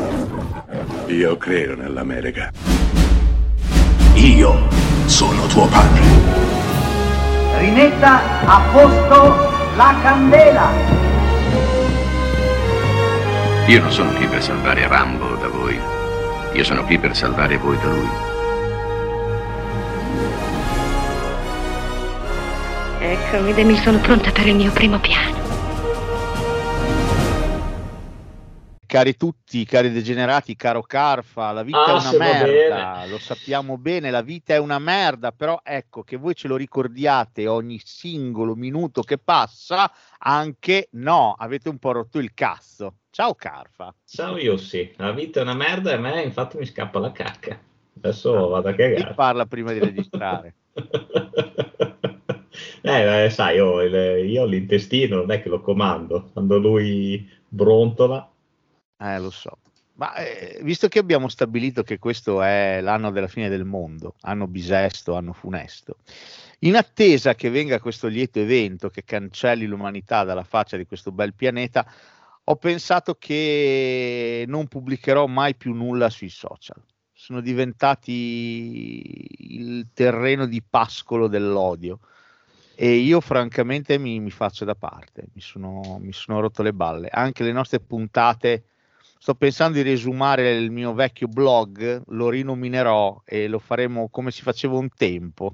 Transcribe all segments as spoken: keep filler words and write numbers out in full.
Io credo nell'America. Io sono tuo padre. Rimetta a posto la candela. Io non sono qui per salvare Rambo da voi. Io sono qui per salvare voi da lui. Eccomi, Demi, sono pronta per il mio primo piano. Cari tutti, cari degenerati, caro Carfa, la vita Ah, è una se va merda, bene. lo sappiamo bene, la vita è una merda, però ecco che voi ce lo ricordiate ogni singolo minuto che passa, anche no, avete un po' rotto il cazzo. Ciao Carfa. Ciao Yossi, la vita è una merda e a me infatti mi scappa la cacca. Adesso vado a cagare. Chi parla prima di registrare? eh, eh, sai, io, il- io l'intestino non è che lo comando, quando lui brontola. Eh, lo so. Ma eh, visto che abbiamo stabilito che questo è l'anno della fine del mondo, anno bisesto, anno funesto, in attesa che venga questo lieto evento che cancelli l'umanità dalla faccia di questo bel pianeta, ho pensato che non pubblicherò mai più nulla sui social. Sono diventati il terreno di pascolo dell'odio e io francamente mi, mi faccio da parte, mi sono, mi sono rotto le balle. Anche le nostre puntate, sto pensando di riesumare il mio vecchio blog, lo rinominerò e lo faremo come si faceva un tempo,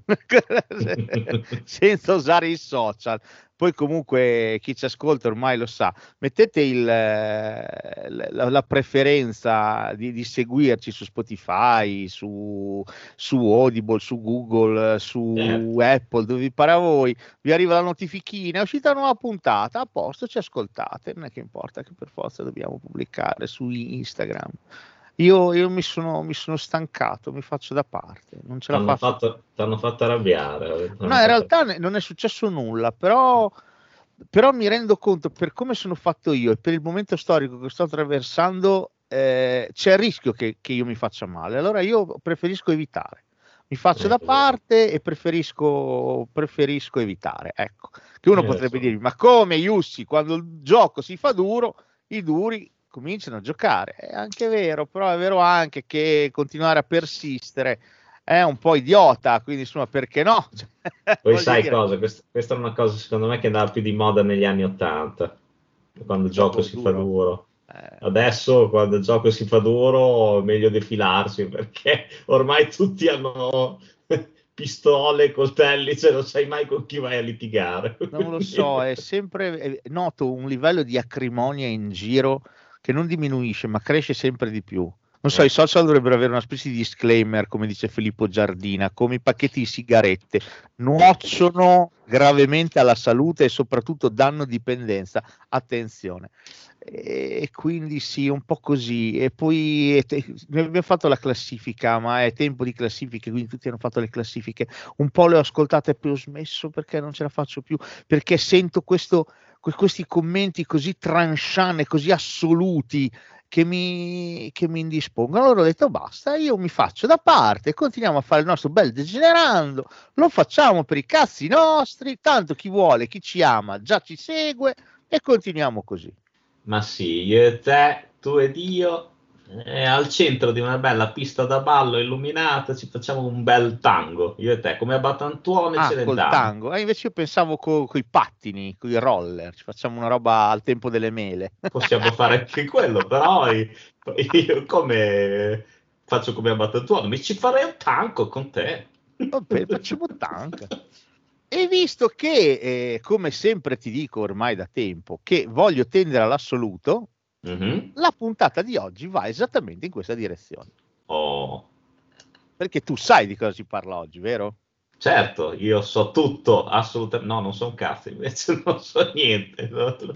senza usare i social. Poi comunque chi ci ascolta ormai lo sa, mettete il, eh, la, la preferenza di, di seguirci su Spotify, su, su Audible, su Google, su Certo. Apple, dove vi pare a voi, vi arriva la notifichina, è uscita una nuova puntata, a posto, ci ascoltate, non è che importa che per forza dobbiamo pubblicare su Instagram. Io, io mi, sono, mi sono stancato, mi faccio da parte, non ce la T'hanno faccio. fatto, t'hanno fatto arrabbiare. t'hanno No, in fatto- realtà ne- non è successo nulla, però, però mi rendo conto per come sono fatto io e per il momento storico che sto attraversando, eh, c'è il rischio che, che io mi faccia male. Allora io preferisco evitare. Mi faccio da Eh, parte e preferisco, preferisco evitare. Ecco, che uno Eh, potrebbe so. dirmi, ma come Jussi, quando il gioco si fa duro, i duri cominciano a giocare. È anche vero, però è vero anche che continuare a persistere è un po' idiota, quindi insomma perché no? Cioè, Poi voglio sai dire, cosa? Questa, questa è una cosa secondo me che andava più di moda negli anni Ottanta, quando il gioco gioco si fa duro. duro. Eh, Adesso quando il gioco si fa duro è meglio defilarsi perché ormai tutti hanno pistole, coltelli, cioè non sai mai con chi vai a litigare. non lo so, è sempre è- noto un livello di acrimonia in giro che non diminuisce, ma cresce sempre di più. Non so, Eh. i social dovrebbero avere una specie di disclaimer, come dice Filippo Giardina, come i pacchetti di sigarette, nuocciono gravemente alla salute e soprattutto danno dipendenza. Attenzione. E quindi sì, un po' così. E poi e te- noi abbiamo fatto la classifica, ma è tempo di classifiche, quindi tutti hanno fatto le classifiche. Un po' le ho ascoltate e poi ho smesso perché non ce la faccio più, perché sento questo, que- questi commenti così tranchant e così assoluti che mi, che mi indispongono. Allora ho detto basta, io mi faccio da parte, continuiamo a fare il nostro bel degenerando, lo facciamo per i cazzi nostri, tanto chi vuole, chi ci ama già ci segue e continuiamo così. Ma sì, io e te, tu ed io, eh, al centro di una bella pista da ballo illuminata, ci facciamo un bel tango, io e te, come a Battantuono e Ah, col Celentano. tango. Eh, invece io pensavo con i pattini, con i roller, ci facciamo una roba al tempo delle mele. Possiamo fare anche quello, però io, io come faccio come a Battantuono, mi ci farei un tango con te. Vabbè, facciamo tank. E visto che, eh, come sempre ti dico ormai da tempo, che voglio tendere all'assoluto, Mhm. la puntata di oggi va esattamente in questa direzione. Oh, Perché tu sai di cosa si parla oggi, vero? certo, io so tutto, assolutamente, no, non so un cazzo, invece non so niente.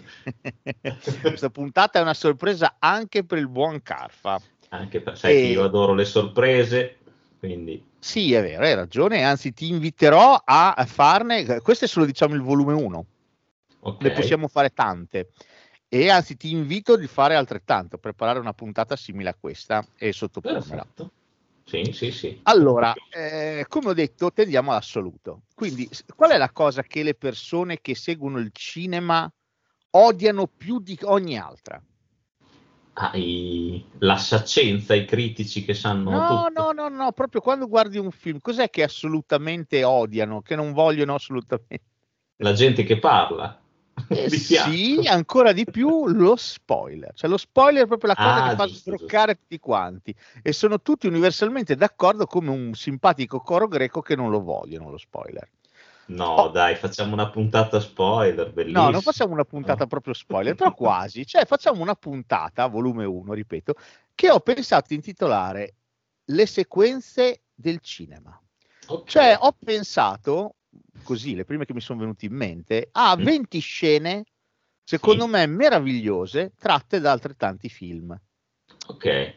Questa puntata è una sorpresa anche per il buon Carfa. Anche per, sai che io E adoro le sorprese, quindi... sì, è vero, hai ragione, anzi ti inviterò a farne, questo è solo diciamo il volume uno, Ok, ne possiamo fare tante e anzi ti invito di fare altrettanto, preparare una puntata simile a questa e sottopormela. perfetto. Sì, sì, sì. Allora, eh, come ho detto, tendiamo all'assoluto. Quindi, s- qual è la cosa che le persone che seguono il cinema odiano più di ogni altra? Ah, i... la scienza, i critici che sanno No, tutto. no, no, no, proprio quando guardi un film, cos'è che assolutamente odiano, che non vogliono assolutamente? La gente che parla. Eh Di sì, fianco. ancora di più lo spoiler. Cioè lo spoiler è proprio la cosa Ah, che fa giusto, sbroccare tutti quanti. E sono tutti universalmente d'accordo come un simpatico coro greco che non lo vogliono lo spoiler. No, Oh, dai, facciamo una puntata spoiler, no, non bellissimo. facciamo una puntata No? proprio spoiler, però quasi. Cioè facciamo una puntata, volume uno, ripeto, che ho pensato di intitolare Le sequenze del cinema. Ok. Cioè ho pensato, così, le prime che mi sono venute in mente, a Mm. venti scene, secondo Sì. me meravigliose, tratte da altrettanti film. Ok.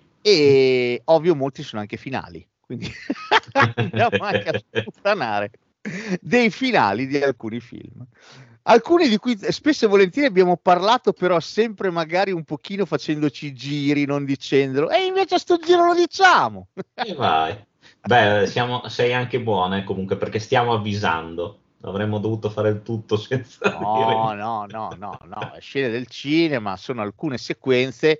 E ovvio molti sono anche finali, quindi andiamo anche a sputtanare dei finali di alcuni film. Alcuni di cui spesso e volentieri abbiamo parlato, però sempre magari un pochino facendoci giri, non dicendolo, e invece a sto giro lo diciamo. E vai. Beh, siamo, sei anche buona, eh, comunque, perché stiamo avvisando. Avremmo dovuto fare il tutto senza dire No, niente. no, no, no, no, scene del cinema sono alcune sequenze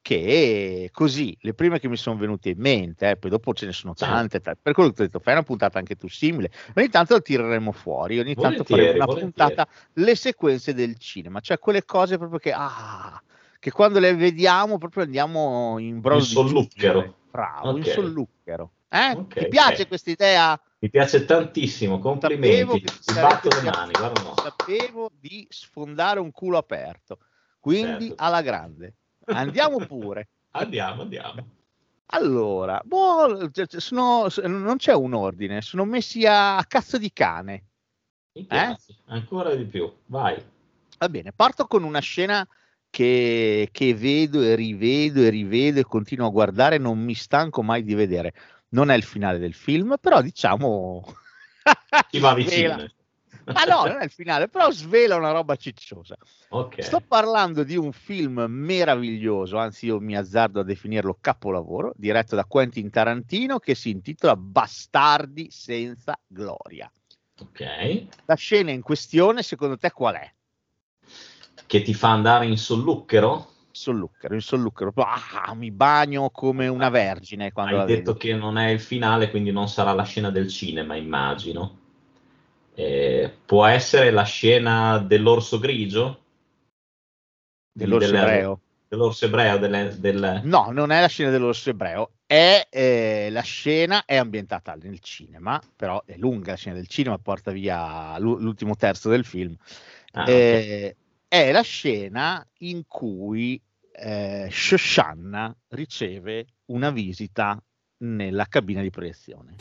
che così, le prime che mi sono venute in mente, eh, poi dopo ce ne sono Certo. tante, t- per quello che ti ho detto, fai una puntata anche tu simile, ogni tanto lo tireremo fuori, ogni tanto Volentieri, faremo una volentieri. puntata, le sequenze del cinema, cioè quelle cose proprio che, ah, che quando le vediamo proprio andiamo in Il brodo di giubilo, solluchero. bravo, in Ok. solluchero. Eh? Ok, Ti piace ok. questa idea? Mi piace tantissimo, Sapevo complimenti. che ti Ti batto sarebbe le mani, piaciuto, guarda no. sapevo di sfondare un culo aperto, quindi Certo. alla grande. Andiamo pure. Andiamo, andiamo. Allora, boh, cioè, cioè, sono- s- non c'è un ordine, sono messi a, a cazzo di cane. Mi Eh? piace, ancora di più. Vai. Va bene, parto con una scena che, che vedo e rivedo e rivedo e continuo a guardare, non mi stanco mai di vedere. Non è il finale del film, però diciamo Ci va svela. vicino. Ma no, non è il finale, però svela una roba cicciosa. Ok. Sto parlando di un film meraviglioso, anzi io mi azzardo a definirlo capolavoro, diretto da Quentin Tarantino, che si intitola Bastardi senza gloria. Ok. La scena in questione, secondo te qual è? Che ti fa andare in solluchero? Solluchero, in solluchero, ah, mi bagno come una vergine quando Hai la detto vedo. che non è il finale, quindi non sarà la scena del cinema, immagino. Eh, può essere la scena dell'orso grigio? Dell'orso Delle- ebreo? dell'orso ebreo? Delle, del... No, non è la scena dell'orso ebreo, è eh, la scena è ambientata nel cinema, però è lunga la scena del cinema, porta via l'u- l'ultimo terzo del film. Ah, ok. Eh, È la scena in cui eh, Shoshana riceve una visita nella cabina di proiezione.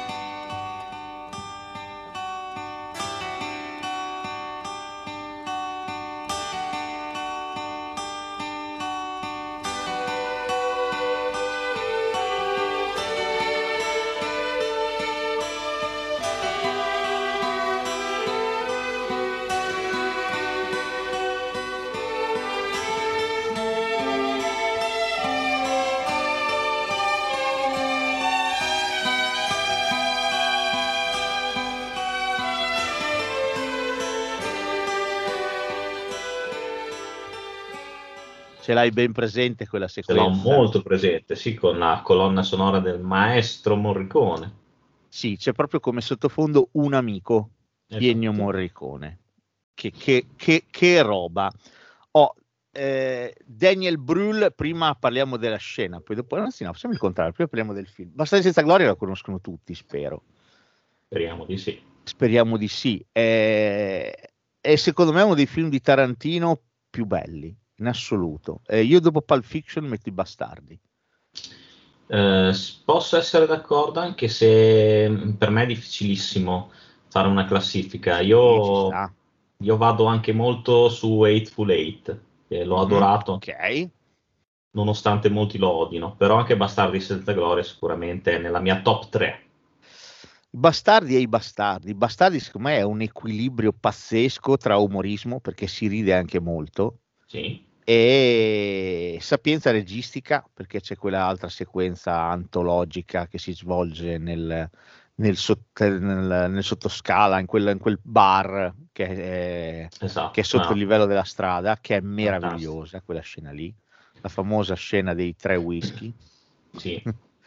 Ce l'hai ben presente quella Ce l'ho sequenza? molto presente, sì, con la colonna sonora del maestro Morricone. Sì, c'è proprio come sottofondo un amico, Ennio Esatto. Morricone. Che, che, che, che roba. Oh, eh, Daniel Brühl, prima parliamo della scena, poi dopo, no, sì, no, facciamo il contrario, prima parliamo del film. Bastardi senza gloria la conoscono tutti, spero. Speriamo di sì. Speriamo di sì. È, è secondo me uno dei film di Tarantino più belli, in assoluto. Eh, io dopo Pulp Fiction metto i Bastardi. Eh, posso essere d'accordo, anche se per me è difficilissimo fare una classifica. Sì, ci Io, sta. io vado anche molto su Hateful Eight, che l'ho Mhm, adorato, ok. nonostante molti lo odino, però anche Bastardi senza gloria sicuramente è nella mia top tre. I Bastardi e i Bastardi. I Bastardi, secondo me, è un equilibrio pazzesco tra umorismo, perché si ride anche molto, Sì, e sapienza registica, perché c'è quell'altra sequenza antologica che si svolge nel, nel, sott- nel- nel sottoscala, in quel, in quel bar che è, esatto. che è sotto No, il livello della strada, che è fantastico. meravigliosa, quella scena lì. la famosa scena dei tre whisky. Sì.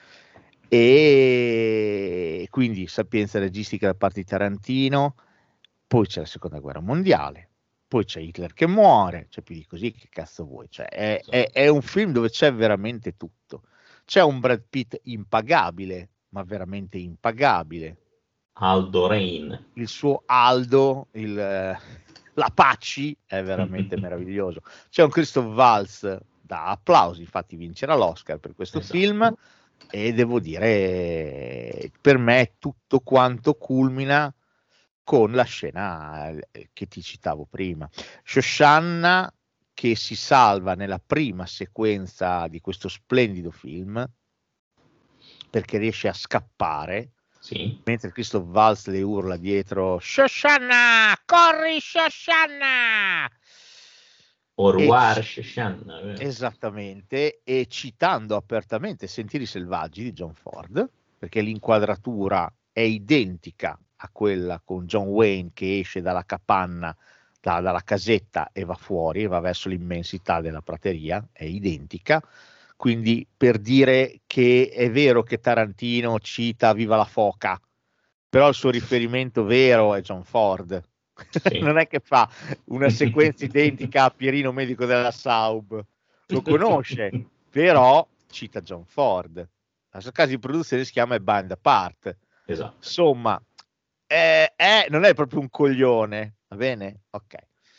E quindi sapienza registica da parte di Tarantino, poi c'è la seconda guerra mondiale, poi c'è Hitler che muore, cioè più di così che cazzo vuoi, cioè, è, è, è un film dove c'è veramente tutto, c'è un Brad Pitt impagabile, ma veramente impagabile, Aldo Rain, il suo Aldo, il, l'Apache è veramente meraviglioso, c'è un Christoph Waltz da applausi, infatti vincerà l'Oscar per questo esatto. film. E devo dire, per me tutto quanto culmina con la scena che ti citavo prima. Shosanna che si salva nella prima sequenza di questo splendido film perché riesce a scappare, sì. mentre Christoph Waltz le urla dietro: Shosanna, corri Shosanna! Orwar C- Shosanna, esattamente, e citando apertamente Sentieri selvaggi di John Ford, perché l'inquadratura è identica a quella con John Wayne che esce dalla capanna, da, dalla casetta e va fuori, e va verso l'immensità della prateria, è identica. Quindi per dire che è vero che Tarantino cita Viva la foca, però il suo riferimento vero è John Ford. Sì. Non è che fa una sequenza identica a Pierino medico della Saub, lo conosce, però cita John Ford. La sua casa di produzione si chiama Band Apart. Esatto. Insomma, è, è, non è proprio un coglione, va bene? Ok.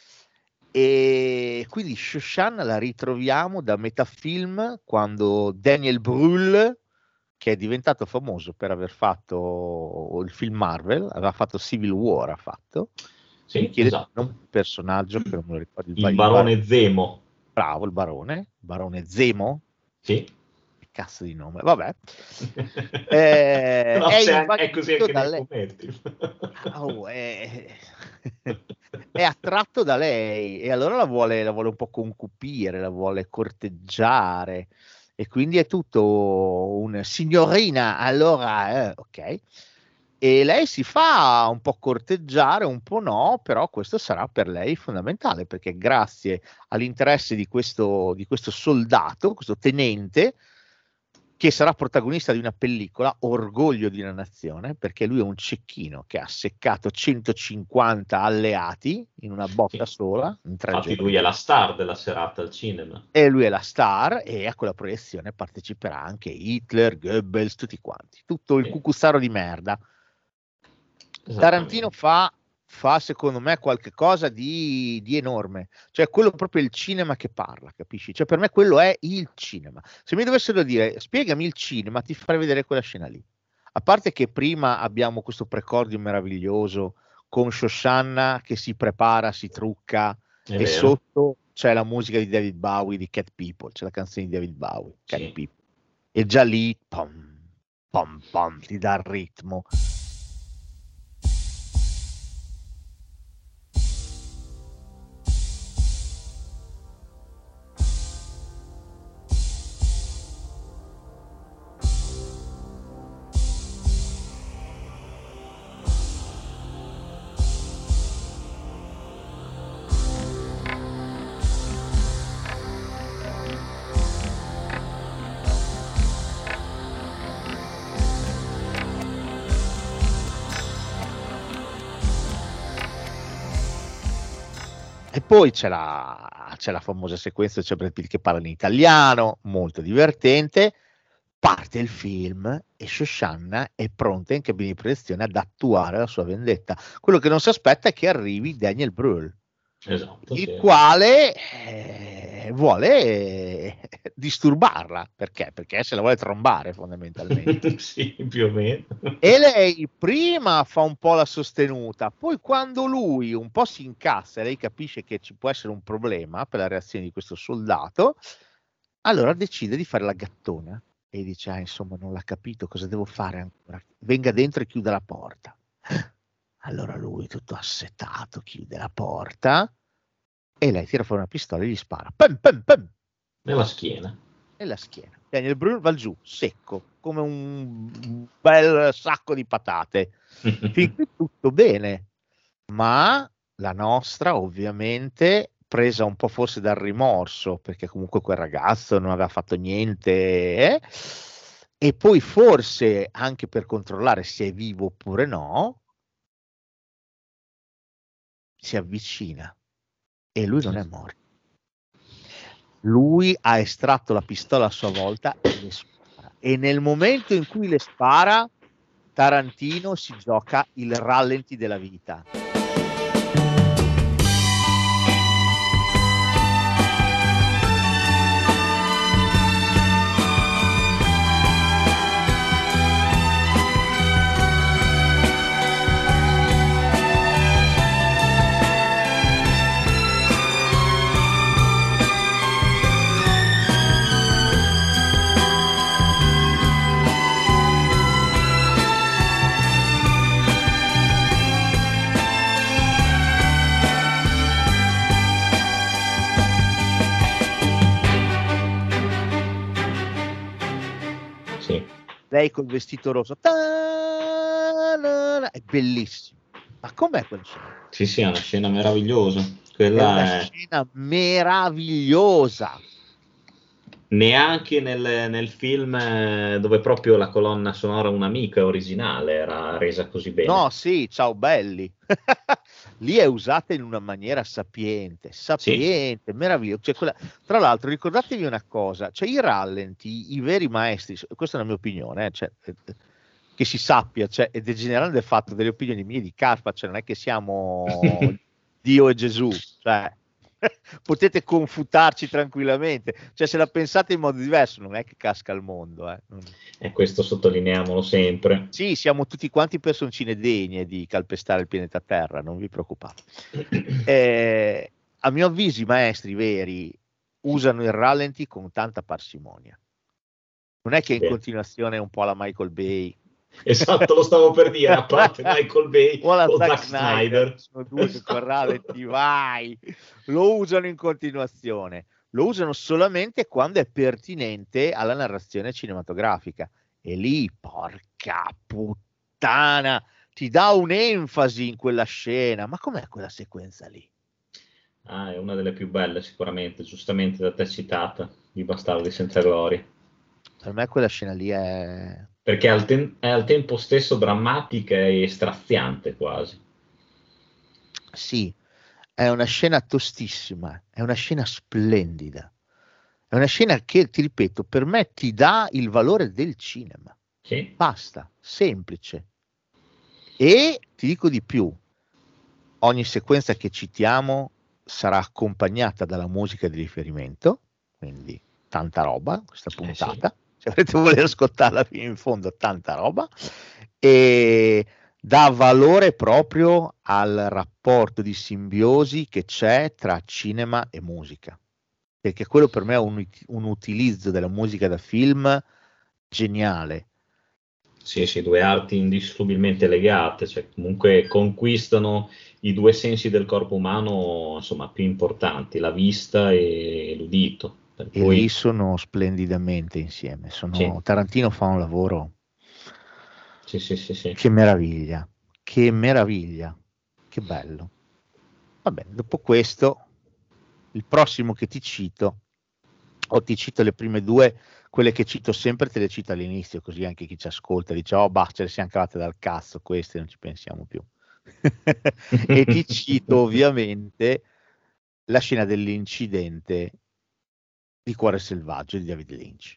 E quindi Shosanna la ritroviamo da metà film, quando Daniel Brühl, che è diventato famoso per aver fatto il film Marvel, aveva fatto Civil War, ha fatto. Sì, esatto. Un personaggio che non me lo ricordo, il, il barone il bar- Zemo. Bravo, il barone, il barone Zemo. Sì. Che cazzo di nome, vabbè. eh, no, è, è, è così anche nei le... fumetti. oh, è... è attratto da lei e allora la vuole, la vuole un po' concupire, la vuole corteggiare e quindi è tutto un signorina, allora eh, ok. E lei si fa un po' corteggiare, un po' no, però questo sarà per lei fondamentale, perché grazie all'interesse di questo, di questo soldato, questo tenente, che sarà protagonista di una pellicola, Orgoglio di una nazione, perché lui è un cecchino che ha seccato centocinquanta alleati in una botta sì. sola. In tre Infatti giorni. Lui è la star della serata al cinema. E lui è la star e a quella proiezione parteciperà anche Hitler, Goebbels, tutti quanti. Tutto il sì. cucuzzaro di merda. Tarantino fa, fa secondo me qualche cosa di, di enorme, cioè quello proprio il cinema che parla, capisci? Cioè per me quello è il cinema. Se mi dovessero dire spiegami il cinema, ti farei vedere quella scena lì. A parte che prima abbiamo questo precordio meraviglioso con Shosanna che si prepara, si trucca è e vero. Sotto c'è la musica di David Bowie di Cat People, c'è la canzone di David Bowie, Cat sì. People. E già lì pom, pom, pom, ti dà il ritmo. E poi c'è la, c'è la famosa sequenza, c'è Brad Pitt che parla in italiano, molto divertente, parte il film e Shosanna è pronta in cabina di proiezione ad attuare la sua vendetta. Quello che non si aspetta è che arrivi Daniel Brühl, esatto, il sì. quale eh, vuole eh, disturbarla. Perché? Perché se la vuole trombare fondamentalmente. Sì, più o meno. E lei prima fa un po' la sostenuta, poi quando lui un po' si incassa e lei capisce che ci può essere un problema per la reazione di questo soldato, allora decide di fare la gattona e dice ah, insomma non l'ha capito, cosa devo fare ancora? Venga dentro e chiuda la porta. Allora lui tutto assetato chiude la porta e lei tira fuori una pistola e gli spara pum, pum, pum. Nella schiena. Nella schiena. Daniel Brühl va giù secco come un bel sacco di patate. Fin qui tutto bene, ma la nostra ovviamente presa un po' forse dal rimorso, perché comunque quel ragazzo non aveva fatto niente, eh? E poi forse anche per controllare se è vivo oppure no, si avvicina e lui non è morto. Lui ha estratto la pistola a sua volta e le spara. E nel momento in cui le spara, Tarantino si gioca il rallenti della vita. Lei col vestito rosso, ta-na-na, è bellissimo. Ma com'è quella scena? Sì, sì, è una scena meravigliosa. Quella è una è... scena meravigliosa. Neanche nel, nel film dove proprio la colonna sonora un'amica originale era resa così bene. No, sì, ciao belli. Lì è usata in una maniera sapiente, sapiente, sì. Meravigliosa. Cioè, quella... Tra l'altro, ricordatevi una cosa: cioè, i rallenti, i veri maestri, questa è la mia opinione, eh, cioè, che si sappia, cioè, è degenerante del fatto delle opinioni mie di Carpa, cioè, non è che siamo Dio e Gesù, cioè. Potete confutarci tranquillamente, cioè se la pensate in modo diverso non è che casca il mondo, eh. E questo sottolineiamolo sempre. Sì, siamo tutti quanti personcine degne di calpestare il pianeta Terra, non vi preoccupate. Eh, a mio avviso i maestri veri usano il rallenti con tanta parsimonia, non è che in Beh. continuazione un po' alla Michael Bay. Esatto, lo stavo per dire, a parte Michael Bay o, o Zack Zack Snyder, sono due che con rallenti vai, lo usano in continuazione, lo usano solamente quando è pertinente alla narrazione cinematografica, e lì porca puttana ti dà un'enfasi in quella scena. Ma com'è quella sequenza lì? Ah, è una delle più belle sicuramente, giustamente da te citata, di Bastardi senza gloria. Per me quella scena lì è... perché è al, te- è al tempo stesso drammatica e straziante quasi. Sì, è una scena tostissima, è una scena splendida, è una scena che, ti ripeto, per me ti dà il valore del cinema. Sì. Basta, semplice. E ti dico di più, ogni sequenza che citiamo sarà accompagnata dalla musica di riferimento, quindi tanta roba questa puntata. Eh sì. Se avrete voglia di ascoltarla fino in fondo, tanta roba, e dà valore proprio al rapporto di simbiosi che c'è tra cinema e musica, perché quello per me è un, un utilizzo della musica da film geniale. Sì, sì, due arti indissolubilmente legate, cioè comunque conquistano i due sensi del corpo umano, insomma, più importanti, la vista e l'udito. Per E cui... lì sono splendidamente insieme. Sono... Sì. Tarantino fa un lavoro. Sì, sì, sì, sì. Che meraviglia, che meraviglia, che bello. Va bene, dopo questo, il prossimo che ti cito, o ti cito le prime due, quelle che cito sempre te le cito all'inizio, così anche chi ci ascolta dice, oh bah, ce le siamo cavate dal cazzo, queste non ci pensiamo più. E ti cito ovviamente la scena dell'incidente di Cuore selvaggio di David Lynch.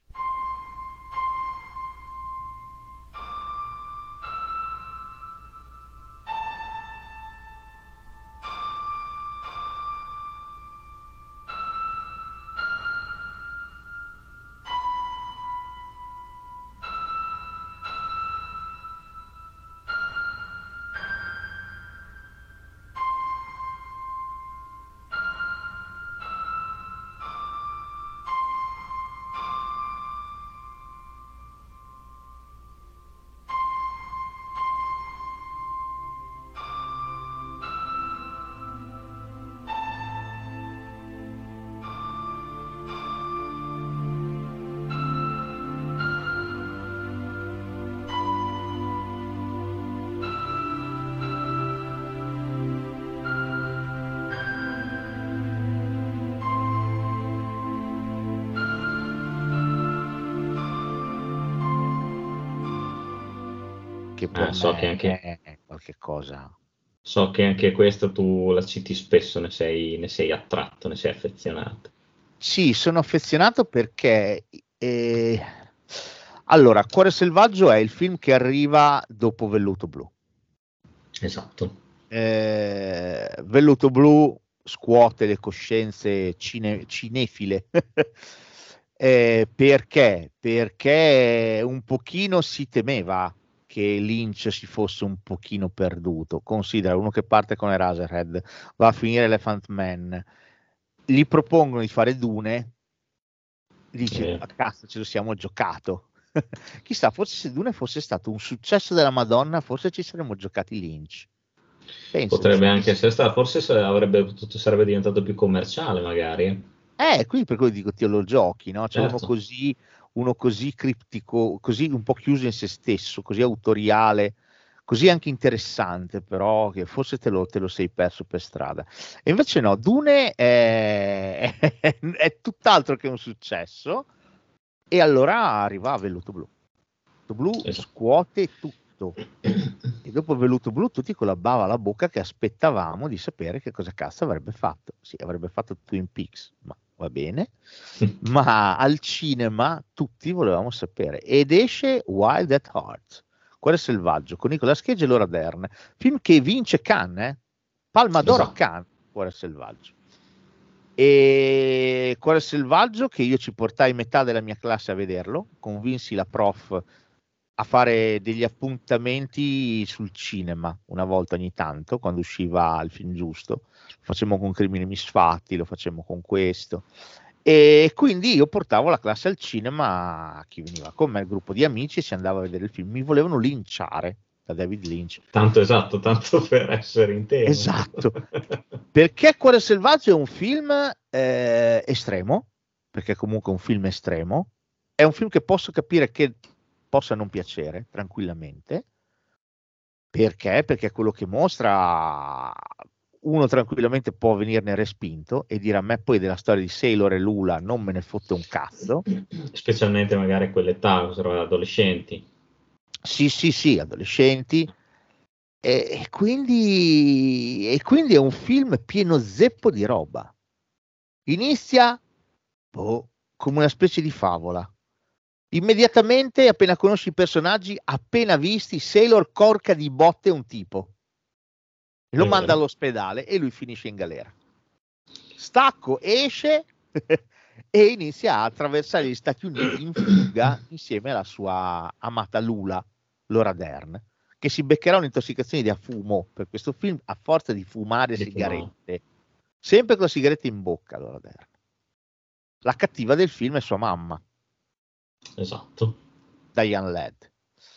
che per Ah, so me che anche- è qualche cosa. So che anche questa tu la citi spesso, ne sei, ne sei attratto, ne sei affezionato. Sì, sono affezionato perché eh, allora, Cuore selvaggio è il film che arriva dopo Velluto Blu. Esatto. Eh, Velluto Blu scuote le coscienze cine- cinefile. Eh, perché? Perché un pochino si temeva che Lynch si fosse un pochino perduto. Considera uno che parte con Eraserhead, va a finire Elephant Man, gli propongono di fare Dune, dici, Eh. a cazzo, ce lo siamo giocato. Chissà, forse se Dune fosse stato un successo della Madonna, forse ci saremmo giocati Lynch. Pensaci. Potrebbe anche essere stato, forse sa- avrebbe potuto, sarebbe diventato più commerciale magari. Eh, qui per quello dico, te lo giochi, no? C'è uno Certo. così, uno così criptico, così un po' chiuso in se stesso, così autoriale, così anche interessante, però che forse te lo, te lo sei perso per strada. E invece no, Dune è, è, è tutt'altro che un successo, e allora arriva Velluto Blu. Velluto Blu Esatto. scuote tutto. E dopo Velluto Blu tutti con la bava alla bocca che aspettavamo di sapere che cosa cazzo avrebbe fatto. Sì, avrebbe fatto Twin Peaks, ma va bene. Ma al cinema tutti volevamo sapere. Ed esce Wild at Heart, Cuore selvaggio, con Nicolas Cage e Laura Dern, film che vince Cannes, eh? Palma d'Oro a Esatto. Cannes, Cuore selvaggio. E Cuore selvaggio che io ci portai metà della mia classe a vederlo, convinsi la prof a fare degli appuntamenti sul cinema una volta ogni tanto, quando usciva il film giusto. Lo facemmo con Crimini Misfatti, lo facemmo con questo. E quindi io portavo la classe al cinema, chi veniva con me, il gruppo di amici, si andava a vedere il film. Mi volevano linciare da David Lynch. Tanto esatto, tanto per essere in tema. Esatto. Perché Cuore selvaggio è un film eh, estremo, perché comunque è un film estremo, è un film che posso capire che possa non piacere tranquillamente. Perché? Perché quello che mostra, uno tranquillamente può venirne respinto e dire: a me poi della storia di Sailor e Lula non me ne fotte un cazzo. Specialmente magari a quell'età, adolescenti. Sì, sì, sì, adolescenti. E, e quindi, e quindi è un film pieno zeppo di roba. Inizia boh, come una specie di favola. Immediatamente, appena conosci i personaggi, appena visti, Sailor corca di botte un tipo, lo È manda vero. all'ospedale e lui finisce in galera. Stacco esce e inizia a attraversare gli Stati Uniti in fuga insieme alla sua amata Lula, Laura Dern, che si beccherà un'intossicazione da fumo per questo film a forza di fumare Di sigarette, sempre con la sigaretta in bocca. Laura Dern, la cattiva del film è sua mamma, Esatto. Diane Ladd,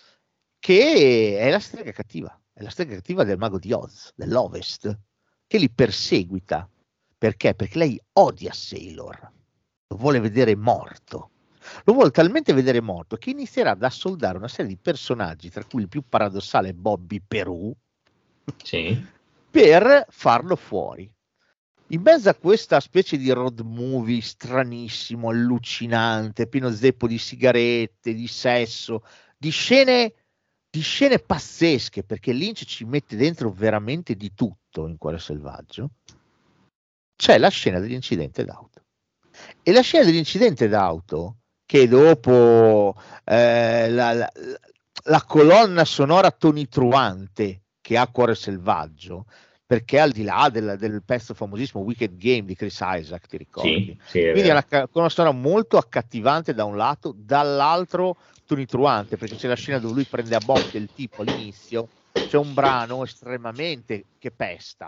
che è la strega cattiva, è la strega cattiva del mago di Oz, dell'Ovest, che li perseguita. Perché? Perché lei odia Sailor, lo vuole vedere morto, lo vuole talmente vedere morto che inizierà ad assoldare una serie di personaggi, tra cui il più paradossale è Bobby Perù, Sì. per farlo fuori. In mezzo a questa specie di road movie stranissimo, allucinante, pieno zeppo di sigarette, di sesso, di scene, di scene pazzesche, perché Lynch ci mette dentro veramente di tutto in Cuore selvaggio, c'è la scena dell'incidente d'auto. E la scena dell'incidente d'auto, che dopo eh, la, la, la colonna sonora tonitruante che ha Cuore selvaggio, perché al di là del, del pezzo famosissimo Wicked Game di Chris Isaac, ti ricordi? Sì, sì, è Quindi è vero. una colonna sonora molto accattivante da un lato, dall'altro tonitruante, perché c'è la scena dove lui prende a botte il tipo all'inizio, c'è un brano estremamente che pesta.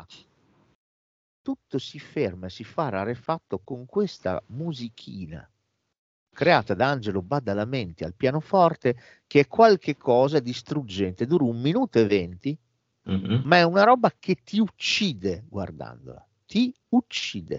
Tutto si ferma e si fa rarefatto con questa musichina creata da Angelo Badalamenti al pianoforte, che è qualche cosa di struggente, dura un minuto e venti, Mhm. ma è una roba che ti uccide guardandola, ti uccide.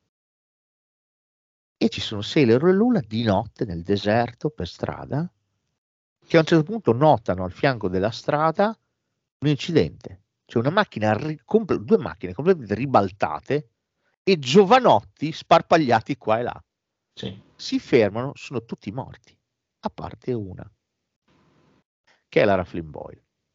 E ci sono Sailor e Lula di notte nel deserto per strada, che a un certo punto notano al fianco della strada un incidente. C'è una macchina, ri- comple- due macchine completamente ribaltate e giovanotti sparpagliati qua e là. Sì. Si fermano, sono tutti morti, a parte una, che è Lara Flynn Boyle.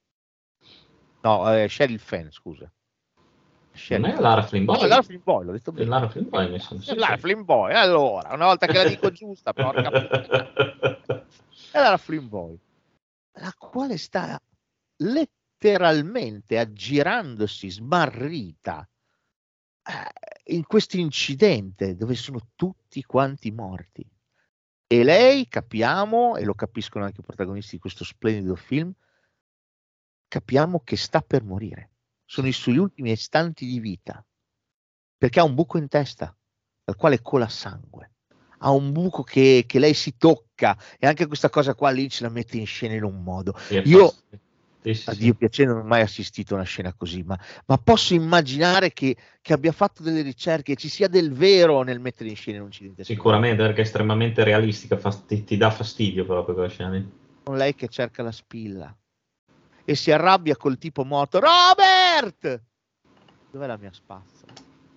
No, eh, Sheryl Fenn, scusa. Non è Lara Flynn Boyle? No, Lara Flynn Boyle, l'ho detto È bene. Lara Flynn Boyle, mi sembra. Sì, Lara sì. Flynn Boyle, allora, una volta che la dico giusta, porca puttana. È Lara Flynn Boyle, la quale sta letteralmente aggirandosi smarrita eh, in questo incidente dove sono tutti quanti morti. E lei, capiamo, e lo capiscono anche i protagonisti di questo splendido film, capiamo che sta per morire. Sono i suoi ultimi istanti di vita, perché ha un buco in testa dal quale cola sangue, ha un buco che, che lei si tocca, e anche questa cosa qua Lynch la mette in scena in un modo. Io, sì, sì, a sì. Dio piacendo, non ho mai assistito a una scena così, ma, ma posso immaginare che, che abbia fatto delle ricerche, ci sia del vero nel mettere in scena un incidente. Sicuramente, perché è estremamente realistica, fast- ti dà fastidio proprio quella scena lì. Con lei che cerca la spilla e si arrabbia col tipo morto. Robert! Dov'è la mia spazzola?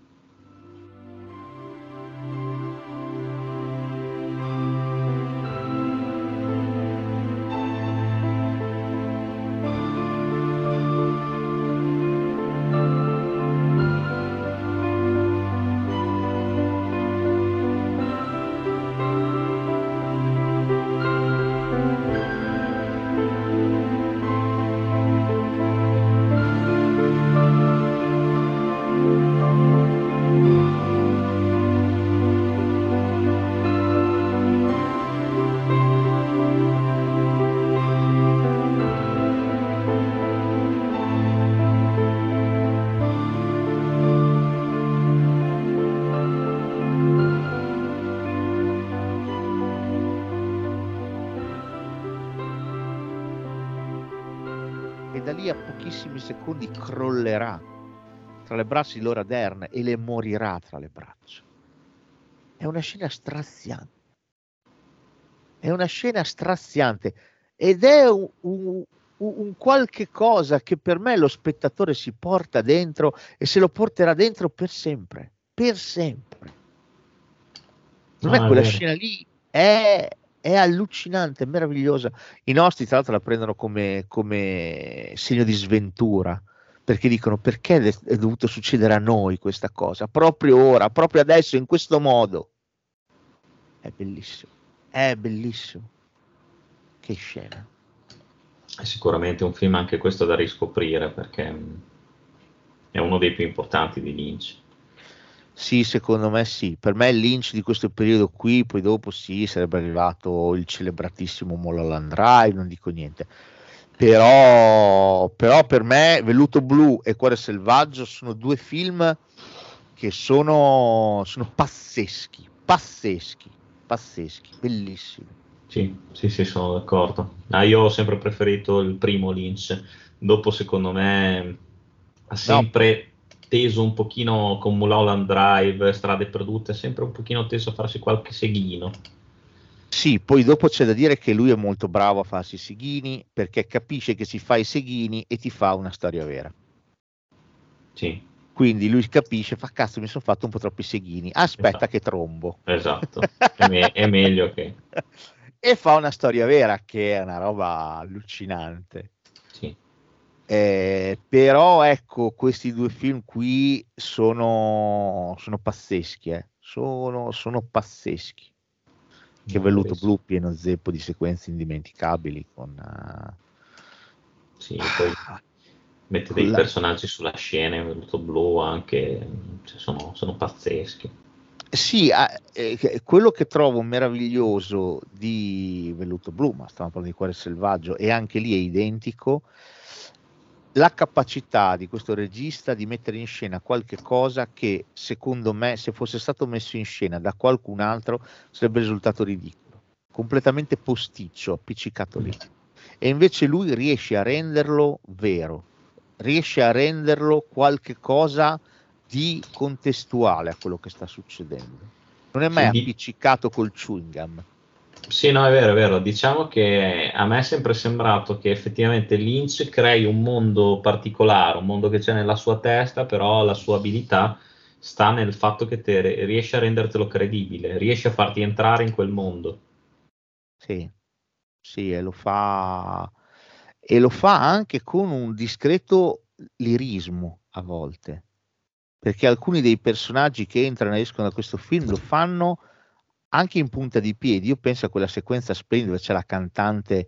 Secondi crollerà tra le braccia di Laura Dern e le morirà tra le braccia. È una scena straziante, è una scena straziante ed è un, un, un qualche cosa che per me lo spettatore si porta dentro e se lo porterà dentro per sempre, per sempre. Per me quella scena lì è è allucinante, è meravigliosa. I nostri tra l'altro la prendono come, come segno di sventura, perché dicono: perché è dovuto succedere a noi questa cosa proprio ora, proprio adesso, in questo modo. È bellissimo, è bellissimo. Che scena. È sicuramente un film anche questo da riscoprire, perché è uno dei più importanti di Lynch. Sì, secondo me sì. Per me il Lynch di questo periodo qui, poi dopo sì, sarebbe arrivato il celebratissimo Mulholland Drive, non dico niente. Però, però per me Velluto Blu e Cuore Selvaggio sono due film che sono, sono pazzeschi, pazzeschi, pazzeschi, bellissimi. Sì, sì, sì, sono d'accordo. Ah, io ho sempre preferito il primo Lynch, dopo secondo me ha sempre... No. teso un pochino con Mulholland Drive, Strade Perdute, sempre un pochino teso a farsi qualche seghino. Sì, poi dopo c'è da dire che lui è molto bravo a farsi i seghini, perché capisce che si fa i seghini e ti fa una storia vera. Sì. Quindi lui capisce, fa cazzo, mi sono fatto un po' troppi seghini, aspetta esatto. che trombo. Esatto, è, me- è meglio che... E fa una storia vera, che è una roba allucinante. Sì. Eh, però ecco, questi due film qui sono, sono pazzeschi, eh. sono, sono pazzeschi. Che Velluto Blu pieno zeppo di sequenze indimenticabili con uh... sì, poi mette dei la... personaggi sulla scena in Velluto Blu anche, cioè, sono, sono pazzeschi. Sì, eh, quello che trovo meraviglioso di Velluto Blu, ma stiamo parlando di Cuore Selvaggio, e anche lì è identico, la capacità di questo regista di mettere in scena qualche cosa che secondo me, se fosse stato messo in scena da qualcun altro, sarebbe risultato ridicolo, completamente posticcio, appiccicato lì, e invece lui riesce a renderlo vero, riesce a renderlo qualche cosa di contestuale a quello che sta succedendo, non è mai sì, appiccicato col chewing gum. Sì, no, è vero, è vero. Diciamo che a me è sempre sembrato che effettivamente Lynch crei un mondo particolare, un mondo che c'è nella sua testa, però la sua abilità sta nel fatto che te riesce a rendertelo credibile, riesce a farti entrare in quel mondo. Sì, sì, e lo fa. e lo fa anche con un discreto lirismo a volte, perché alcuni dei personaggi che entrano e escono da questo film lo fanno anche in punta di piedi. Io penso a quella sequenza splendida dove c'è la cantante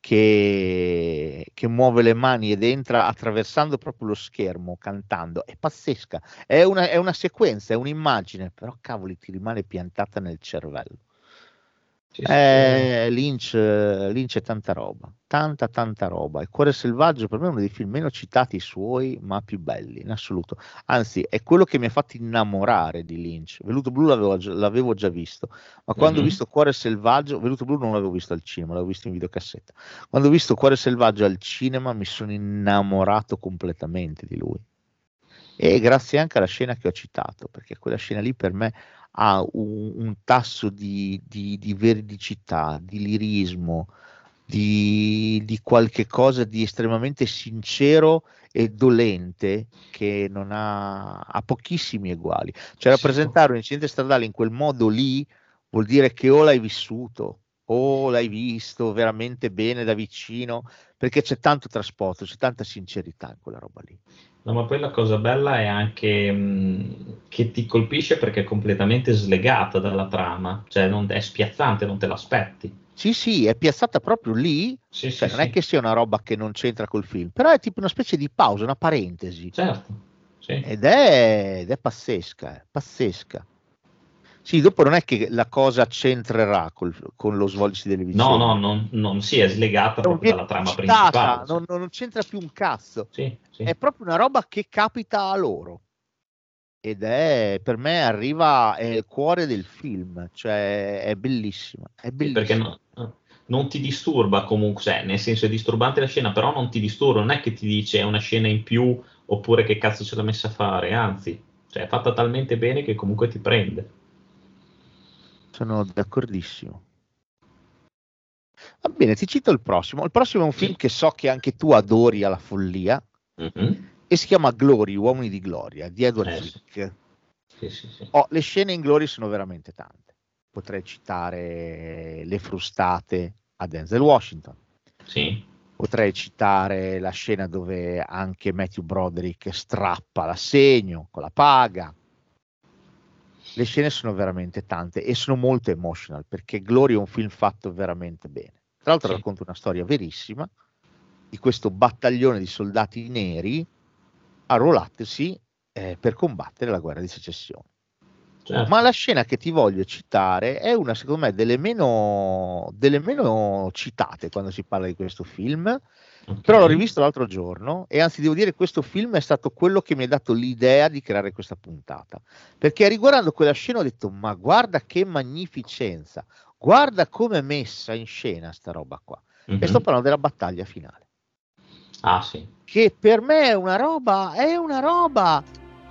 che, che muove le mani ed entra attraversando proprio lo schermo cantando, è pazzesca, è una, è una sequenza, è un'immagine, però cavoli ti rimane piantata nel cervello. Sì, sì, Eh, Lynch, Lynch è tanta roba, tanta tanta roba. Il Cuore selvaggio per me è uno dei film meno citati suoi, ma più belli in assoluto. Anzi, è quello che mi ha fatto innamorare di Lynch. Velluto Blu l'avevo, gi- l'avevo già visto, ma quando ho Mhm. visto Cuore selvaggio, Velluto Blu non l'avevo visto al cinema, l'avevo visto in videocassetta. Quando ho visto Cuore selvaggio al cinema mi sono innamorato completamente di lui. E grazie anche alla scena che ho citato, perché quella scena lì per me ha un, un tasso di, di, di veridicità, di lirismo, di, di qualche cosa di estremamente sincero e dolente che non ha, ha pochissimi eguali. Cioè Sì, rappresentare un incidente stradale in quel modo lì vuol dire che o l'hai vissuto o l'hai visto veramente bene da vicino, perché c'è tanto trasporto, c'è tanta sincerità in quella roba lì. no, ma poi la cosa bella è anche mh, che ti colpisce perché è completamente slegata dalla trama, cioè non, è spiazzante, non te l'aspetti. Sì, sì, è piazzata proprio lì, Sì, cioè sì, non è sì, che sia una roba che non c'entra col film, però è tipo una specie di pausa, una parentesi, certo, sì. ed è, ed è pazzesca, è pazzesca. Sì, dopo non è che la cosa c'entrerà col- con lo svolgersi delle No, no, vicende, non, non si è slegata non proprio viene dalla trama citata, principale. non, non- non c'entra più un cazzo, Sì, sì, è proprio una roba che capita a loro, ed è, per me arriva, è il cuore del film, cioè è bellissima, è sì, perché bellissima. no- non ti disturba comunque, cioè, nel senso è disturbante la scena, però non ti disturba, non è che ti dice è una scena in più oppure che cazzo ce l'ha messa a fare, anzi, cioè, è fatta talmente bene che comunque ti prende. Sono d'accordissimo. Va bene, ti cito il prossimo. Il prossimo è un film Sì. che so che anche tu adori alla follia Mhm. e si chiama Glory, Uomini di Gloria, di Edward Eh, sì. Zwick. Sì, sì, sì. Oh, le scene in Glory sono veramente tante. Potrei citare le frustate a Denzel Washington. Sì. Potrei citare la scena dove anche Matthew Broderick strappa l'assegno con la paga. Le scene sono veramente tante e sono molto emotional perché Glory è un film fatto veramente bene. Tra l'altro Sì. racconta una storia verissima di questo battaglione di soldati neri arruolatisi eh, per combattere la guerra di secessione. Certo. Ma la scena che ti voglio citare è una, secondo me, delle meno, delle meno citate quando si parla di questo film. Ok. Però l'ho rivisto l'altro giorno e anzi devo dire che questo film è stato quello che mi ha dato l'idea di creare questa puntata, perché riguardando quella scena ho detto ma guarda che magnificenza, guarda come è messa in scena sta roba qua. Mhm. E sto parlando della battaglia finale, Ah, sì. che per me è una roba, è una roba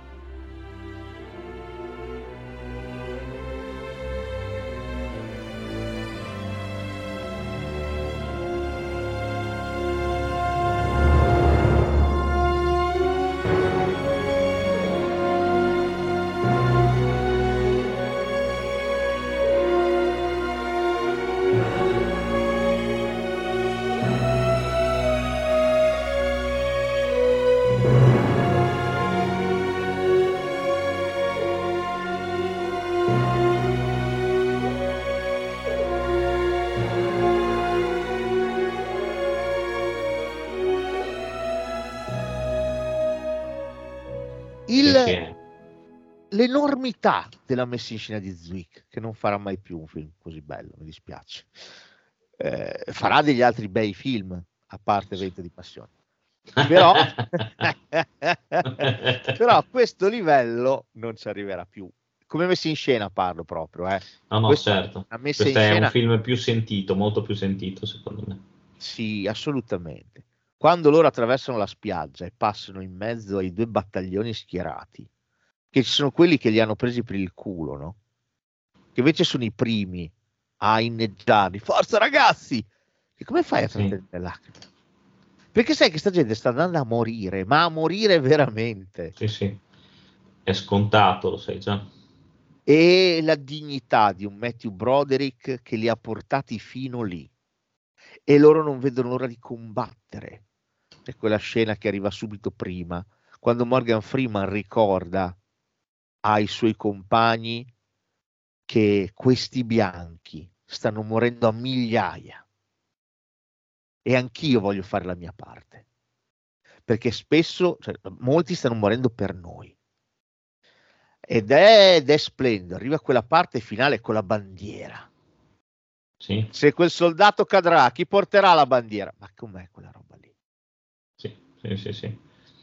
il, Sì, sì. l'enormità della messa in scena di Zwick, che non farà mai più un film così bello, mi dispiace. Eh, farà degli altri bei film, a parte Vento di Passione. Però, però a questo livello non ci arriverà più. Come messa in scena parlo proprio. Eh. No, no, Questa certo. è una messa Questo in è scena, un film più sentito, molto più sentito, secondo me. sì, assolutamente. Quando loro attraversano la spiaggia e passano in mezzo ai due battaglioni schierati, che ci sono quelli che li hanno presi per il culo, no? Che invece sono i primi a inneggiarli. Forza ragazzi! E come fai a Sì. trattenere le lacrime? Perché sai che sta gente sta andando a morire, ma a morire veramente. Sì, sì. È scontato, lo sai già. E la dignità di un Matthew Broderick che li ha portati fino lì. e loro non vedono l'ora di combattere. È quella scena che arriva subito prima, quando Morgan Freeman ricorda ai suoi compagni che questi bianchi stanno morendo a migliaia e anch'io voglio fare la mia parte, perché spesso, cioè, molti stanno morendo per noi. Ed è, ed è splendido. Arriva quella parte finale con la bandiera. Sì. Se quel soldato cadrà, chi porterà la bandiera? Ma com'è quella roba lì? Sì, sì, sì, sì.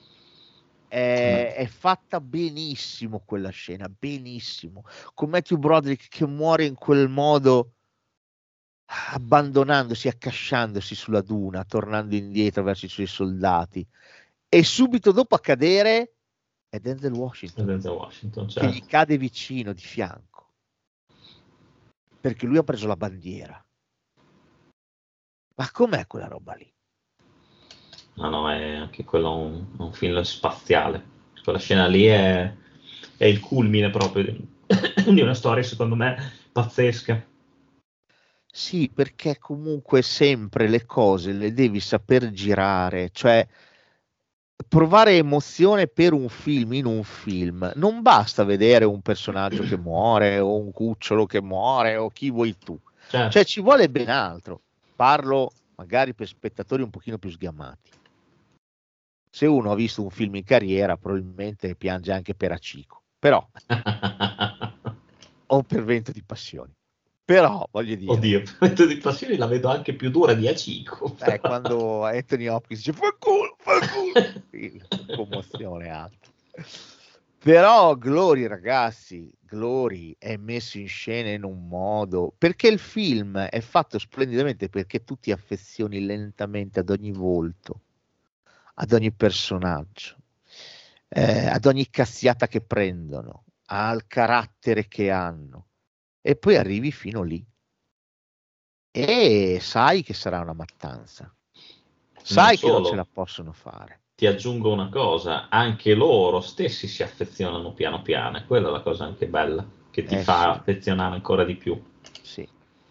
È, è fatta benissimo quella scena, benissimo. Con Matthew Broderick che muore in quel modo, abbandonandosi, accasciandosi sulla duna, tornando indietro verso i suoi soldati. E subito dopo a cadere è Denzel Washington, Denzel Washington, certo, che gli cade vicino di fianco, perché lui ha preso la bandiera. Ma com'è quella roba lì? No, no, è anche quello un, un film spaziale. Quella scena lì è, è il culmine proprio di, di una storia, secondo me, pazzesca. Sì, perché comunque sempre le cose le devi saper girare, cioè provare emozione per un film in un film. Non basta vedere un personaggio che muore o un cucciolo che muore o chi vuoi tu. Certo. Cioè ci vuole ben altro. Parlo magari per spettatori un pochino più sgamati. Se uno ha visto un film in carriera probabilmente piange anche per Hachiko, però o per Vento di Passioni. Però voglio dire, oddio, Vento di Passioni la vedo anche più dura di Hachiko. Eh, quando Anthony Hopkins dice fa culo, fa culo, commozione alta. Però Glory, ragazzi, Glory è messo in scena in un modo, perché il film è fatto splendidamente, perché tu ti affezioni lentamente ad ogni volto, ad ogni personaggio, eh, ad ogni cazziata che prendono, al carattere che hanno, e poi arrivi fino lì e sai che sarà una mattanza, sai che non ce la possono fare. Ti aggiungo una cosa, anche loro stessi si affezionano piano piano, e quella è la cosa anche bella, che ti eh, fa sì. affezionare ancora di più. Sì.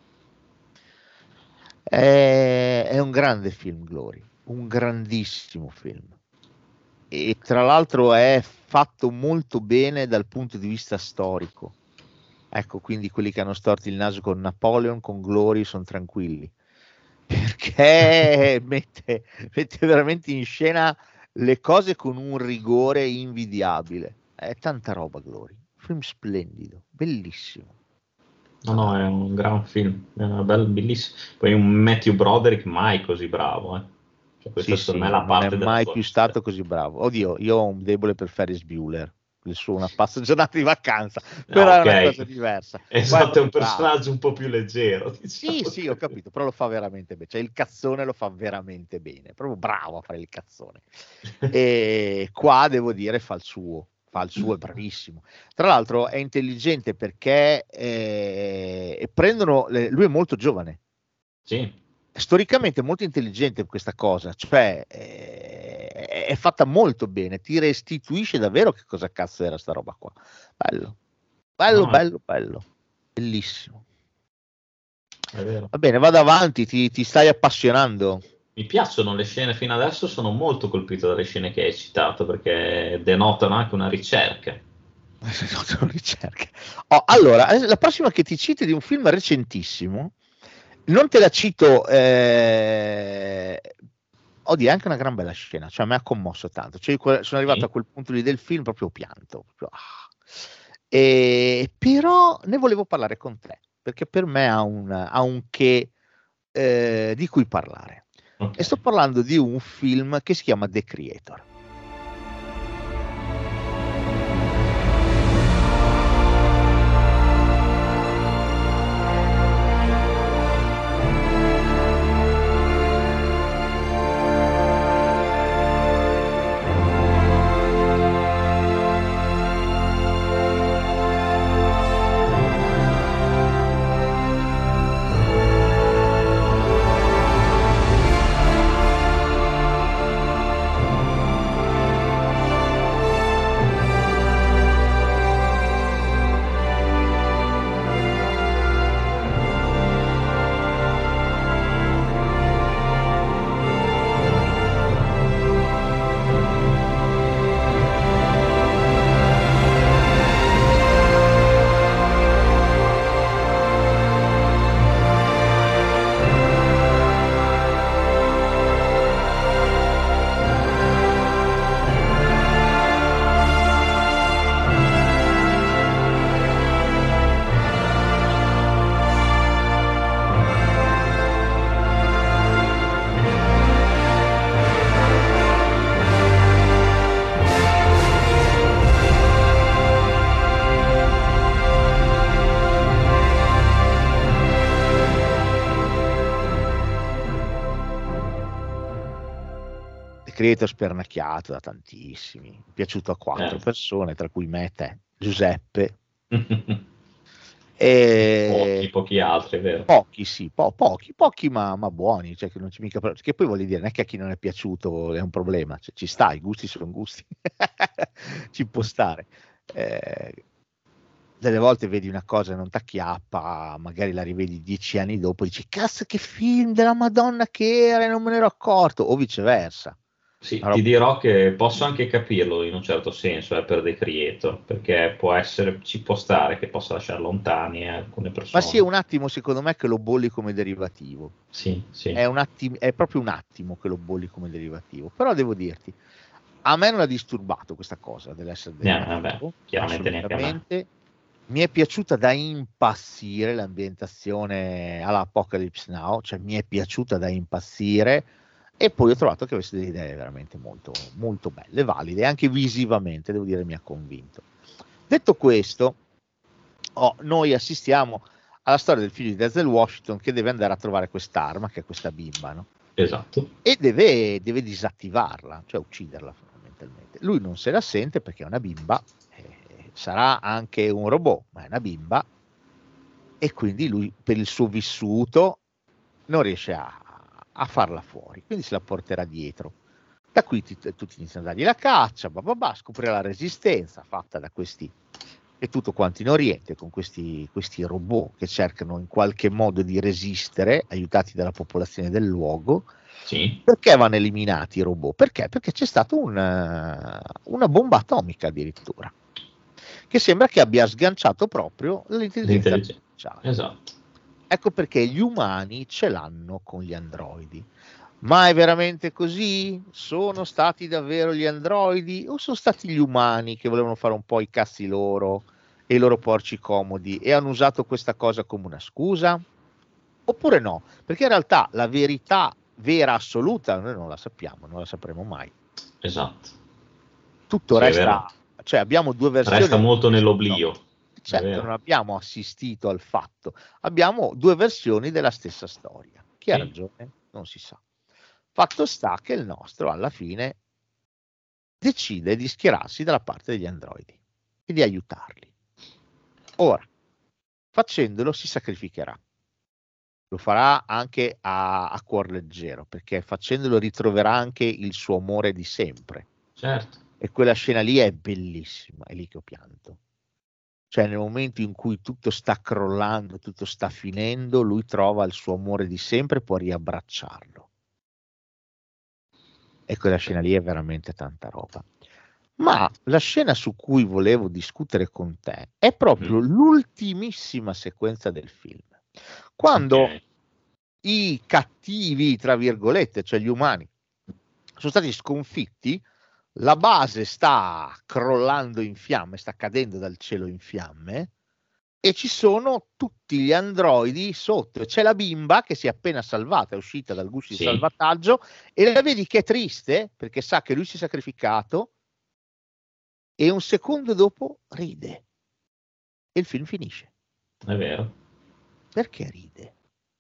È, è un grande film, Glory, un grandissimo film, e tra l'altro è fatto molto bene dal punto di vista storico. Ecco, quindi quelli che hanno storto il naso con Napoleon, con Glory, sono tranquilli, perché mette, mette veramente in scena le cose con un rigore invidiabile. È tanta roba, Glory. Film splendido, bellissimo. No, no, è un gran film, è una bella, bellissimo. Poi un Matthew Broderick mai così bravo, eh. Cioè, questa sì, secondo sì, me è la parte non è della mai sua più vita. stato così bravo. Oddio, io ho un debole per Ferris Bueller, il suo Una pazza giornata di vacanza, però Ah, è una ok. cosa diversa. Esatto, Guarda, è un bravo. personaggio un po' più leggero. Diciamo. Sì, sì, ho capito, però lo fa veramente bene. Cioè il cazzone lo fa veramente bene, proprio bravo a fare il cazzone. E qua devo dire fa il suo, fa il suo, è bravissimo. Tra l'altro è intelligente perché eh, prendono, le, lui è molto giovane. Sì. Storicamente molto intelligente questa cosa, cioè eh, è fatta molto bene, ti restituisce davvero che cosa cazzo era sta roba qua. Bello, bello, No, bello, bello, bellissimo. È vero. Va bene, vado avanti, ti, ti stai appassionando. Mi piacciono le scene fino adesso, sono molto colpito dalle scene che hai citato perché denotano anche una ricerca. Denotano ricerca. Oh, allora, la prossima che ti cito è di un film recentissimo. Non te la cito, eh... oddio, è anche una gran bella scena, cioè mi ha commosso tanto, cioè, sono arrivato Sì. a quel punto lì del film, proprio pianto, proprio, ah. E, però ne volevo parlare con te, perché per me ha un, ha un che eh, di cui parlare. Okay. E sto parlando di un film che si chiama The Creator. Creator spernacchiato da tantissimi, è piaciuto a quattro Eh. persone, tra cui me e te, Giuseppe. E Pochi, pochi altri, è vero. pochi, sì, po- pochi, pochi ma, ma buoni, cioè che non ci mica pro- che poi voglio dire, non è che a chi non è piaciuto è un problema, cioè, ci sta, i gusti sono gusti, ci può stare. Eh, delle volte vedi una cosa e non t'acchiappa, magari la rivedi dieci anni dopo e dici cazzo che film della Madonna che era e non me ne ero accorto, o viceversa. Sì, Allora, ti dirò che posso anche capirlo in un certo senso, eh, per dei creator, perché può essere, ci può stare che possa lasciare lontani, eh, alcune ma persone. sì, è un attimo secondo me che lo bolli come derivativo. Sì, sì. È, un attimo, è proprio un attimo che lo bolli come derivativo, però devo dirti, a me non ha disturbato questa cosa dell'essere Eh, vabbè, derivativo, chiaramente neanche a me. assolutamente. Mi è piaciuta da impazzire l'ambientazione all'Apocalypse Now, cioè mi è piaciuta da impazzire, e poi ho trovato che avesse delle idee veramente molto, molto belle, valide, anche visivamente, devo dire, mi ha convinto. Detto questo, oh, noi assistiamo alla storia del figlio di Denzel Washington che deve andare a trovare quest'arma, che è questa bimba, no? Esatto. E deve, deve disattivarla, cioè ucciderla fondamentalmente. Lui non se la sente perché è una bimba, eh, sarà anche un robot, ma è una bimba, e quindi lui per il suo vissuto non riesce a, a farla fuori, quindi se la porterà dietro. Da qui ti, tutti iniziano a dargli la caccia, bah bah bah, scoprirà la resistenza fatta da questi, e tutto quanto in Oriente, con questi, questi robot che cercano in qualche modo di resistere, aiutati dalla popolazione del luogo. Sì. Perché vanno eliminati i robot? Perché? Perché c'è stata una, una bomba atomica addirittura, che sembra che abbia sganciato proprio l'intelligenza L'intelligenza. artificiale. Esatto. Ecco perché gli umani ce l'hanno con gli androidi. Ma è veramente così? Sono stati davvero gli androidi o sono stati gli umani che volevano fare un po' i cazzi loro e i loro porci comodi e hanno usato questa cosa come una scusa? Oppure no? Perché in realtà la verità vera assoluta noi non la sappiamo, non la sapremo mai. Esatto. Tutto Sì, è resta, vero. cioè abbiamo due versioni. Resta molto nell'oblio. Certo, È vero. non abbiamo assistito al fatto, abbiamo due versioni della stessa storia. Chi ha Sì. ragione? Non si sa. Fatto sta che il nostro alla fine decide di schierarsi dalla parte degli androidi e di aiutarli. Ora, facendolo si sacrificherà. Lo farà anche a, a cuor leggero, perché facendolo ritroverà anche il suo amore di sempre. Certo. E quella scena lì è bellissima, è lì che ho pianto. Cioè nel momento in cui tutto sta crollando, tutto sta finendo, lui trova il suo amore di sempre e può riabbracciarlo. E quella scena lì è veramente tanta roba. Ma la scena su cui volevo discutere con te è proprio Mm. l'ultimissima sequenza del film. Quando Ok. i cattivi, tra virgolette, cioè gli umani, sono stati sconfitti, la base sta crollando in fiamme, sta cadendo dal cielo in fiamme, e ci sono tutti gli androidi sotto, e c'è la bimba che si è appena salvata, è uscita dal guscio Sì. di salvataggio, e la vedi che è triste perché sa che lui si è sacrificato, e un secondo dopo ride e il film finisce. È vero. Perché ride?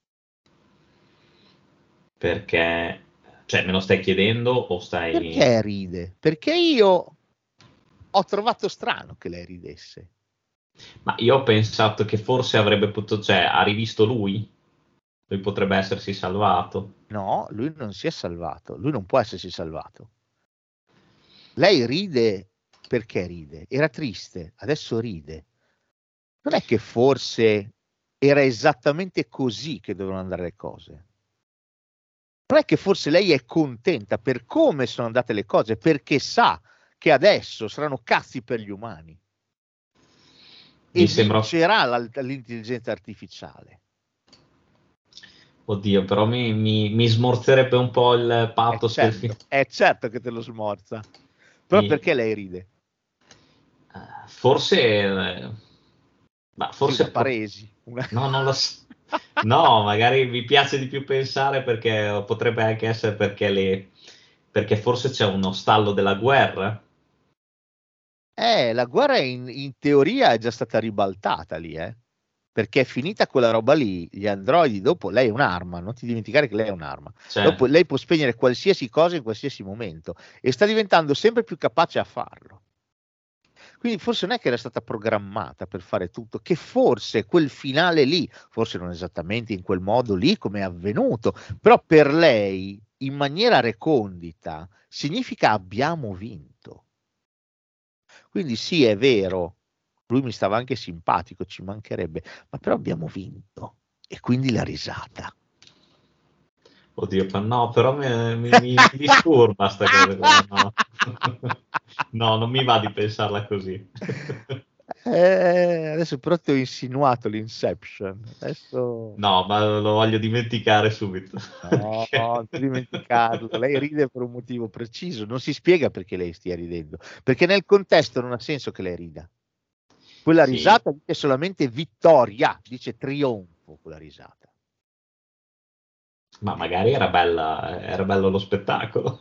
Perché, cioè, me lo stai chiedendo o stai... Perché ride? Perché io ho trovato strano che lei ridesse. Ma io ho pensato che forse avrebbe potuto, cioè, ha rivisto lui? Lui potrebbe essersi salvato. No, lui non si è salvato, lui non può essersi salvato. Lei ride perché ride, era triste, adesso ride. Non è che forse era esattamente così che dovevano andare le cose. Non è che forse lei è contenta per come sono andate le cose, perché sa che adesso saranno cazzi per gli umani. E Mi sembra... vincerà la- l'intelligenza artificiale. Oddio, però mi, mi, mi smorzerebbe un po' il È pathos del film. certo, è certo che te lo smorza. Però Sì. perché lei ride? Eh, Forse... eh, Ma forse... Giulia Paresi. Una... No, non lo so. No, magari mi piace di più pensare perché potrebbe anche essere perché le... perché forse c'è uno stallo della guerra. Eh, la guerra in, in teoria è già stata ribaltata lì, eh. perché è finita quella roba lì, gli androidi dopo, lei è un'arma, non ti dimenticare che lei è un'arma, Certo. dopo lei può spegnere qualsiasi cosa in qualsiasi momento e sta diventando sempre più capace a farlo. Quindi forse non è che era stata programmata per fare tutto, che forse quel finale lì, forse non esattamente in quel modo lì come è avvenuto, però per lei in maniera recondita significa abbiamo vinto. Quindi sì, è vero, lui mi stava anche simpatico, ci mancherebbe, ma però abbiamo vinto e quindi la risata. Oddio, ma no, però mi, mi, mi disturba sta cosa qua, no. No, non mi va di pensarla così. Eh, adesso però ti ho insinuato l'Inception. Adesso... No, ma lo voglio dimenticare subito. No, non ti dimenticarlo. Lei ride per un motivo preciso. Non si spiega perché lei stia ridendo. Perché nel contesto non ha senso che lei rida. Quella Sì. risata dice solamente vittoria, dice trionfo quella risata. Ma magari era bella, era bello lo spettacolo.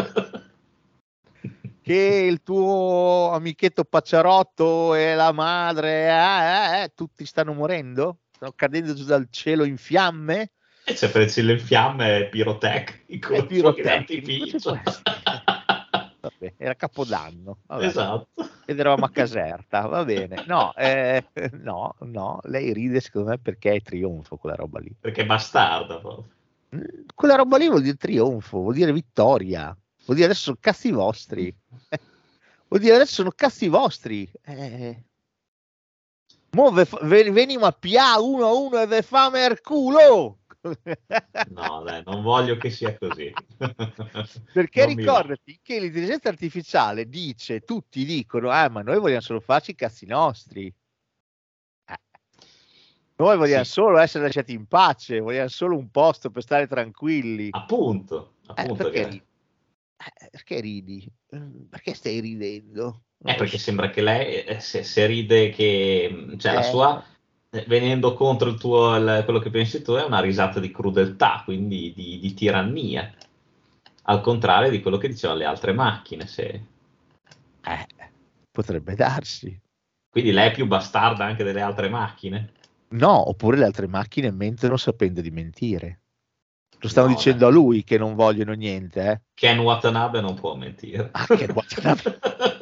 Che il tuo amichetto Pacciarotto e la madre, eh, eh, tutti stanno morendo? Stanno cadendo giù dal cielo in fiamme? E c'è Prezzillo in fiamme, è pirotecnico, È pirotecnico, d'artificio. Vabbè, era Capodanno. Vabbè. Esatto. Ed eravamo a Caserta, va bene. No, eh, no, no, lei ride secondo me perché è trionfo quella roba lì. Perché è bastarda proprio. Quella roba lì vuol dire trionfo, vuol dire vittoria, vuol dire adesso sono cazzi vostri. Vuol dire adesso sono cazzi vostri. Eh. Mo ve, ve, veniamo a pia uno a uno e ve fame il culo. No, dai, non voglio che sia così. Perché Non mi ricordati che l'intelligenza artificiale dice, tutti dicono, ah, ma noi vogliamo solo farci i cazzi nostri. Eh. Noi vogliamo Sì. solo essere lasciati in pace, vogliamo solo un posto per stare tranquilli. Appunto, Eh, appunto perché, che... ridi? Eh, perché ridi? Perché stai ridendo? Non Eh, lo perché so. sembra che lei, eh, se, se ride che... Cioè, la Eh. sua, eh, venendo contro il tuo, il- quello che pensi tu, è una risata di crudeltà, quindi di, di tirannia. Al contrario di quello che dicevano le altre macchine. Se... Eh, potrebbe darsi. Quindi lei è più bastarda anche delle altre macchine? No, oppure le altre macchine mentono sapendo di mentire. Lo stanno No, dicendo dai. a lui che non vogliono niente, eh? Ken Watanabe non può mentire. Ah, Ken Watanabe.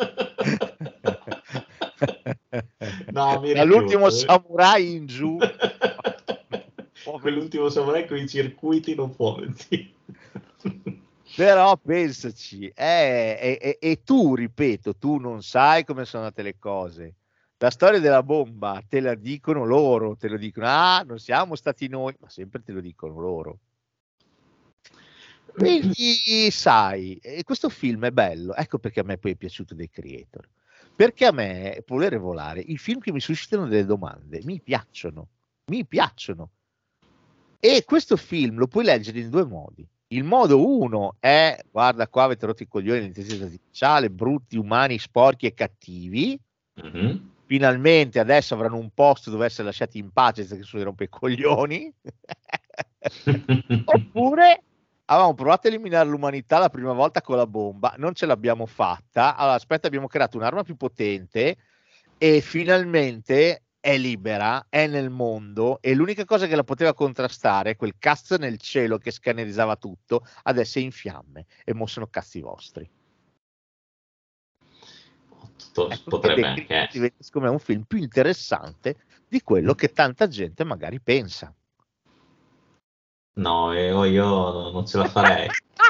No, mi Dall'ultimo rifiuto. samurai in giù. Quell'ultimo samurai con i circuiti non può mentire. Però pensaci, eh, e, e, e tu, ripeto, tu non sai come sono andate le cose. La storia della bomba te la dicono loro, te lo dicono, ah, non siamo stati noi, ma sempre te lo dicono loro. Quindi, sai, e questo film è bello, ecco perché a me poi è piaciuto dei Creator, perché a me, Volere volare, i film che mi suscitano delle domande, mi piacciono, mi piacciono. E questo film lo puoi leggere in due modi. Il modo uno è, guarda qua avete rotto i coglioni dell'intelligenza artificiale, brutti, umani, sporchi e cattivi. Mm-hmm. Finalmente adesso avranno un posto dove essere lasciati in pace senza che si rompe i coglioni. Oppure avevamo provato a eliminare l'umanità la prima volta con la bomba, non ce l'abbiamo fatta, allora aspetta, abbiamo creato un'arma più potente e finalmente è libera, è nel mondo e l'unica cosa che la poteva contrastare, quel cazzo nel cielo che scannerizzava tutto, adesso è in fiamme e mo sono cazzi vostri. Tutto, Ecco, potrebbe che anche diventa secondo me un film più interessante di quello che tanta gente magari pensa. No, io, io non ce la farei.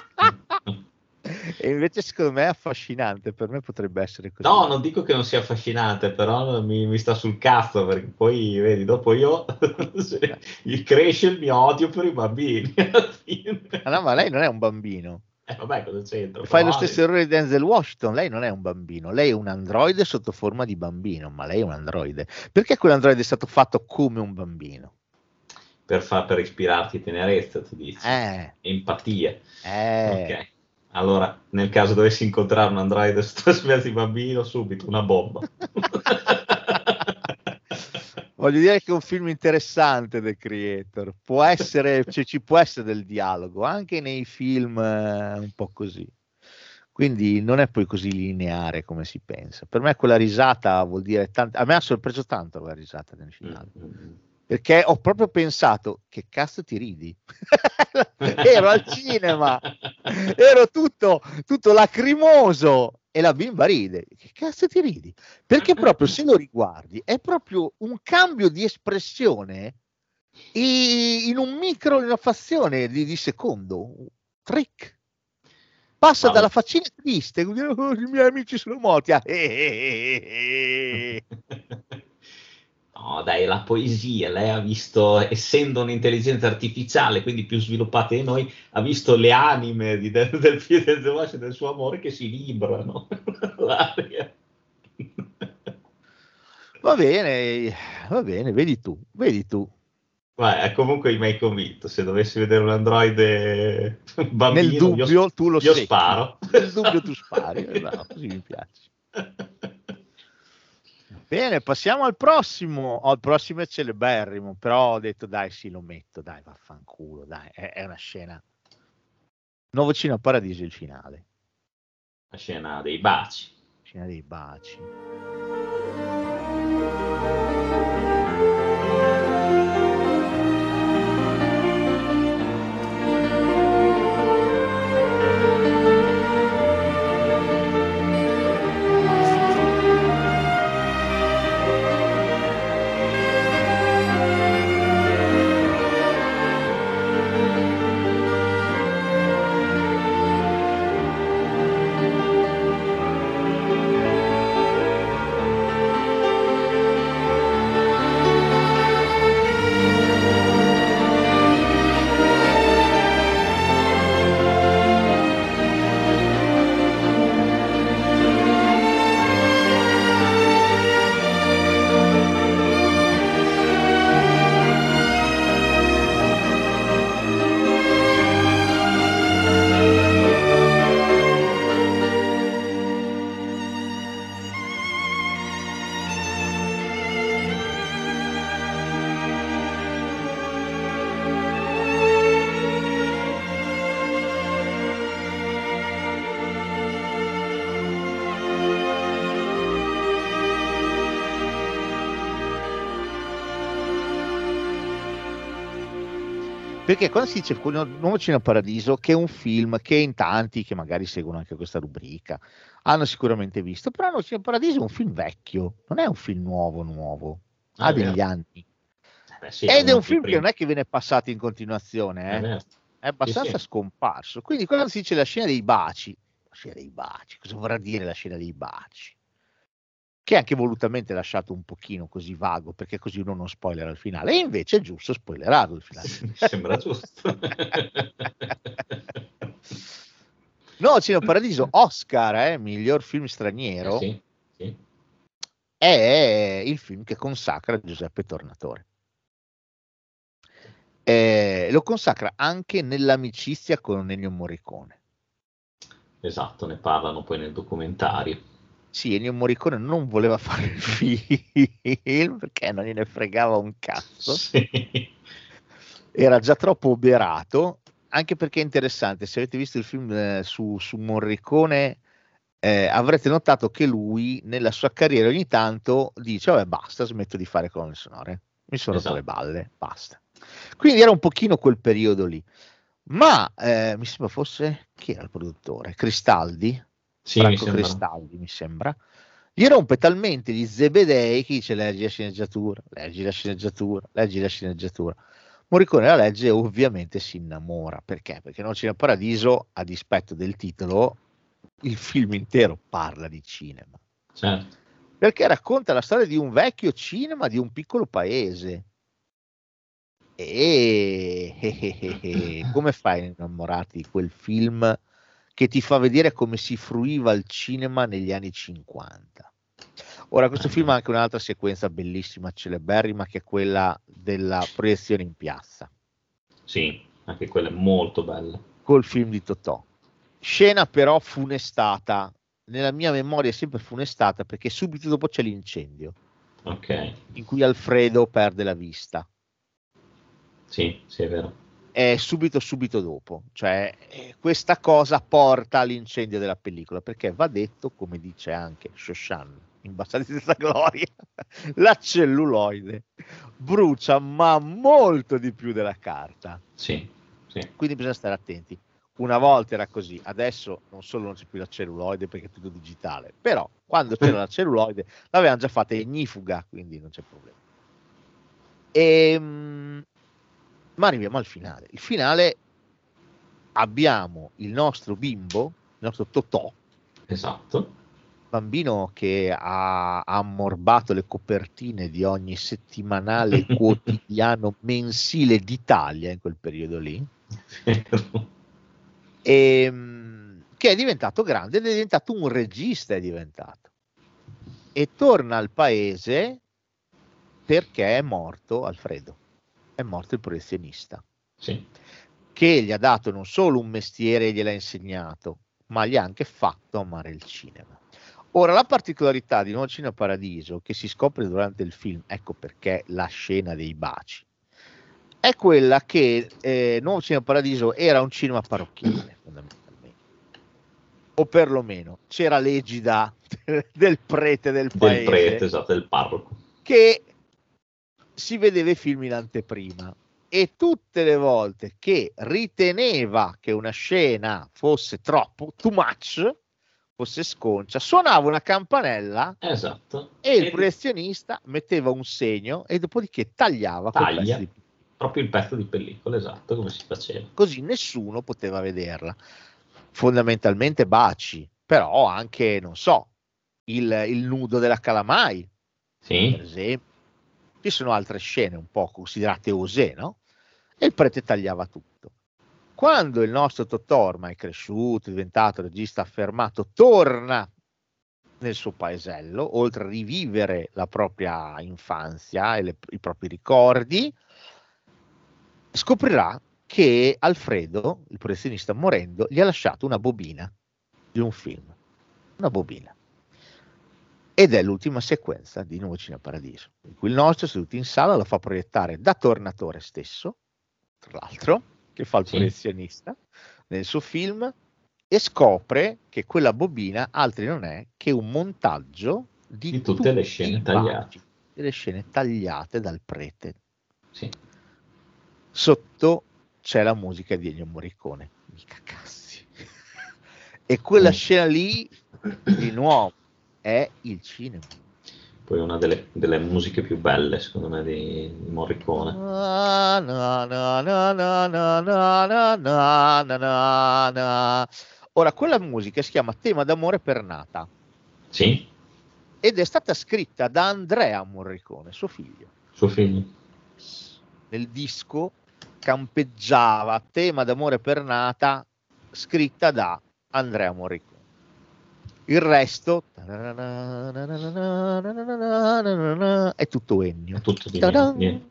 E invece secondo me è affascinante, per me potrebbe essere così. No, non dico che non sia affascinante, però mi, mi sta sul cazzo, perché poi, vedi, dopo io gli cresce il mio odio per i bambini. Ah, no, ma lei non è un bambino. Eh, vabbè, cosa c'entra? Fai Però, lo stesso errore di Denzel Washington, lei non è un bambino, lei è un androide sotto forma di bambino, ma lei è un androide. Perché quell'androide è stato fatto come un bambino? Per, far, per ispirarti tenerezza, tu dici. Eh. Empatia. Eh. Ok. Allora, nel caso dovessi incontrare un androide sotto forma di bambino, subito una bomba. Voglio dire che è un film interessante The Creator, può essere, cioè, ci può essere del dialogo anche nei film eh, un po' così, quindi non è poi così lineare come si pensa. Per me quella risata vuol dire tanto, a me ha sorpreso tanto la risata nel finale. Mm-hmm. perché ho proprio pensato, che cazzo ti ridi? Ero al cinema, ero tutto, tutto lacrimoso e la bimba ride. Che cazzo ti ridi? Perché proprio se lo riguardi è proprio un cambio di espressione in un micro, in una frazione di, di secondo, trick. Passa Vabbè. dalla faccina triste, oh, i miei amici sono morti. Ah, eh, eh, eh. No, dai, la poesia, lei ha visto, essendo un'intelligenza artificiale, quindi più sviluppata di noi, ha visto le anime di, del, del figlio del, del, del suo amore che si librano. L'aria. Va bene, va bene, vedi tu, vedi tu. Beh, comunque mi hai convinto, se dovessi vedere un androide bambino, nel dubbio io, tu lo io secchi. sparo. Nel dubbio tu spari, no, così mi piace. Bene, passiamo al prossimo. Oh, il prossimo è celeberrimo, però ho detto dai, sì, lo metto, dai, vaffanculo, dai, è, è una scena. Nuovo Cinema Paradiso, il finale. La scena dei baci. Scena dei baci. Perché quando si dice Nuovo Cinema Paradiso, che è un film che in tanti, che magari seguono anche questa rubrica, hanno sicuramente visto, però Nuovo Cinema Paradiso è un film vecchio, non è un film nuovo nuovo, Ah, ha è vero. degli anni. Eh beh, sì, Ed è uno un film prima. che non è che viene passato in continuazione, È eh? vero. È abbastanza Sì, sì. scomparso. Quindi quando si dice la scena dei baci, la scena dei baci, cosa vorrà dire la scena dei baci? Che è anche volutamente lasciato un pochino così vago, perché così uno non spoilera il finale, e invece è giusto spoilerarlo il finale. Mi sembra giusto. No, Cinema Paradiso, Oscar, eh, miglior film straniero, Eh sì, sì. è il film che consacra Giuseppe Tornatore. Eh, lo consacra anche nell'amicizia con Ennio Morricone. Esatto, ne parlano poi nel documentario. Sì, Ennio Morricone non voleva fare il film perché non gliene fregava un cazzo. Sì. Era già troppo oberato, anche perché è interessante, se avete visto il film eh, su, su Morricone, eh, avrete notato che lui nella sua carriera ogni tanto dice vabbè basta, smetto di fare colonne sonore, mi sono rotto Esatto. le balle, basta. Quindi era un pochino quel periodo lì, ma eh, mi sembra fosse, chi era il produttore? Cristaldi? Sì, Franco mi sembra. Cristaldi mi sembra, gli rompe talmente gli zebedei che dice leggi la sceneggiatura, leggi la sceneggiatura, leggi la sceneggiatura. Morricone la legge e ovviamente si innamora. Perché? Perché Nuovo Cinema Paradiso, a dispetto del titolo, il film intero parla di cinema. Certo. Perché racconta la storia di un vecchio cinema di un piccolo paese. E, e, e, e come fai a innamorarti di quel film che ti fa vedere come si fruiva il cinema negli anni cinquanta? Ora, questo film ha anche un'altra sequenza bellissima, celeberrima, che è quella della proiezione in piazza. Sì, anche quella è molto bella. Col film di Totò. Scena però funestata, nella mia memoria è sempre funestata, perché subito dopo c'è l'incendio. Ok. In cui Alfredo perde la vista. Sì, sì, è vero. È subito subito dopo, cioè eh, questa cosa porta all'incendio della pellicola, perché va detto, come dice anche Shoshan in Bastardi senza gloria, la celluloide brucia ma molto di più della carta. Sì, sì. Quindi bisogna stare attenti. Una volta era così, adesso non solo non c'è più la celluloide perché è tutto digitale, però quando c'era la celluloide l'avevano già fatta ignifuga, quindi non c'è problema. E, ma arriviamo al finale. Il finale, abbiamo il nostro bimbo, il nostro Totò, esatto, bambino che ha, ha ammorbato le copertine di ogni settimanale, quotidiano, mensile d'Italia in quel periodo lì, e, che è diventato grande ed è diventato un regista, è diventato, e torna al paese perché è morto Alfredo, è morto il professionista, sì, che gli ha dato non solo un mestiere e gliel'ha insegnato, ma gli ha anche fatto amare il cinema. Ora, la particolarità di Nuovo Cinema Paradiso, che si scopre durante il film, ecco perché la scena dei baci, è quella che eh, Nuovo Cinema Paradiso era un cinema parrocchiale, fondamentalmente, o perlomeno c'era l'egida del prete del paese, del prete, esatto, del parroco, che si vedeva i film in anteprima, e tutte le volte che riteneva che una scena fosse troppo, too much, fosse sconcia, suonava una campanella, esatto, e il e professionista metteva un segno e dopodiché tagliava quel taglia pezzo di... proprio il pezzo di pellicola, esatto, come si faceva. Così nessuno poteva vederla. Fondamentalmente baci, però anche, non so, il, il nudo della Calamai, Sì, per esempio. Ci sono altre scene un po' considerate osè, no? E il prete tagliava tutto. Quando il nostro Totò, ormai cresciuto, diventato regista affermato, torna nel suo paesello, oltre a rivivere la propria infanzia e le, i propri ricordi, scoprirà che Alfredo, il professionista morendo, gli ha lasciato una bobina di un film, una bobina. Ed è l'ultima sequenza di Nuovo Cinema Paradiso, in cui il nostro, seduto in sala, lo fa proiettare da Tornatore stesso, tra l'altro, che fa il Sì. professionista nel suo film, e scopre che quella bobina altri non è che un montaggio di, Di tutte le scene i tagliate. baci, delle scene tagliate dal prete. sì. Sotto c'è la musica di Ennio Morricone, mica cazzi. E quella Mm. scena lì, di nuovo, è il cinema. Poi una delle, delle musiche più belle, secondo me, di, di Morricone. Na, na, na, na, na, na, na, na, na, na, na. Ora, quella musica si chiama Tema d'amore per Nata Sì, ed è stata scritta da Andrea Morricone, suo figlio. suo figlio. Nel disco campeggiava Tema d'amore per Nata, scritta da Andrea Morricone. Il resto è tutto Ennio. È tutto di Tadan, niente.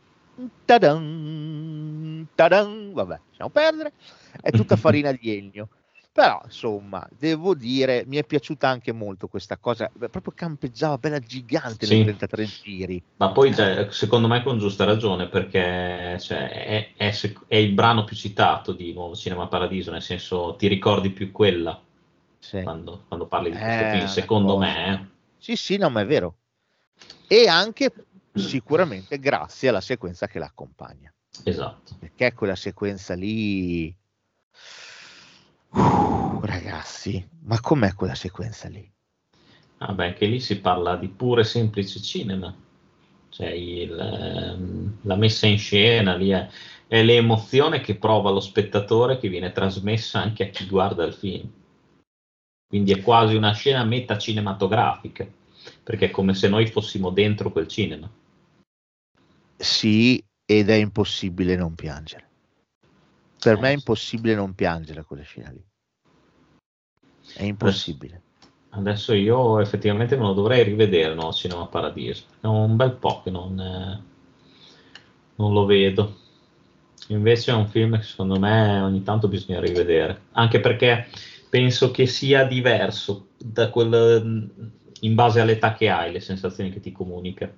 tadan, tadan. Vabbè, lasciamo perdere. È tutta farina di Ennio. Però, insomma, devo dire, mi è piaciuta anche molto questa cosa. Beh, proprio campeggiava bella gigante Sì. nei trentatré giri. Ma poi, cioè, secondo me, con giusta ragione, perché cioè, è, è sec- è il brano più citato di Nuovo Cinema Paradiso, nel senso, ti ricordi più quella Sì. quando, quando parli di Eh, questo film, una secondo cosa. me. eh. Sì, sì, no, ma è vero. E anche sicuramente grazie alla sequenza che l'accompagna. Esatto. Perché quella sequenza lì... Uh, ragazzi, ma com'è quella sequenza lì? Ah, beh, anche lì si parla di pure semplice cinema. Cioè, il, ehm, la messa in scena lì è, è l'emozione che prova lo spettatore, che viene trasmessa anche a chi guarda il film. Quindi è quasi una scena metacinematografica, perché è come se noi fossimo dentro quel cinema. Sì, ed è impossibile non piangere. Per Eh, me è sì. impossibile non piangere a quella scena lì. È impossibile. Adesso io effettivamente me lo dovrei rivedere, no? Cinema Paradiso. È un bel po' che non, eh, non lo vedo. Invece è un film che secondo me ogni tanto bisogna rivedere, anche perché penso che sia diverso da quel, in base all'età che hai, le sensazioni che ti comunica.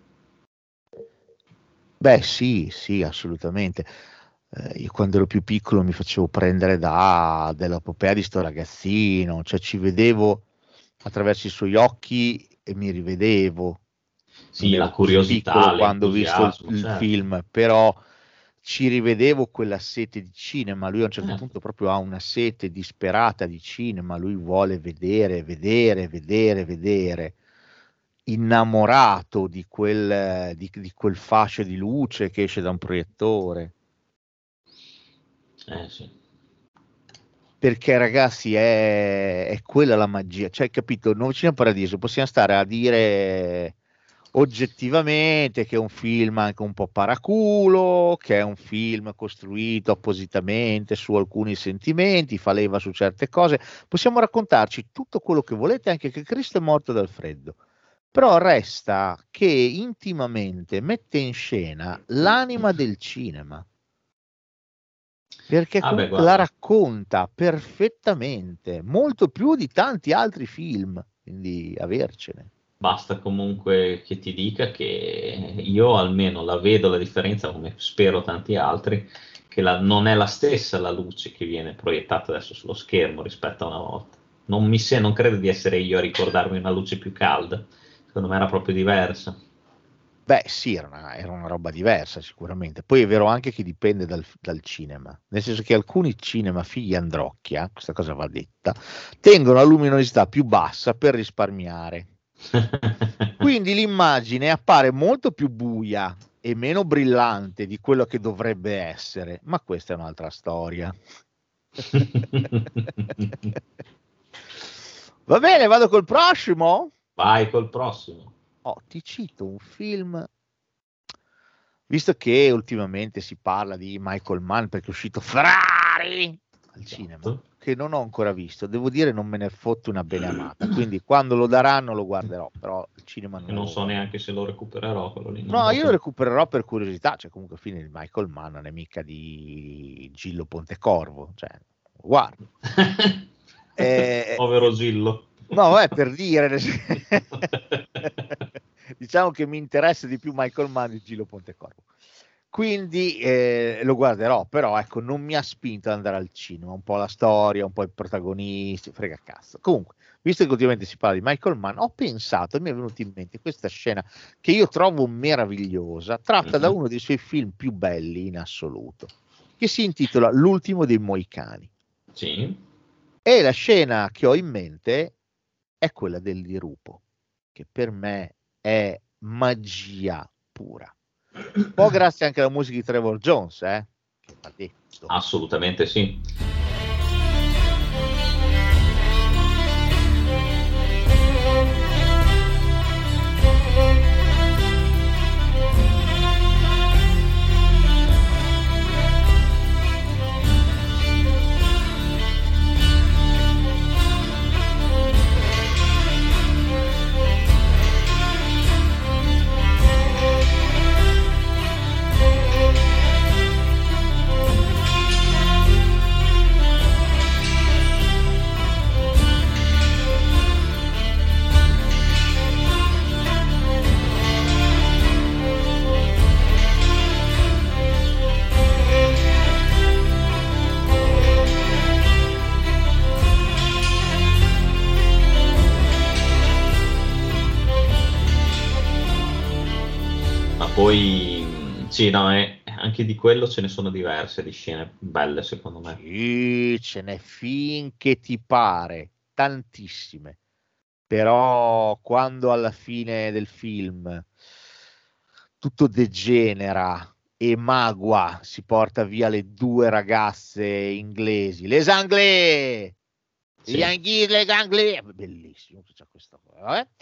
Beh, sì, sì, assolutamente. Eh, io quando ero più piccolo mi facevo prendere da dell'epopea di sto ragazzino, cioè ci vedevo attraverso i suoi occhi e mi rivedevo. Sì, la curiosità, quando ho visto il, il certo. film, però ci rivedevo quella sete di cinema. Lui a un certo certo. punto proprio ha una sete disperata di cinema, lui vuole vedere, vedere, vedere, vedere, innamorato di quel, di, di quel fascio di luce che esce da un proiettore. Eh sì. Perché ragazzi è, è quella la magia, cioè capito, Nuovo Cinema Paradiso possiamo stare a dire oggettivamente che è un film anche un po' paraculo, che è un film costruito appositamente su alcuni sentimenti, fa leva su certe cose, possiamo raccontarci tutto quello che volete, anche che Cristo è morto dal freddo, però resta che intimamente mette in scena l'anima del cinema, perché Ah, beh, comunque guarda. la racconta perfettamente, molto più di tanti altri film, quindi avercene. Basta comunque che ti dica che io almeno la vedo la differenza, come spero tanti altri, che la, non è la stessa la luce che viene proiettata adesso sullo schermo rispetto a una volta. Non mi se, non credo di essere io a ricordarmi una luce più calda, secondo me era proprio diversa. Beh sì, era una, era una roba diversa sicuramente. Poi è vero anche che dipende dal, dal cinema, nel senso che alcuni cinema figli androcchia, questa cosa va detta, tengono la luminosità più bassa per risparmiare. Quindi l'immagine appare molto più buia e meno brillante di quello che dovrebbe essere, ma questa è un'altra storia. Va bene, vado col prossimo? Vai col prossimo. Oh, ti cito un film, visto che ultimamente si parla di Michael Mann perché è uscito Ferrari al cinema, che non ho ancora visto, devo dire non me ne fotto una bene amata, quindi quando lo daranno lo guarderò, però il cinema non, non lo so guardo. neanche se lo recupererò quello lì. No, io lo recupererò per curiosità, cioè comunque alla fine di Michael Mann non è mica di Gillo Pontecorvo, cioè guarda. eh, Povero Gillo. No, è per dire, diciamo che mi interessa di più Michael Mann di Gillo Pontecorvo, quindi eh, lo guarderò, però ecco non mi ha spinto ad andare al cinema, un po' la storia, un po' i protagonisti, frega cazzo. Comunque, visto che ultimamente si parla di Michael Mann, ho pensato, mi è venuta in mente questa scena che io trovo meravigliosa, tratta mm-hmm. da uno dei suoi film più belli in assoluto, che si intitola L'ultimo dei Moicani. Sì. E la scena che ho in mente è quella del dirupo, che per me è magia pura. Un po' grazie anche alla musica di Trevor Jones, eh? Che va detto. Assolutamente sì. Poi sì, no, è, anche di quello ce ne sono diverse di scene belle secondo me. Sì, ce n'è finché ti pare, tantissime. Però quando alla fine del film tutto degenera e Magua si porta via le due ragazze inglesi, les anglais, sì. Gli anglesi, les anglais, bellissimo, c'è questa cosa, eh?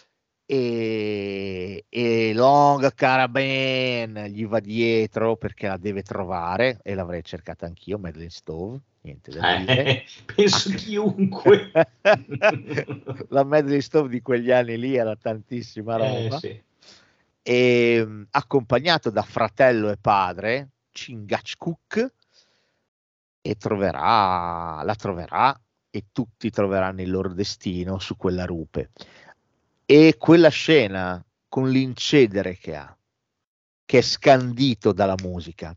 E, e Long Caravan gli va dietro perché la deve trovare e l'avrei cercata anch'io, Madeleine Stowe, niente da dire. Eh, penso chiunque. La Madeleine Stowe di quegli anni lì era tantissima roba. Eh, sì. E accompagnato da fratello e padre Chingachgook, e troverà la troverà e tutti troveranno il loro destino su quella rupe. E quella scena con l'incedere che ha, che è scandito dalla musica,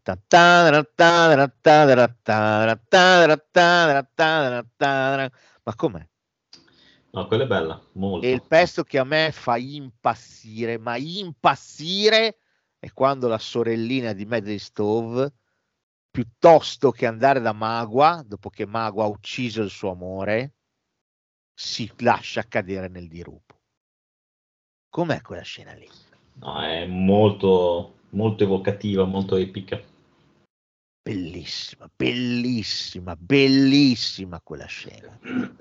ma com'è? No, quella è bella, molto. E il pezzo che a me fa impazzire, ma impazzire, è quando la sorellina di Medley Stove, piuttosto che andare da Magua, dopo che Magua ha ucciso il suo amore, si lascia cadere nel dirupo. Com'è quella scena lì? No, è molto, molto evocativa, molto epica. Bellissima, bellissima, bellissima quella scena.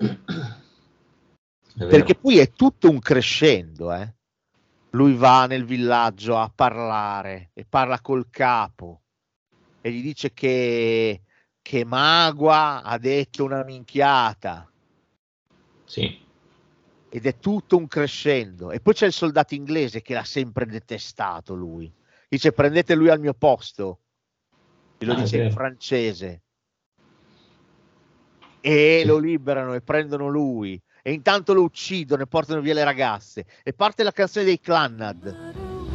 Perché poi è tutto un crescendo, eh? Lui va nel villaggio a parlare e parla col capo e gli dice che, che Magua ha detto una minchiata. Sì. Ed è tutto un crescendo. E poi c'è il soldato inglese che l'ha sempre detestato lui. Dice prendete lui al mio posto. E lo ah, dice in francese. E sì. Lo liberano e prendono lui. E intanto lo uccidono e portano via le ragazze. E parte la canzone dei Clannad.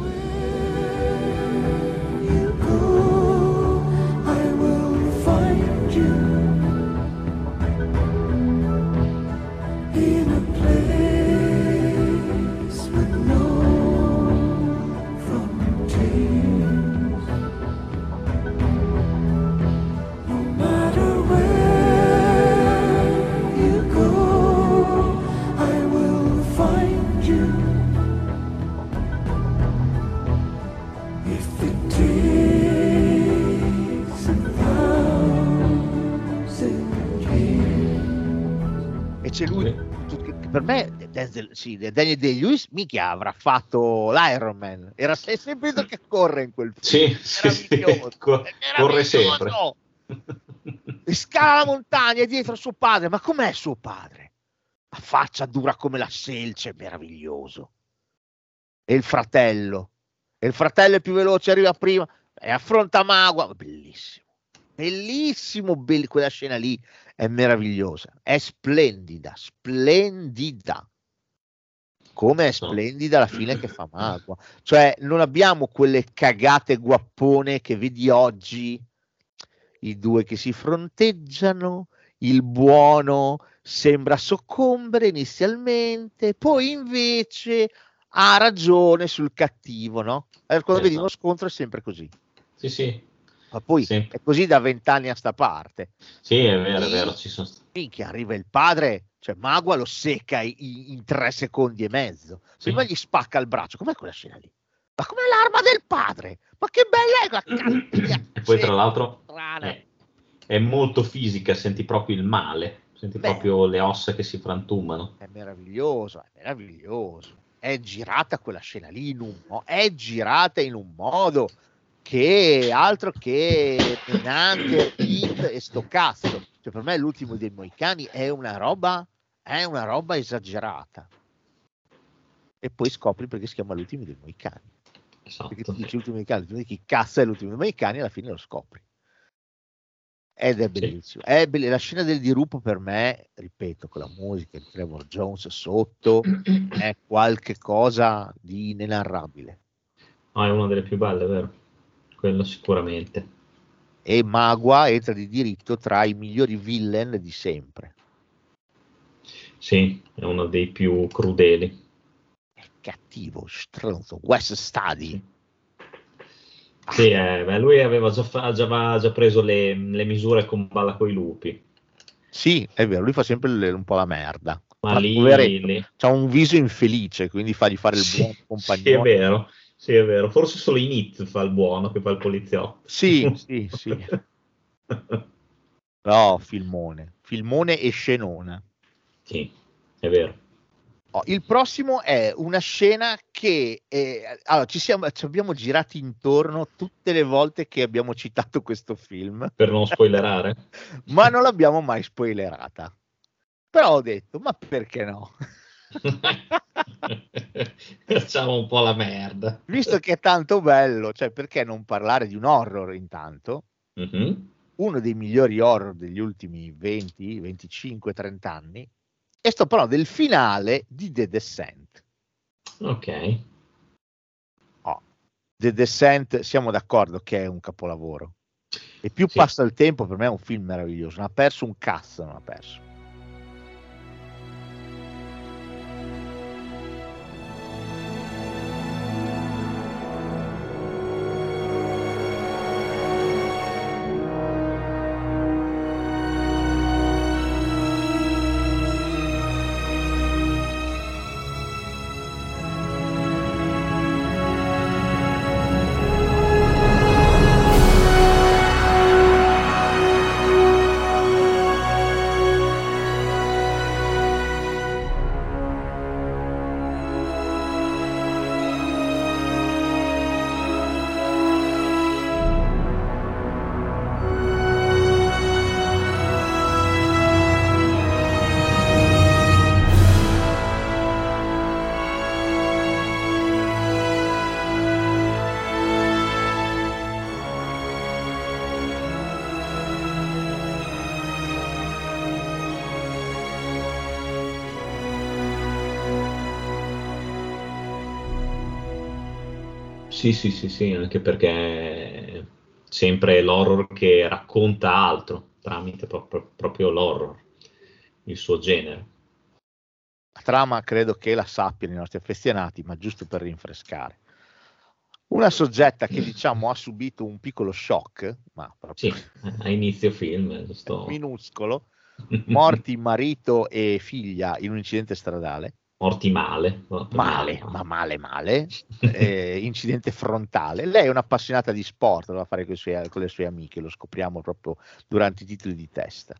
C'è lui, per me Denzel, sì, Daniel Day-Lewis mica avrà fatto l'Iron Man, era sempre che corre in quel film. Sì, sì, sì. Co- corre sempre, e scala la montagna dietro suo padre. Ma com'è suo padre? La faccia dura come la selce, meraviglioso. E il fratello e il fratello è più veloce, arriva prima e affronta Magua, bellissimo. Bellissimo, bell- quella scena lì è meravigliosa, è splendida, splendida, come è splendida la fine che fa Magua. Cioè non abbiamo quelle cagate guappone che vedi oggi, i due che si fronteggiano, il buono sembra soccombere inizialmente, poi invece ha ragione sul cattivo, no? Allora, quando vedi uno scontro è sempre così. Sì, sì. Ma poi sì. È così da vent'anni a sta parte. Sì, è vero, è vero. Ci sono... Che arriva il padre, cioè Magua lo secca in, in tre secondi e mezzo. Prima sì. Gli spacca il braccio. Com'è quella scena lì? Ma com'è l'arma del padre? Ma che bella è quella E poi tra l'altro è, è molto fisica, senti proprio il male, senti Beh, proprio le ossa che si frantumano. È meraviglioso, è meraviglioso. È girata quella scena lì in un modo, è girata in un modo che altro che Menante, Hit e sto cazzo. Cioè per me l'ultimo dei Moicani è una roba è una roba esagerata. E poi scopri perché si chiama l'ultimo dei Moicani. Esatto. Perché tu dici l'ultimo dei Moicani, tu dici chi cazzo è l'ultimo dei Moicani e alla fine lo scopri. Ed è bellissimo. Sì. È be- la scena del dirupo per me, ripeto, con la musica di Trevor Jones sotto, è qualche cosa di inenarrabile. Ah, è una delle più belle, vero? Quello sicuramente. E Magua entra di diritto tra i migliori villain di sempre. Sì, è uno dei più crudeli. È cattivo, stronzo, West Study. Sì, ah. sì eh, beh, lui aveva già, fa- già, aveva già preso le, le misure con Balla coi lupi. Sì, è vero, lui fa sempre le, un po' la merda. Ma, Ma lì, lì... c'ha un viso infelice, quindi fa di fare il sì, buon compagno. Sì, è vero. Sì, è vero, forse solo in It fa il buono che fa il poliziotto. Sì, sì, sì. No, filmone, filmone e scenona. Sì, è vero. Oh, il prossimo è una scena che eh, allora, ci, siamo, ci abbiamo girati intorno tutte le volte che abbiamo citato questo film. Per non spoilerare. Ma non l'abbiamo mai spoilerata. Però ho detto, ma perché no? Facciamo un po' la merda. Visto che è tanto bello, cioè perché non parlare di un horror intanto? Mm-hmm. Uno dei migliori horror degli ultimi venti, venticinque, trenta anni. E sto parlando del finale di The Descent. Ok. Oh, The Descent, siamo d'accordo che è un capolavoro. E più sì. passa il tempo, per me è un film meraviglioso. Non ha perso un cazzo, non ha perso. Sì, sì, sì, sì, anche perché sempre l'horror che racconta altro tramite proprio, proprio l'horror, il suo genere. La trama credo che la sappiano i nostri affezionati, ma giusto per rinfrescare. Una soggetta che diciamo ha subito un piccolo shock, ma proprio sì, a inizio film, giusto... minuscolo, morti marito e figlia in un incidente stradale. Morti male. Male, ma male, male. eh, incidente frontale. Lei è un'appassionata di sport, lo va a fare con, i suoi, con le sue amiche, lo scopriamo proprio durante i titoli di testa.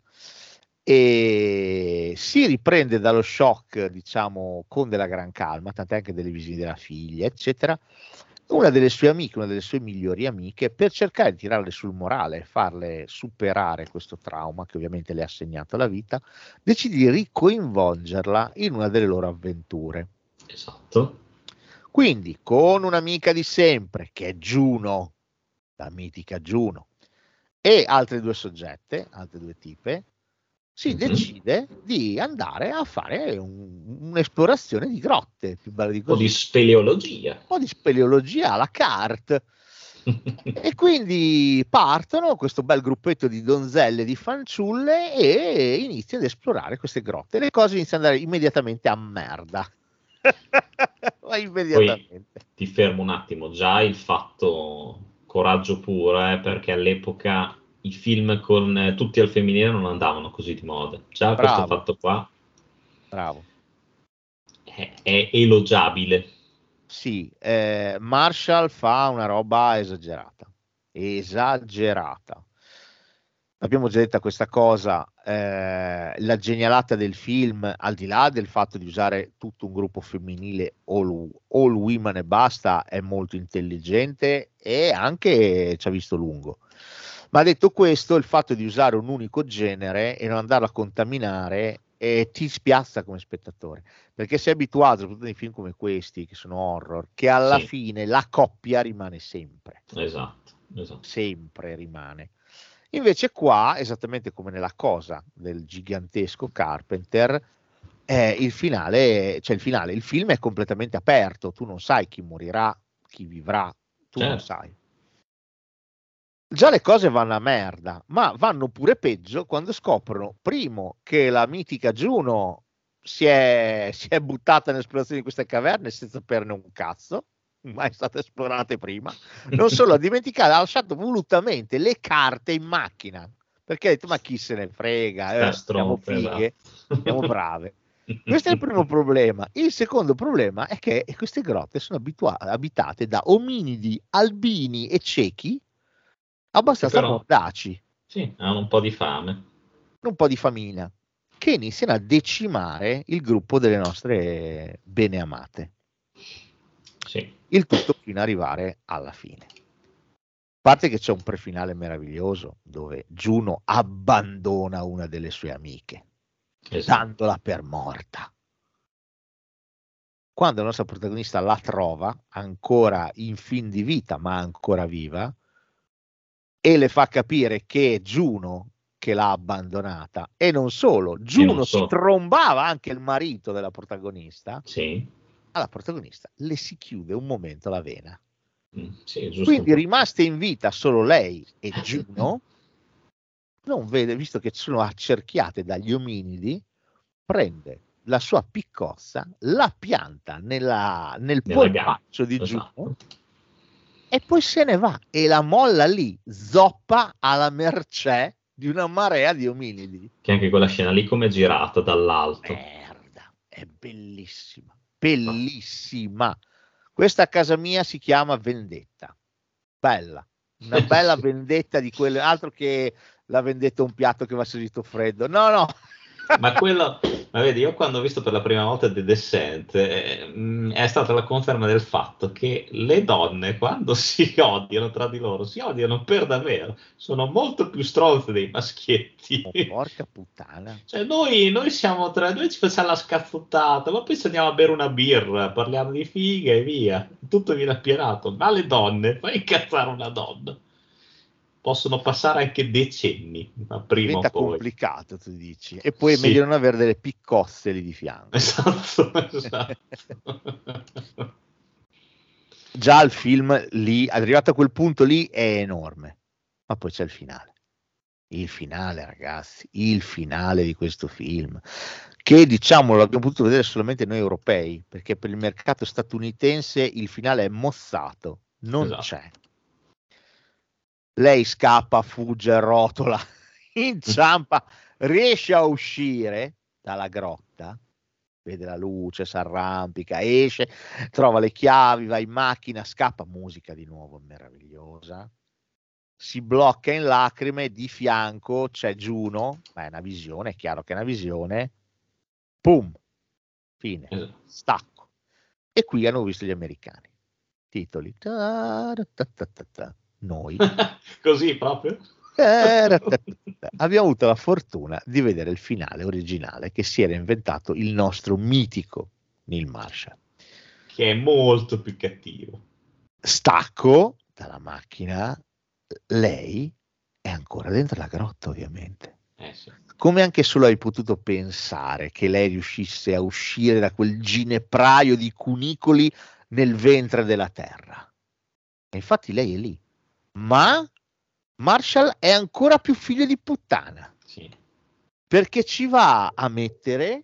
E si riprende dallo shock, diciamo, con della gran calma, tant'è anche delle visioni della figlia, eccetera. Una delle sue amiche, una delle sue migliori amiche, per cercare di tirarle sul morale, farle superare questo trauma che ovviamente le ha segnato la vita, decide di ricoinvolgerla in una delle loro avventure. Esatto. Quindi, con un'amica di sempre, che è Juno, la mitica Juno, e altre due soggette, altre due tipe, si mm-hmm. decide di andare a fare un, un'esplorazione di grotte, più bello di così. Un po' di speleologia. Un po' di speleologia alla carte. E quindi partono questo bel gruppetto di donzelle, di fanciulle, e iniziano ad esplorare queste grotte. Le cose iniziano ad andare immediatamente a merda. Ma immediatamente. Poi ti fermo un attimo, già il fatto coraggio puro, eh, perché all'epoca i film con eh, tutti al femminile non andavano così di moda. Già Bravo. Questo fatto qua Bravo. È, è elogiabile. Sì, eh, Marshall fa una roba esagerata, esagerata. Abbiamo già detto questa cosa, eh, la genialata del film, al di là del fatto di usare tutto un gruppo femminile, all, all women e basta, è molto intelligente e anche ci ha visto lungo. Ma detto questo, il fatto di usare un unico genere e non andarlo a contaminare eh, ti spiazza come spettatore, perché sei abituato, soprattutto nei film come questi, che sono horror, che alla sì. fine la coppia rimane sempre. Esatto, esatto. Sempre rimane. Invece qua, esattamente come nella Cosa del gigantesco Carpenter, eh, il finale, cioè il finale, il film è completamente aperto, tu non sai chi morirà, chi vivrà, tu certo. non sai. Già le cose vanno a merda, ma vanno pure peggio quando scoprono, primo, che la mitica Juno si è, si è buttata nell'esplorazione di queste caverne senza saperne un cazzo, mai state esplorate prima, non solo, ha dimenticato, ha lasciato volutamente le carte in macchina, perché ha detto, ma chi se ne frega, eh, siamo fighe, siamo brave. Questo è il primo problema. Il secondo problema è che queste grotte sono abitua- abitate da ominidi albini e ciechi, abbastanza però, mordaci, sì, hanno un po' di fame, un po' di famina, che iniziano a decimare il gruppo delle nostre beneamate. Sì. Il tutto fino ad arrivare alla fine. A parte che c'è un prefinale meraviglioso dove Juno abbandona una delle sue amiche, esatto. dandola per morta. Quando la nostra protagonista la trova, ancora in fin di vita, ma ancora viva, e le fa capire che è Juno che l'ha abbandonata, e non solo, Juno non so. si trombava anche il marito della protagonista, sì. alla protagonista le si chiude un momento la vena. Mm, sì, giusto. Quindi rimaste in vita solo lei e Juno, non vede, visto che sono accerchiate dagli ominidi, prende la sua piccossa, la pianta nella, nel polpaccio di Juno, esatto. e poi se ne va e la molla lì, zoppa alla mercé di una marea di ominidi. Che anche quella scena lì come è girata dall'alto. Merda, è bellissima, bellissima. Questa a casa mia si chiama Vendetta. Bella, una bella sì. vendetta di quelle, altro che la vendetta un piatto che va servito freddo. No, no. Ma quello, ma vedi, io quando ho visto per la prima volta The Descent eh, è stata la conferma del fatto che le donne quando si odiano tra di loro si odiano per davvero, sono molto più stronze dei maschietti. Oh, porca puttana. Cioè noi, noi siamo tra noi, ci facciamo la scazzottata, ma poi se andiamo a bere una birra, parliamo di figa e via, tutto viene appierato. Ma le donne, fai incazzare una donna, possono passare anche decenni, ma prima diventa o poi. complicato, tu dici, e poi è sì. meglio non avere delle piccozze lì di fianco. Esatto, esatto. già il film lì, arrivato a quel punto lì, è enorme, ma poi c'è il finale. Il finale, ragazzi, il finale di questo film, che diciamo l'abbiamo potuto vedere solamente noi europei, perché per il mercato statunitense il finale è mozzato, non Esatto. c'è. Lei scappa, fugge, rotola, inciampa, riesce a uscire dalla grotta, vede la luce, si arrampica, esce, trova le chiavi, va in macchina, scappa, musica di nuovo meravigliosa. Si blocca in lacrime, di fianco c'è Juno, ma è una visione, è chiaro che è una visione, pum, fine, Esatto. stacco. E qui hanno visto gli americani, titoli, ta ta ta ta ta. Noi Così proprio? abbiamo avuto la fortuna di vedere il finale originale che si era inventato il nostro mitico Neil Marshall, che è molto più cattivo. Stacco dalla macchina, lei è ancora dentro la grotta, ovviamente. Eh sì. Come anche solo hai potuto pensare che lei riuscisse a uscire da quel ginepraio di cunicoli nel ventre della terra? E infatti lei è lì, ma Marshall è ancora più figlio di puttana, Sì. perché ci va a mettere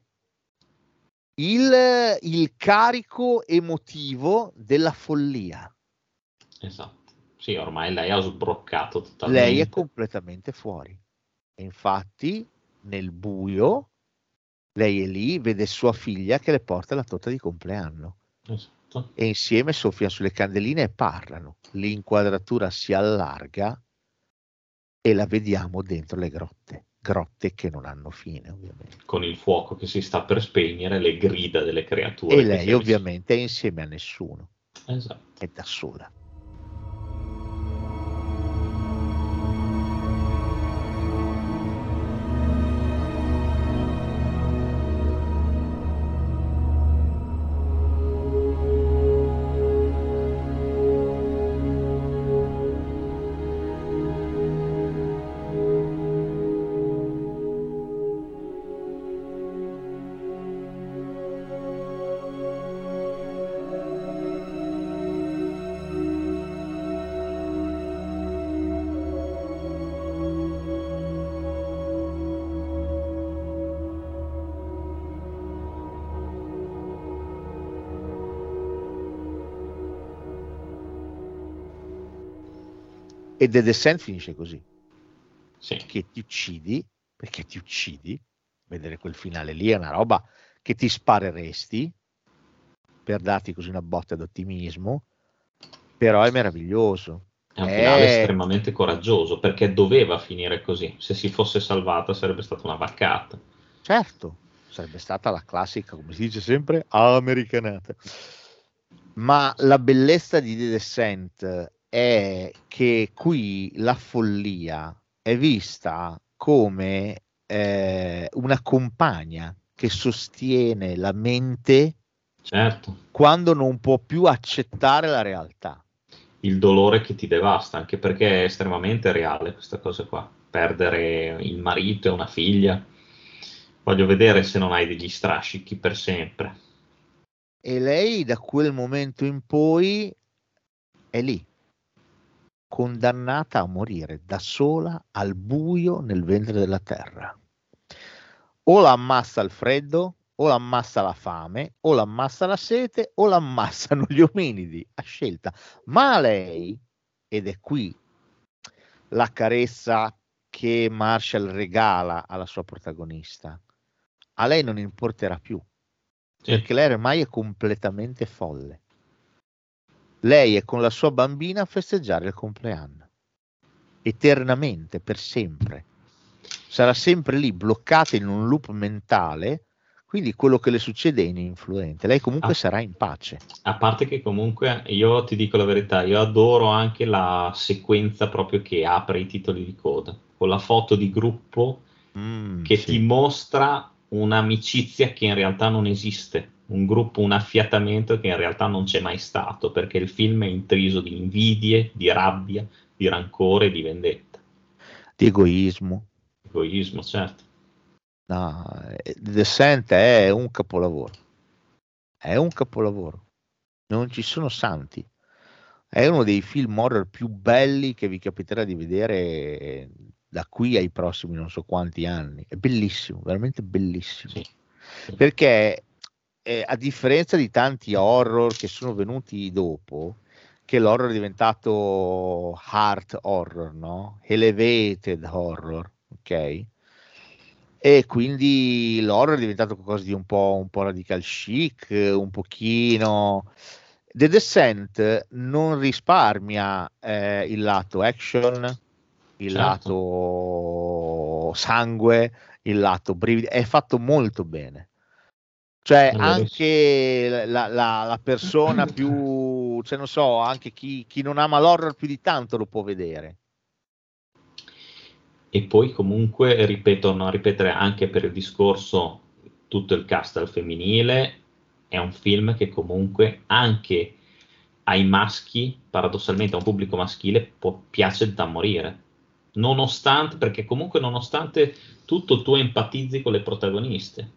il, il carico emotivo della follia. Esatto. Sì, ormai lei ha sbroccato totalmente. Lei è completamente fuori. E infatti, nel buio, lei è lì, vede sua figlia che le porta la torta di compleanno. Esatto. E insieme soffiano sulle candeline e parlano. L'inquadratura si allarga e la vediamo dentro le grotte. Grotte che non hanno fine, ovviamente. Con il fuoco che si sta per spegnere, le grida delle creature. E che lei si ovviamente è insieme a nessuno. Esatto. È da sola. E The Descent finisce così, Sì. che ti uccidi, perché ti uccidi, vedere quel finale lì è una roba che ti spareresti per darti così una botta d'ottimismo, però è meraviglioso. È un È- finale estremamente coraggioso, perché doveva finire così. Se si fosse salvata sarebbe stata una vaccata. Certo, sarebbe stata la classica, come si dice sempre, americanata. Ma la bellezza di The Descent è che qui la follia è vista come eh, una compagna che sostiene la mente Certo. quando non può più accettare la realtà. Il dolore che ti devasta, anche perché è estremamente reale questa cosa qua. Perdere il marito e una figlia. Voglio vedere se non hai degli strascichi per sempre. E lei da quel momento in poi è lì, condannata a morire da sola al buio nel ventre della terra. O la ammassa il freddo, o la ammassa la fame, o la ammassa la sete, o la ammassano gli ominidi, a scelta. Ma a lei, ed è qui la carezza che Marshall regala alla sua protagonista, a lei non importerà più, Sì. perché lei ormai è completamente folle. Lei è con la sua bambina a festeggiare il compleanno, eternamente, per sempre. Sarà sempre lì, bloccata in un loop mentale, quindi quello che le succede è ininfluente. Lei comunque Ah. sarà in pace. A parte che comunque, io ti dico la verità, io adoro anche la sequenza proprio che apre i titoli di coda, con la foto di gruppo Mm, che sì. ti mostra un'amicizia che in realtà non esiste, un gruppo, un affiatamento che in realtà non c'è mai stato, perché il film è intriso di invidie, di rabbia, di rancore, di vendetta, Di egoismo. egoismo, certo. No, eh, The Descent è un capolavoro. È un capolavoro. Non ci sono santi. è uno dei film horror più belli che vi capiterà di vedere da qui ai prossimi non so quanti anni. È bellissimo, veramente bellissimo. Sì. Perché eh, a differenza di tanti horror che sono venuti dopo, che l'horror è diventato hard horror, no? Elevated horror, ok? E quindi l'horror è diventato qualcosa di un po', un po' radical chic, un pochino. The Descent non risparmia eh, il lato action, il Certo. lato sangue, il lato brividi, è fatto molto bene. Cioè È verissimo. anche la, la, la persona più, cioè non so, anche chi, chi non ama l'horror più di tanto lo può vedere. E poi comunque, ripeto, non ripetere anche per il discorso tutto il cast al femminile, è un film che comunque anche ai maschi, paradossalmente a un pubblico maschile, può, piace da morire. Nonostante, perché comunque nonostante tutto tu empatizzi con le protagoniste.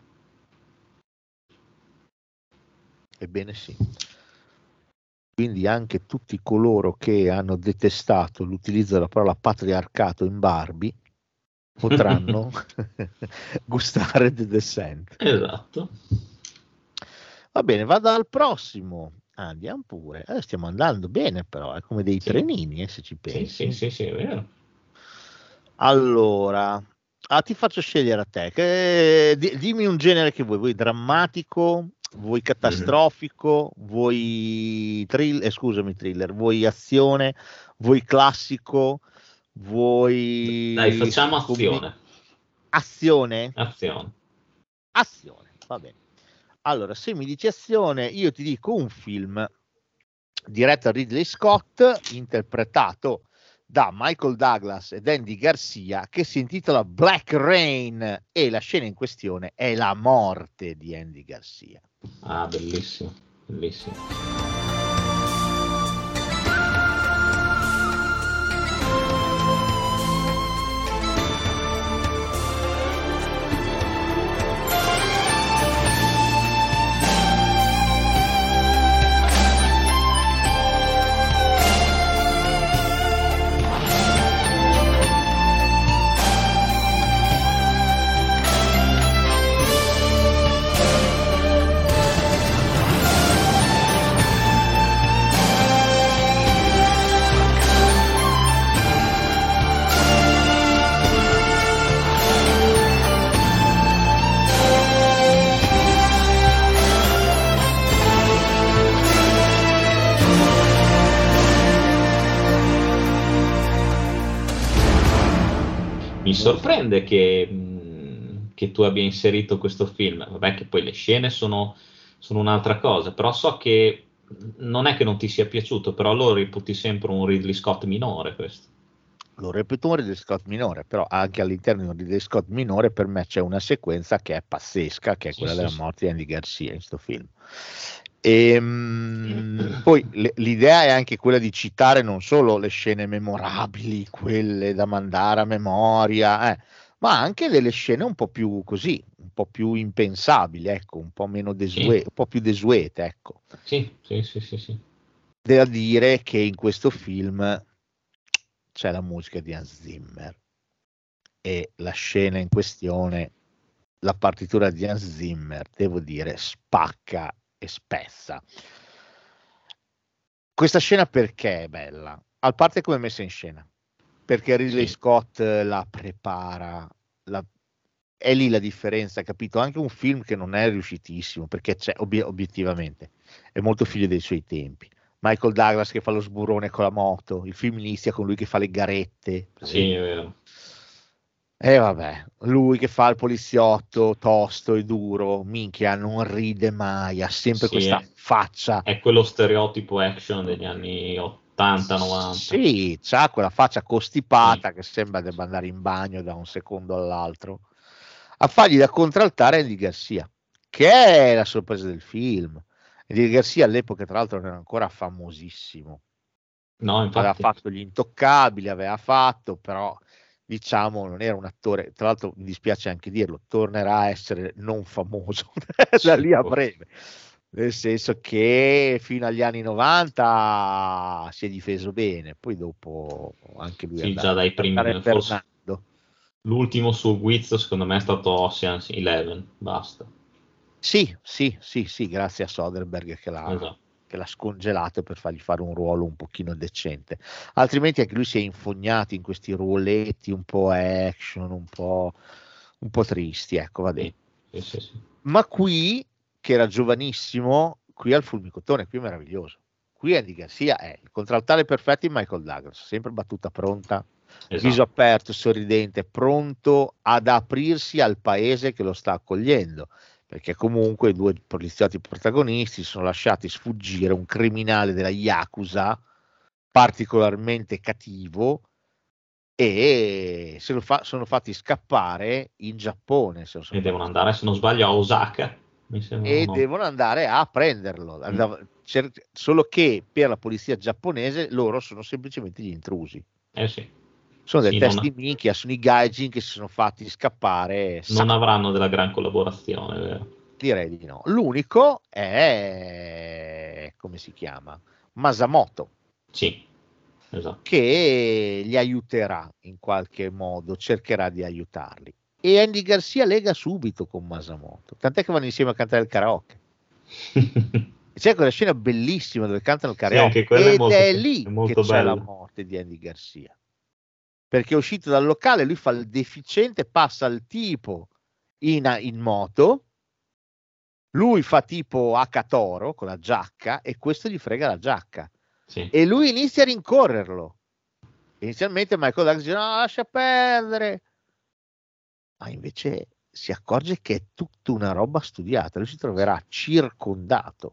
Ebbene sì. Quindi anche tutti coloro che hanno detestato l'utilizzo della parola patriarcato in Barbie potranno gustare The Descent. Esatto. Va bene, vado al prossimo. Ah, andiamo pure. Eh, stiamo andando bene, però è come dei Sì. trenini, eh, se ci Sì, pensi. sì, sì, sì, è vero. Allora, ah, ti faccio scegliere a te. Che, di, dimmi un genere che vuoi. Vuoi drammatico? Vuoi catastrofico? Vuoi thriller? Eh, scusami, thriller. Vuoi azione? Vuoi classico? Vuoi Dai, facciamo com- azione. azione? Azione. Azione, va bene. Allora, se mi dici azione, io ti dico un film diretto da Ridley Scott, interpretato da Michael Douglas ed Andy Garcia, che si intitola Black Rain, e la scena in questione è la morte di Andy Garcia. Ah, bellissimo, bellissimo. Mi sorprende che, mh, che tu abbia inserito questo film. Vabbè, che poi le scene sono, sono un'altra cosa, però so che non è che non ti sia piaciuto, però lo reputi sempre un Ridley Scott minore questo. Lo reputo un Ridley Scott minore, però anche all'interno di un Ridley Scott minore per me c'è una sequenza che è pazzesca, che è Sì, quella sì, della sì. morte di Andy Garcia in questo film. E, mh, poi le, l'idea è anche quella di citare non solo le scene memorabili, quelle da mandare a memoria, eh, ma anche delle scene un po' più così, un po' più impensabili, ecco, un po' meno desuete, Sì. un po' più desuete, ecco. Sì, sì, sì, sì, sì. Da dire che in questo film c'è la musica di Hans Zimmer e la scena in questione, la partitura di Hans Zimmer, devo dire, spacca e spezza. Questa scena perché è bella? A parte come è messa in scena, perché Ridley Sì. Scott la prepara, la... è lì la differenza, capito? Anche un film che non è riuscitissimo, perché c'è obiet- obiettivamente, è molto figlio dei suoi tempi. Michael Douglas che fa lo sburrone con la moto, il film inizia con lui che fa le garette. Sì, è vero. E eh, vabbè, lui che fa il poliziotto tosto e duro, minchia, non ride mai, ha sempre Sì, questa è- faccia. È quello stereotipo action degli anni ottanta novanta. Sì, c'ha quella faccia costipata che sembra debba andare in bagno da un secondo all'altro. A fargli da contraltare Andy Garcia, che è la sorpresa del film. Andy Garcia all'epoca, tra l'altro, non era ancora famosissimo. No, Aveva infatti. fatto Gli Intoccabili, aveva fatto, però diciamo non era un attore, tra l'altro mi dispiace anche dirlo, tornerà a essere non famoso da lì a breve, nel senso che fino agli anni novanta si è difeso bene, poi dopo anche lui sì, è già dai primi, forse l'ultimo suo guizzo secondo me è stato Ocean's Eleven, basta. Sì, sì, sì, sì, grazie a Soderbergh che l'ha, esatto. che l'ha scongelato per fargli fare un ruolo un pochino decente, altrimenti anche lui si è infognato in questi ruoletti un po' action, un po', un po' tristi, ecco, va bene. Sì, sì, sì. Ma qui, che era giovanissimo, qui al fulmicotone, qui è meraviglioso. Qui Andy Garcia è il contraltare perfetto in Michael Douglas, sempre battuta pronta, esatto. Viso aperto, sorridente, pronto ad aprirsi al paese che lo sta accogliendo, perché comunque i due poliziotti protagonisti sono lasciati sfuggire un criminale della Yakuza particolarmente cattivo e se lo fa, sono fatti scappare in Giappone se e devono andare, se non sbaglio, a Osaka mi sembra, e no? devono andare a prenderlo mm. Solo che per la polizia giapponese loro sono semplicemente gli intrusi, eh sì. sono dei sì, testi non... minchia, sono i gaijin che si sono fatti scappare, non avranno della gran collaborazione, vero? Direi di no. L'unico è, come si chiama, Masamoto, sì, esatto. che li aiuterà in qualche modo, cercherà di aiutarli. E Andy Garcia lega subito con Masamoto, tant'è che vanno insieme a cantare il karaoke. C'è quella scena bellissima dove cantano il karaoke, sì, ed è, molto, è lì è molto che c'è bello. La morte di Andy Garcia, perché è uscito dal locale, lui fa il deficiente, passa il tipo in, in moto, lui fa tipo H Toro con la giacca e questo gli frega la giacca, sì. E lui inizia a rincorrerlo. Inizialmente Michael Douglas dice no, lascia perdere, ma invece si accorge che è tutta una roba studiata, lui si troverà circondato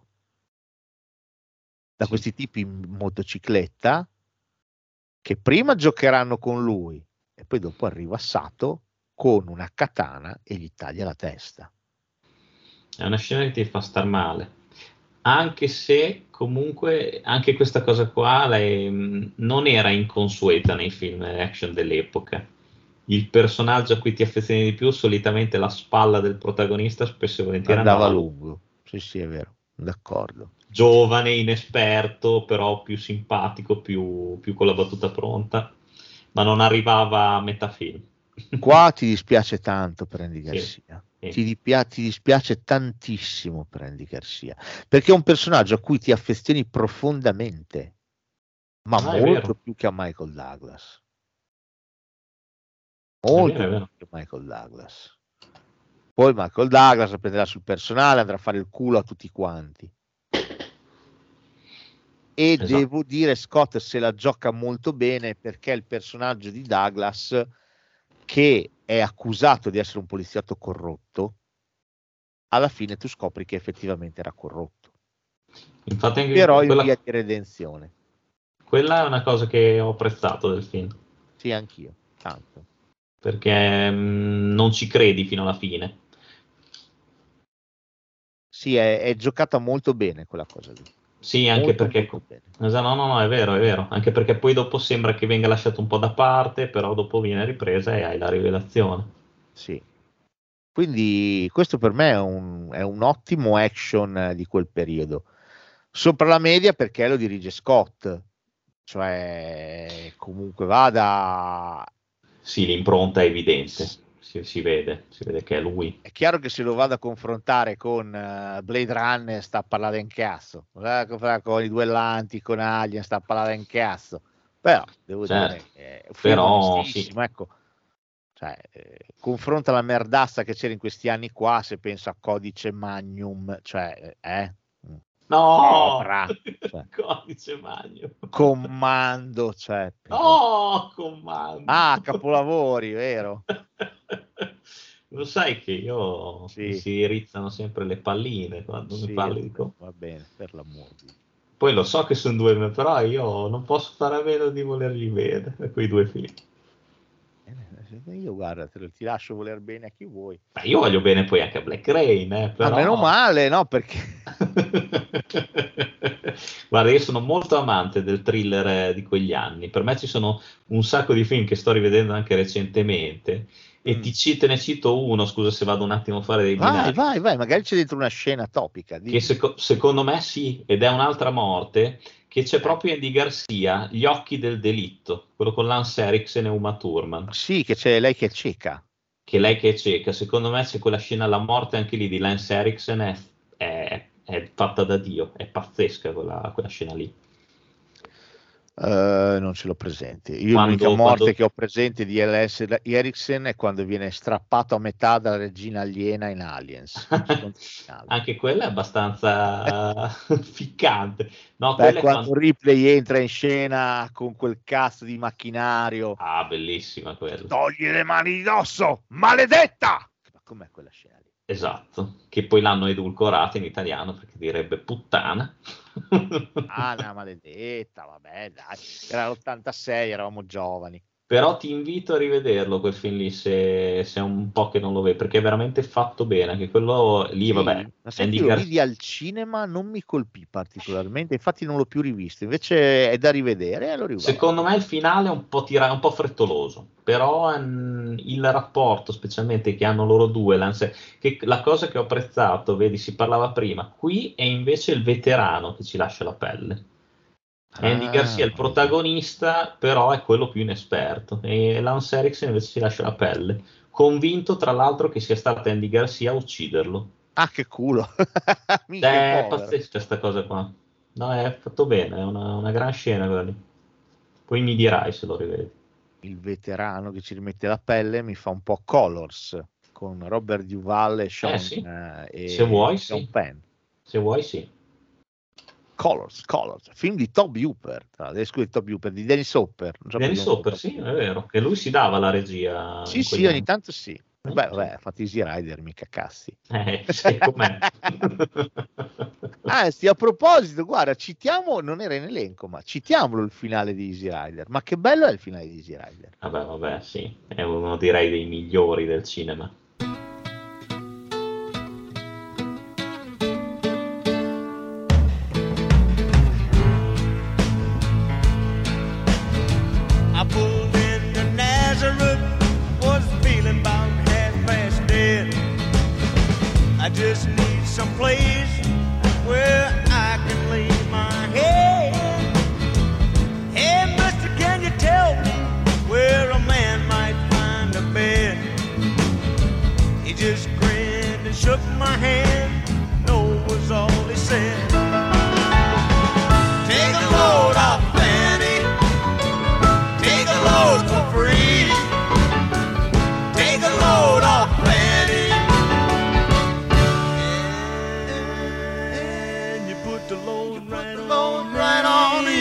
da sì. questi tipi in motocicletta che prima giocheranno con lui e poi dopo arriva Sato con una katana e gli taglia la testa. È una scena che ti fa star male, anche se comunque anche questa cosa qua lei, non era inconsueta nei film action dell'epoca. Il personaggio a cui ti affezioni di più, solitamente la spalla del protagonista, spesso e volentieri andava lungo. Sì, sì, è vero, d'accordo. Giovane, inesperto, però più simpatico, più, più con la battuta pronta, ma non arrivava a metà film. Qua ti dispiace tanto per Andy Garcia. Sì, sì. Ti, dipia- ti dispiace tantissimo per Andy Garcia, perché è un personaggio a cui ti affezioni profondamente, ma ah, molto più che a Michael Douglas. Molto è vero, più che Michael Douglas. Poi Michael Douglas la prenderà sul personale, andrà a fare il culo a tutti quanti. E esatto. Devo dire, Scott se la gioca molto bene, perché è il personaggio di Douglas che è accusato di essere un poliziotto corrotto, alla fine tu scopri che effettivamente era corrotto. Infatti anche però in quella, via di redenzione. Quella è una cosa che ho apprezzato del film. Sì, anch'io, tanto. Perché mh, non ci credi fino alla fine. Sì, è, è giocata molto bene quella cosa lì. Sì, anche molto, perché molto no, no, no, è vero, è vero, anche perché poi dopo sembra che venga lasciato un po' da parte, però dopo viene ripresa e hai la rivelazione. Sì. Quindi questo per me è un, è un ottimo action di quel periodo. Sopra la media perché lo dirige Scott, cioè comunque vada. Sì, l'impronta è evidente. Si, si vede, si vede che è lui. È chiaro che se lo vado a confrontare con uh, Blade Runner sta a parlare in cazzo, con i duellanti, con Alien sta a parlare in cazzo, però devo certo. dire che è un però, sì. ecco, cioè, eh, confronta la merdassa che c'era in questi anni qua, se penso a Codice Magnum, cioè, eh? No! Opera, cioè. Codice Magnum. Commando, cioè. No, Commando. Ah, capolavori, vero? Lo sai che io sì. mi si rizzano sempre le palline quando sì, mi parli di Commando. Va bene, per l'amore di Dio. Poi lo so che sono due, però io non posso fare a meno di volergli bene a quei due film. Io guarda, te lo, ti lascio voler bene a chi vuoi. Ma io voglio bene poi anche a Black Rain, eh, però... Ma meno male, no? Perché... Guarda, io sono molto amante del thriller di quegli anni. Per me ci sono un sacco di film che sto rivedendo anche recentemente E Mm. ti ci- te ne cito uno, scusa se vado un attimo a fare dei Vai, binari, vai, vai, magari c'è dentro una scena topica. che Dimmi. seco- secondo me sì, ed è un'altra morte, che c'è Eh. proprio Andy Garcia, Gli occhi del delitto, quello con Lance Eriksen e Uma Thurman, Sì, che c'è lei che è cieca. che lei che è cieca, secondo me c'è quella scena, la morte anche lì di Lance Eriksen è, è- è fatta da Dio, è pazzesca quella, quella scena lì. Eh, non ce l'ho presente. Io Quando- l'unica morte quando- che ho presente di L S Eriksen è quando viene strappato a metà dalla regina aliena in Aliens. Anche quella è abbastanza ficcante. No, Beh, quella è quando quando- Ripley entra in scena con quel cazzo di macchinario, Ah, bellissima quella. togli le mani di dosso, maledetta! Ma com'è quella scena lì? Esatto, che poi l'hanno edulcorata in italiano perché direbbe puttana. Ah, una maledetta, vabbè, dai. Era l'ottantasei, eravamo giovani. Però ti invito a rivederlo quel film lì se, se è un po' che non lo vedi, perché è veramente fatto bene, anche quello lì, Sì, vabbè. ma sai Andy che lo Gar- vidi al cinema, non mi colpì particolarmente, infatti non l'ho più rivisto, invece è da rivedere e lo riguardo. Secondo me il finale è un po' tira- un po' frettoloso, però ehm, il rapporto, specialmente che hanno loro due, Lance- che la cosa che ho apprezzato, vedi, si parlava prima, qui è invece il veterano che ci lascia la pelle. Andy Ah, Garcia è il protagonista, però è quello più inesperto, e Lance Eriksen invece si lascia la pelle, convinto tra l'altro che sia stato Andy Garcia a ucciderlo. Ah, che culo! Minchia, È povero. pazzesca questa cosa qua. No, è fatto bene, è una, una gran scena quella lì. Poi mi dirai se lo rivedi. Il veterano che ci rimette la pelle mi fa un po' Colors con Robert Duvall e Sean, Eh, sì. eh, e Se vuoi, Sean sì. Penn. Se vuoi, sì. Colors, Colors, film di Toby Hooper, tra l'altro, scusa, di Toby Hooper, di Dennis Hopper. Non so Dennis perché non Hopper, so sì, è vero, che lui si dava la regia. Sì, in sì, quegli ogni anni. tanto sì. Beh, vabbè, fate Easy Rider, mica cazzi. Eh, sai com'è. Anzi, a proposito, guarda, citiamo, non era in elenco, ma citiamolo il finale di Easy Rider. Ma che bello è il finale di Easy Rider. Vabbè, vabbè, sì, è uno direi dei migliori del cinema. I pulled into Nazareth, was feeling about half past dead. I just need some place where I can lay my head. Hey, mister, can you tell me where a man might find a bed? He just grinned and shook my hand, no was all he said. Take a load off, Fanny. Take a load for free. Take a load off, Fanny. And you put the load right on, right on me.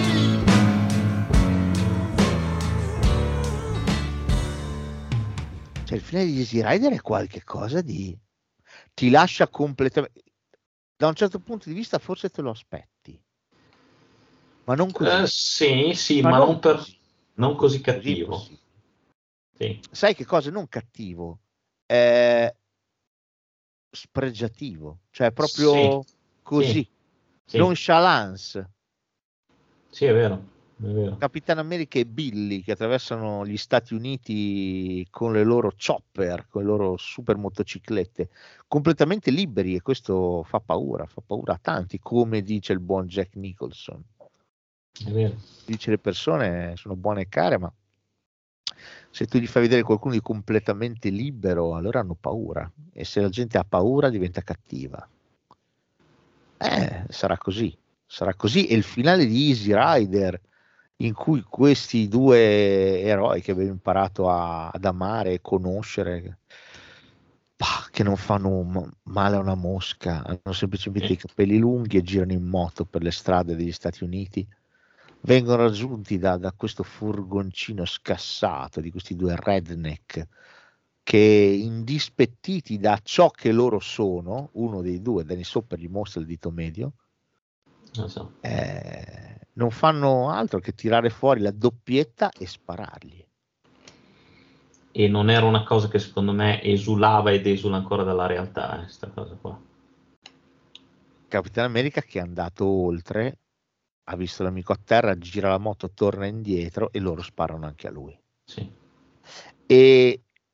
Cioè, il finale di Easy Rider è qualche cosa di... ti lascia completamente... Da un certo punto di vista forse te lo aspetti. Ma non così. Eh, sì, sì, Ma ma, non non, per, così. non così Così è cattivo. impossibile. Sì. Sai che cosa? Non cattivo, è spregiativo, cioè proprio Sì, così, sì, sì. nonchalance. Sì, è vero, è vero. Capitan America e Billy che attraversano gli Stati Uniti con le loro chopper, con le loro super motociclette, completamente liberi, e questo fa paura, fa paura a tanti, come dice il buon Jack Nicholson. È vero. Dice le persone sono buone e care, ma se tu gli fai vedere qualcuno di completamente libero, allora hanno paura, e se la gente ha paura diventa cattiva. Eh, sarà così, sarà così. E il finale di Easy Rider, in cui questi due eroi che abbiamo imparato a, ad amare e conoscere, bah, che non fanno m- male a una mosca, hanno semplicemente i capelli lunghi e girano in moto per le strade degli Stati Uniti, vengono raggiunti da, da questo furgoncino scassato di questi due redneck che, indispettiti da ciò che loro sono, uno dei due, Dennis Hopper, gli mostra il dito medio, Non so. eh, non fanno altro che tirare fuori la doppietta e sparargli. E non era una cosa che secondo me esulava ed esula ancora dalla realtà, eh, sta cosa qua. Capitan America, che è andato oltre, ha visto l'amico a terra, gira la moto, torna indietro e loro sparano anche a lui. Sì. E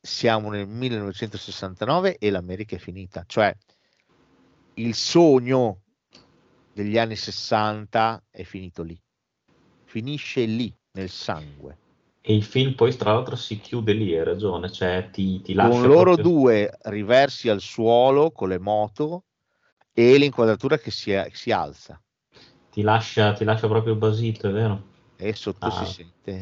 siamo nel millenovecentosessantanove e l'America è finita, cioè il sogno degli anni sessanta è finito lì, finisce lì nel sangue. E il film poi tra l'altro si chiude lì, hai ragione, cioè ti, ti lascia con loro proprio... due riversi al suolo con le moto e l'inquadratura che si, si alza. Ti lascia, ti lascia proprio basito, è vero? E sotto Ah. si sente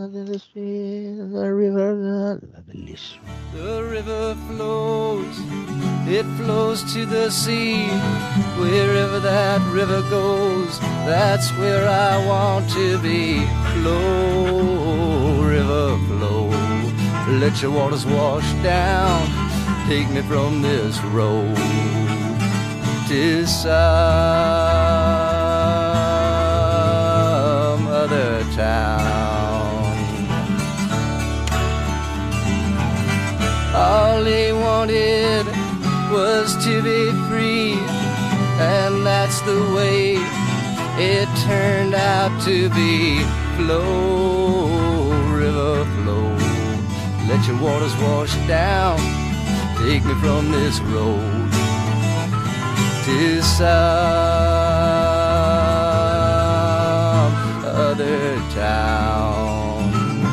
bellissimo. The river flows, it flows to the sea. Wherever that river goes, that's where I want to be. Flow, river, flow, let your waters wash down. Take me from this road to some other town. All he wanted was to be free, and that's the way it turned out to be. Flow, river, flow, let your waters wash down. Take me from this road to some other town.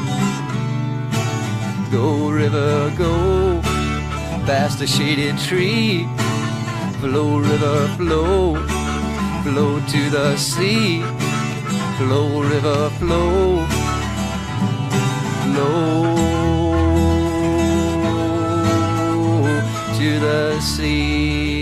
Go, river, go, past the shaded tree. Flow, river, flow, flow to the sea. Flow, river, flow, flow to the sea.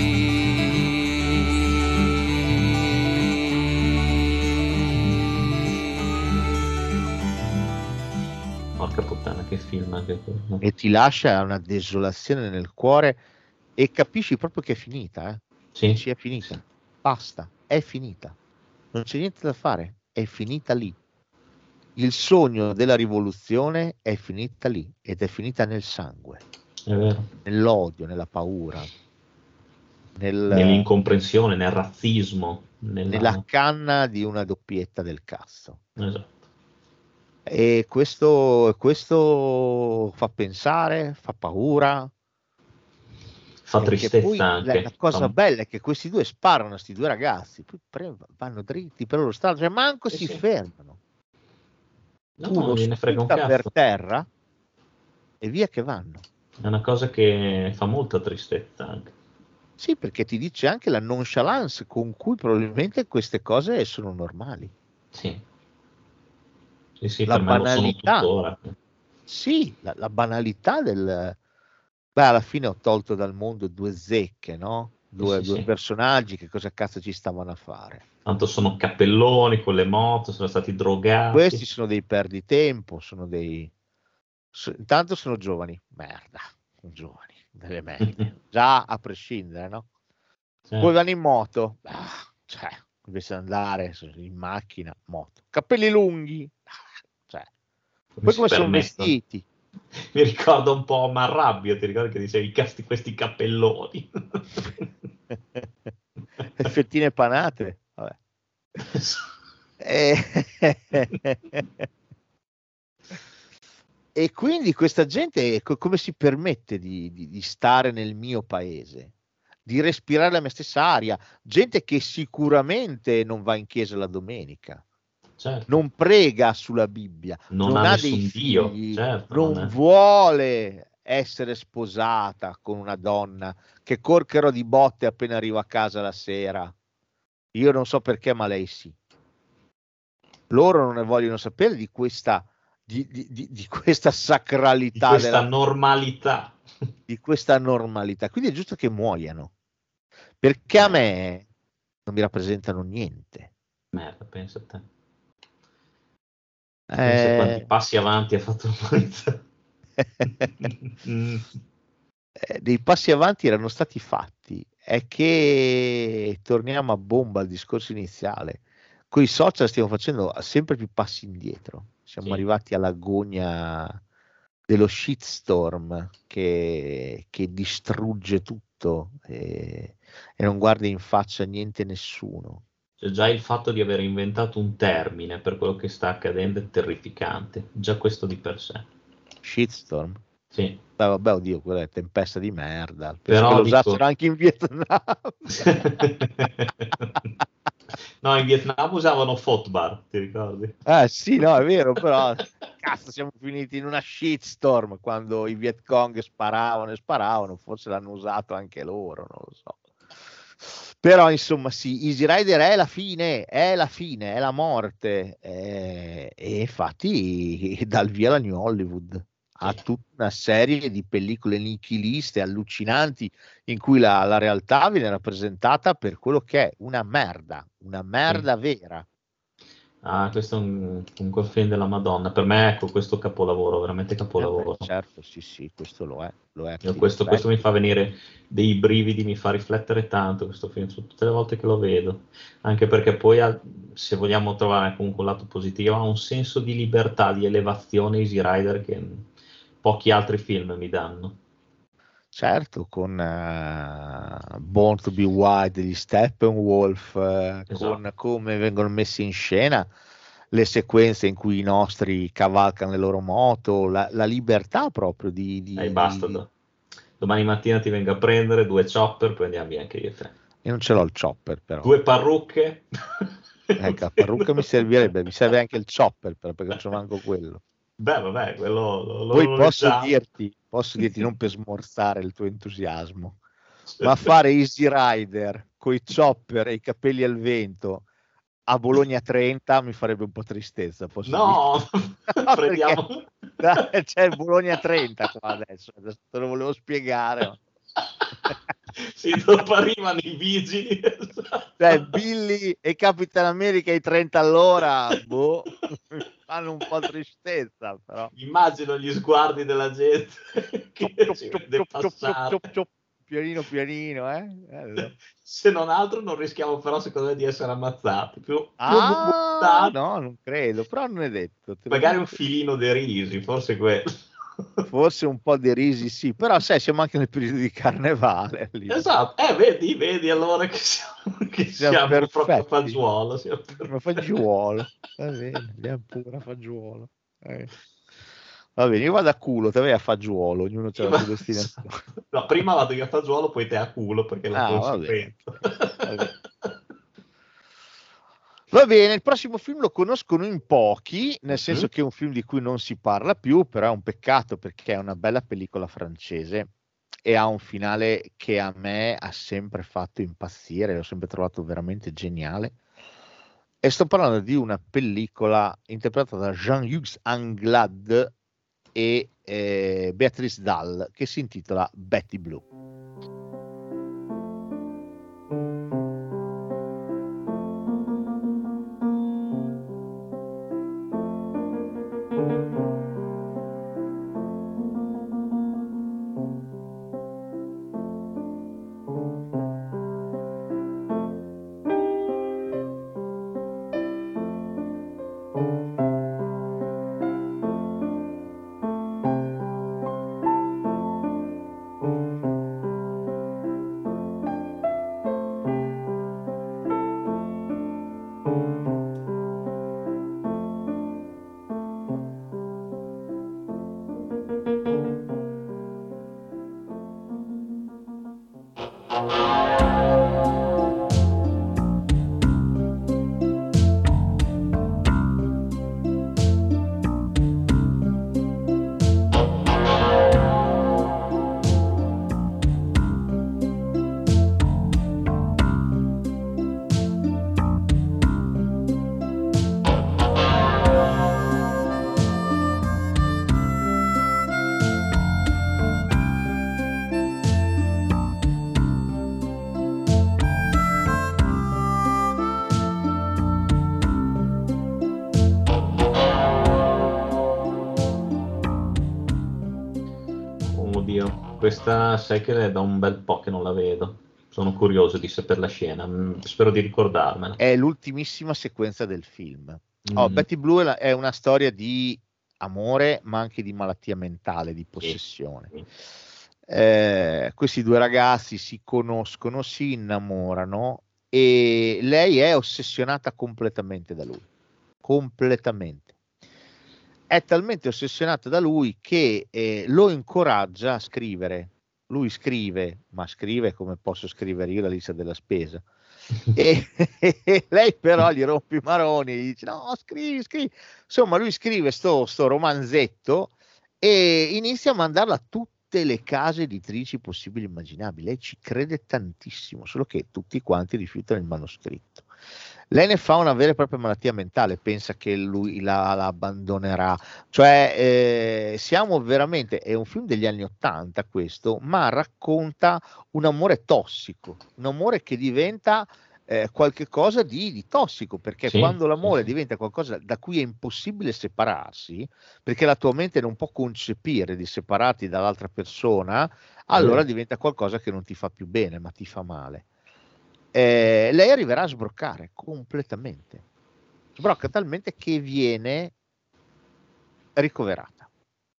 Porca puttana, che film anche quello. E ti lascia una desolazione nel cuore e capisci proprio che è finita, eh? Sì. Dici, è finita, basta, è finita, non c'è niente da fare, è finita lì. Il sogno della rivoluzione è finita lì ed è finita nel sangue, È vero. nell'odio, nella paura, nel, Nell'incomprensione, nel razzismo, nella... nella canna di una doppietta del cazzo. Esatto. E questo, questo fa pensare, fa paura. Fa Perché tristezza poi anche. La, la cosa Fa- bella è che questi due sparano a questi due ragazzi, poi pre- vanno dritti per loro strada, cioè manco Sì, si sì. fermano. No, Uno non gliene frega un sputa per cazzo. terra e via che vanno. È una cosa che fa molta tristezza anche. Sì, perché ti dice anche la nonchalance con cui probabilmente queste cose sono normali. Sì. Sì, sì, La per me lo sono banalità. tuttora. Sì, la, la banalità del... Beh, alla fine ho tolto dal mondo due zecche, no? Due, Sì, due sì. personaggi che cosa cazzo ci stavano a fare. Tanto sono cappelloni con le moto, sono stati drogati. Questi sono dei perditempo, sono dei... so- intanto sono giovani, merda, sono giovani, delle medie, già a prescindere, no? Cioè, Poi vanno in moto, ah, cioè, invece di andare in macchina, moto, capelli lunghi, ah, cioè, poi si come sono permettono? vestiti, Mi ricorda un po' Marrabbio, ti ricordi che dicevi casti questi cappelloni? e fettine panate, vabbè. E... e quindi questa gente co- come si permette di, di- di stare nel mio paese, di respirare la mia stessa aria? Gente che sicuramente non va in chiesa la domenica, Certo. non prega sulla Bibbia, Non non, ha ha dei nessun Dio, figli, certo, non non è. vuole essere sposata con una donna che corcherò di botte appena arrivo a casa la sera. Io non so perché, ma lei sì. Loro non ne vogliono sapere di questa, di, di- di- di questa Di sacralità, questa della- normalità. di questa normalità. Quindi è giusto che muoiano, perché a me non mi rappresentano niente. Merda, pensa a te. Pensa Eh, quanti passi avanti ha fatto l'umanità. Mm. eh, dei passi avanti erano stati fatti. È che torniamo a bomba al discorso iniziale. Con i social stiamo facendo sempre più passi indietro. Siamo Sì. arrivati all'agonia dello shitstorm che, che distrugge tutto e, e non guarda in faccia niente e nessuno. Cioè, già il fatto di aver inventato un termine per quello che sta accadendo è terrificante. Già questo di per sé. Shitstorm? Sì. Beh, vabbè, oddio, quella è tempesta di merda. Penso Però che lo dico- usassero anche in Vietnam. No, in Vietnam usavano Fotbar, ti ricordi? Eh sì, no, è vero, però cazzo, siamo finiti in una shitstorm quando i Viet Cong sparavano e sparavano, forse l'hanno usato anche loro, non lo so. Però insomma sì, Easy Rider è la fine, è la fine, è la morte, eh, e infatti dà il via alla New Hollywood a tutta una serie di pellicole nichiliste, allucinanti, in cui la, la realtà viene rappresentata per quello che è una merda, una merda vera. Ah, questo è un, un quel film della Madonna. Per me, ecco, questo capolavoro, veramente Eh capolavoro. beh, certo, sì, sì, questo lo è. Lo è a Io tutti questo, gli questo mi effetti. fa venire dei brividi, mi fa riflettere tanto questo film, su tutte le volte che lo vedo. Anche perché poi, ha- se vogliamo trovare comunque un lato positivo, ha un senso di libertà, di elevazione Easy Rider che pochi altri film mi danno. Certo, con eh, Born to be Wild degli Steppenwolf, eh, con Esatto. come vengono messe in scena le sequenze in cui i nostri cavalcano le loro moto, la, la libertà proprio di... di- Dai, basta. di- do- Domani mattina ti vengo a prendere due chopper, poi andiamo via anche io e te. Io non ce l'ho il chopper, però. Due parrucche. Ecco, la parrucca mi servirebbe, mi serve anche il chopper, però, perché non c'è manco quello. Beh, vabbè, quello lo, lo Poi posso noleggiamo. dirti, posso dirti, non per smorzare il tuo entusiasmo, ma fare Easy Rider coi chopper e i capelli al vento a Bologna trenta mi farebbe un po' tristezza, posso No, dirti. prendiamo... Perché c'è il Bologna trenta qua adesso, adesso te lo volevo spiegare. Ma... Sì, dopo arrivano i vigili. Cioè, Billy e Capitan America ai trenta all'ora, boh, mi fanno un po' tristezza, però. Immagino gli sguardi della gente che Ciop, ci ciop, vede ciop, ciop, passare. ciop, ciop, pianino pianino, eh? Eh, Se non altro non rischiamo però secondo me di essere ammazzati. Più, più Ah, buttati, no, non credo, però non è detto. Te lo magari un dico. filino derisi, forse quello. Forse un po' di risi, sì, però sai, siamo anche nel periodo di carnevale. Lì. Esatto, eh, vedi, vedi allora che siamo, che Siamo siamo proprio perfetti. fagiolo. Siamo Una fagiolo, va bene, andiamo pure a fagiolo. Eh. Va bene, io vado a culo, te vai a fagiolo, ognuno c'ha la sua destinazione. No, prima vado io a fagiolo, poi te a culo, perché è la Ah, va bene. conseguenza. Va bene. Va bene, il prossimo film lo conoscono in pochi, nel senso Mm. che è un film di cui non si parla più, però è un peccato perché è una bella pellicola francese e ha un finale che a me ha sempre fatto impazzire, l'ho sempre trovato veramente geniale. E sto parlando di una pellicola interpretata da Jean-Hugues Anglade e eh, Béatrice Dalle che si intitola Betty Blue. Oddio, questa sai che è da un bel po' che non la vedo. Sono curioso di sapere la scena, mm, spero di ricordarmela. È l'ultimissima sequenza del film. Oh, Mm. Betty Blue è, la- è una storia di amore, ma anche di malattia mentale, di possessione. Sì. Eh, questi due ragazzi si conoscono, si innamorano e lei è ossessionata completamente da lui, completamente. è talmente ossessionata da lui che eh, lo incoraggia a scrivere. Lui scrive, ma scrive come posso scrivere io la lista della spesa. e, e lei però gli rompe i maroni e gli dice no, scrivi, scrivi. Insomma, lui scrive sto, sto romanzetto e inizia a mandarla a tutte le case editrici possibili e immaginabili. Lei ci crede tantissimo, solo che tutti quanti rifiutano il manoscritto. Lei ne fa una vera e propria malattia mentale, pensa che lui la, la abbandonerà, cioè eh, siamo veramente, è un film degli anni Ottanta questo, ma racconta un amore tossico, un amore che diventa eh, qualche cosa di, di tossico, perché Sì, quando l'amore sì, sì. diventa qualcosa da cui è impossibile separarsi, perché la tua mente non può concepire di separarti dall'altra persona, allora Vero. diventa qualcosa che non ti fa più bene, ma ti fa male. Eh, lei arriverà a sbroccare completamente, sbrocca talmente che viene ricoverata.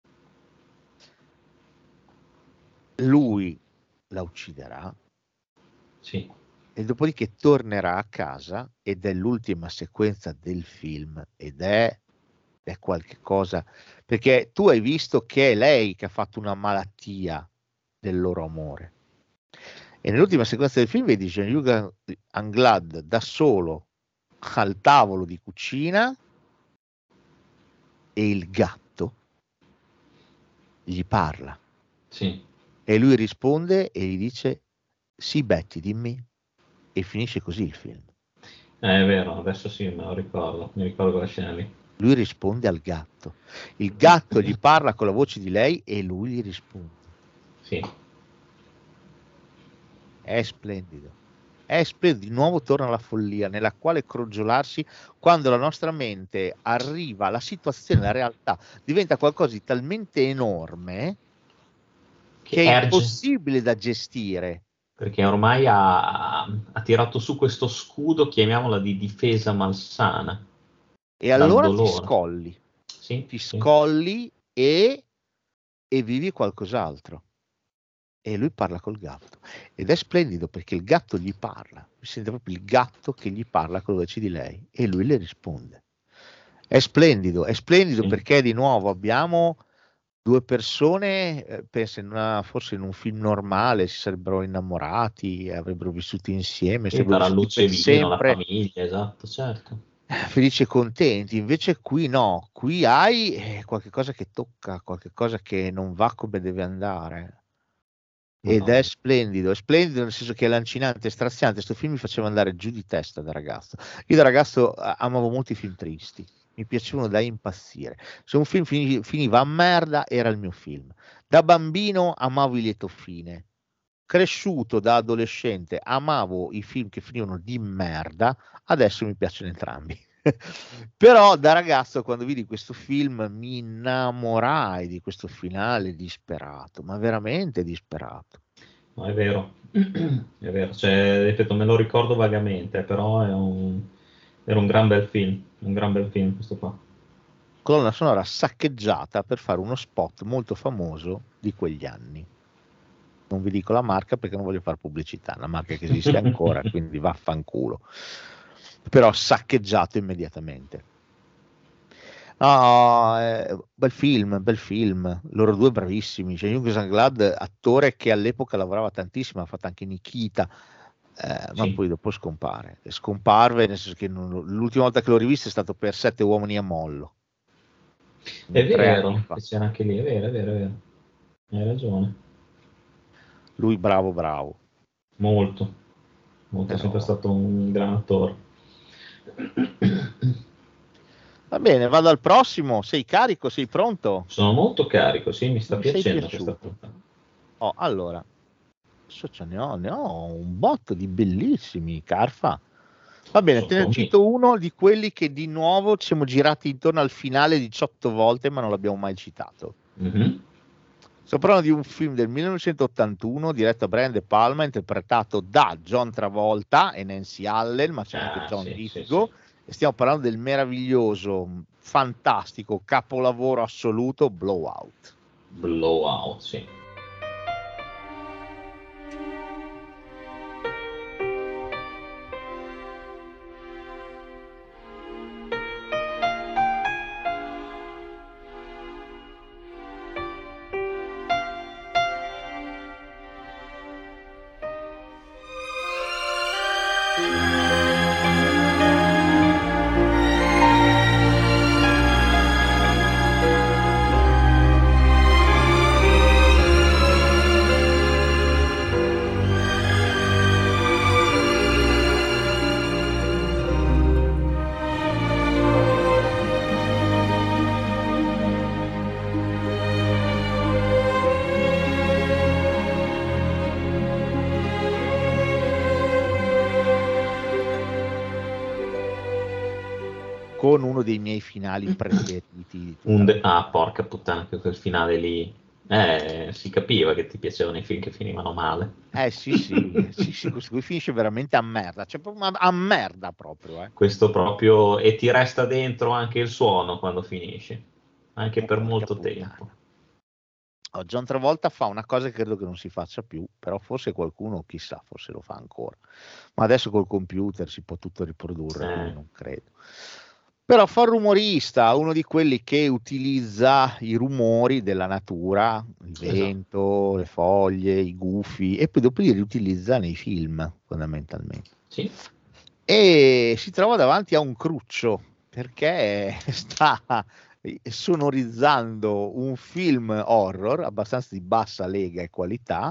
Lui la ucciderà, Sì. e dopodiché tornerà a casa, ed è l'ultima sequenza del film, ed è, è qualche cosa, perché tu hai visto che è lei che ha fatto una malattia del loro amore. E nell'ultima sequenza del film vedi Jean-Luc Anglade da solo al tavolo di cucina e il gatto gli parla. Sì. E lui risponde e gli dice sì Betty, dimmi. E finisce così il film. Eh, è vero, adesso sì, me lo ricordo, mi ricordo quella scena lì. Lui risponde al gatto. Il gatto gli parla con la voce di lei e lui gli risponde. Sì. È splendido. È splendido. Di nuovo torna alla follia nella quale crogiolarsi quando la nostra mente arriva alla situazione, la realtà diventa qualcosa di talmente enorme che è erge, impossibile da gestire. perché ormai ha, ha tirato su questo scudo, chiamiamola di difesa malsana. E dal allora ti dolore. scolli. Sì, Ti sì. scolli e, e vivi qualcos'altro. E lui parla col gatto. Ed è splendido perché il gatto gli parla. Mi sente proprio il gatto che gli parla con la voce di lei. E lui le risponde. È splendido, è splendido Sì. perché di nuovo abbiamo due persone, eh, penso in una, forse in un film normale si sarebbero innamorati, avrebbero vissuto insieme, Sì, sarebbero tra vissuti luce e per vino, la sempre famiglia, esatto, certo. felici e contenti. Invece qui no, qui hai eh, qualche cosa che tocca, qualche cosa che non va come deve andare. Ed è Madonna. splendido, è splendido nel senso che è lancinante, è straziante. Questo film mi faceva andare giù di testa da ragazzo. Io da ragazzo eh, amavo molti film tristi, mi piacevano da impazzire. Se un film fini- finiva a merda, era il mio film. Da bambino amavo i lieto fine. Cresciuto da adolescente, amavo i film che finivano di merda, adesso mi piacciono entrambi. Però da ragazzo, quando vidi questo film, mi innamorai di questo finale disperato, ma veramente disperato. No, è vero, è vero, cioè, ripeto, me lo ricordo vagamente, però è un, era un gran bel film, un gran bel film questo qua. Colonna sonora saccheggiata per fare uno spot molto famoso di quegli anni. Non vi dico la marca perché non voglio fare pubblicità, una marca che esiste ancora, quindi vaffanculo. Però saccheggiato immediatamente. Ah, eh, bel film, bel film, loro due bravissimi. C'è Hugh Anglade, attore che all'epoca lavorava tantissimo, ha fatto anche Nikita, eh, ma Sì. poi dopo scompare. Scomparve, nel senso che non- l'ultima volta che l'ho rivisto è stato per Sette uomini a mollo. È Tre anni vero, fa. che c'era anche lì, è vero, è vero, è vero. Hai ragione. Lui bravo, bravo. Molto, molto, è Però- sempre stato un gran attore. Va bene, vado al prossimo. Sei carico? Sei pronto? Sono molto carico, sì, mi sta Mi sei piacendo piaciuto. questa puntata. Oh, allora, adesso ce ne ho, ne ho un botto di bellissimi, Carfa. Va bene, te ne Sono cito uno di quelli che di nuovo ci siamo girati intorno al finale diciotto volte, ma non l'abbiamo mai citato. Mhm. Sto parlando di un film del millenovecentottantuno diretto da Brian De Palma, interpretato da John Travolta e Nancy Allen, ma c'è anche Ah, John sì, sì, Lithgow. E stiamo parlando del meraviglioso, fantastico capolavoro assoluto Blowout. Blowout, sì. con uno dei miei finali preferiti di tutta Un la de- ah, porca puttana, che quel finale lì. Eh, si capiva che ti piacevano i film che finivano male. Eh sì, sì, sì, sì, questo qui finisce veramente a merda, cioè proprio a, a merda proprio, eh. Questo proprio, e ti resta dentro anche il suono quando finisci, anche Oh, per porca molto puttana. tempo. Oh, John Travolta fa una cosa che credo che non si faccia più, però forse qualcuno, chissà, forse lo fa ancora. Ma adesso col computer si può tutto riprodurre, Eh. quindi non credo. Però fa il rumorista, uno di quelli che utilizza i rumori della natura, il Esatto. vento, le foglie, i gufi, e poi dopo li riutilizza nei film, fondamentalmente. Sì. E si trova davanti a un cruccio, perché sta sonorizzando un film horror abbastanza di bassa lega e qualità,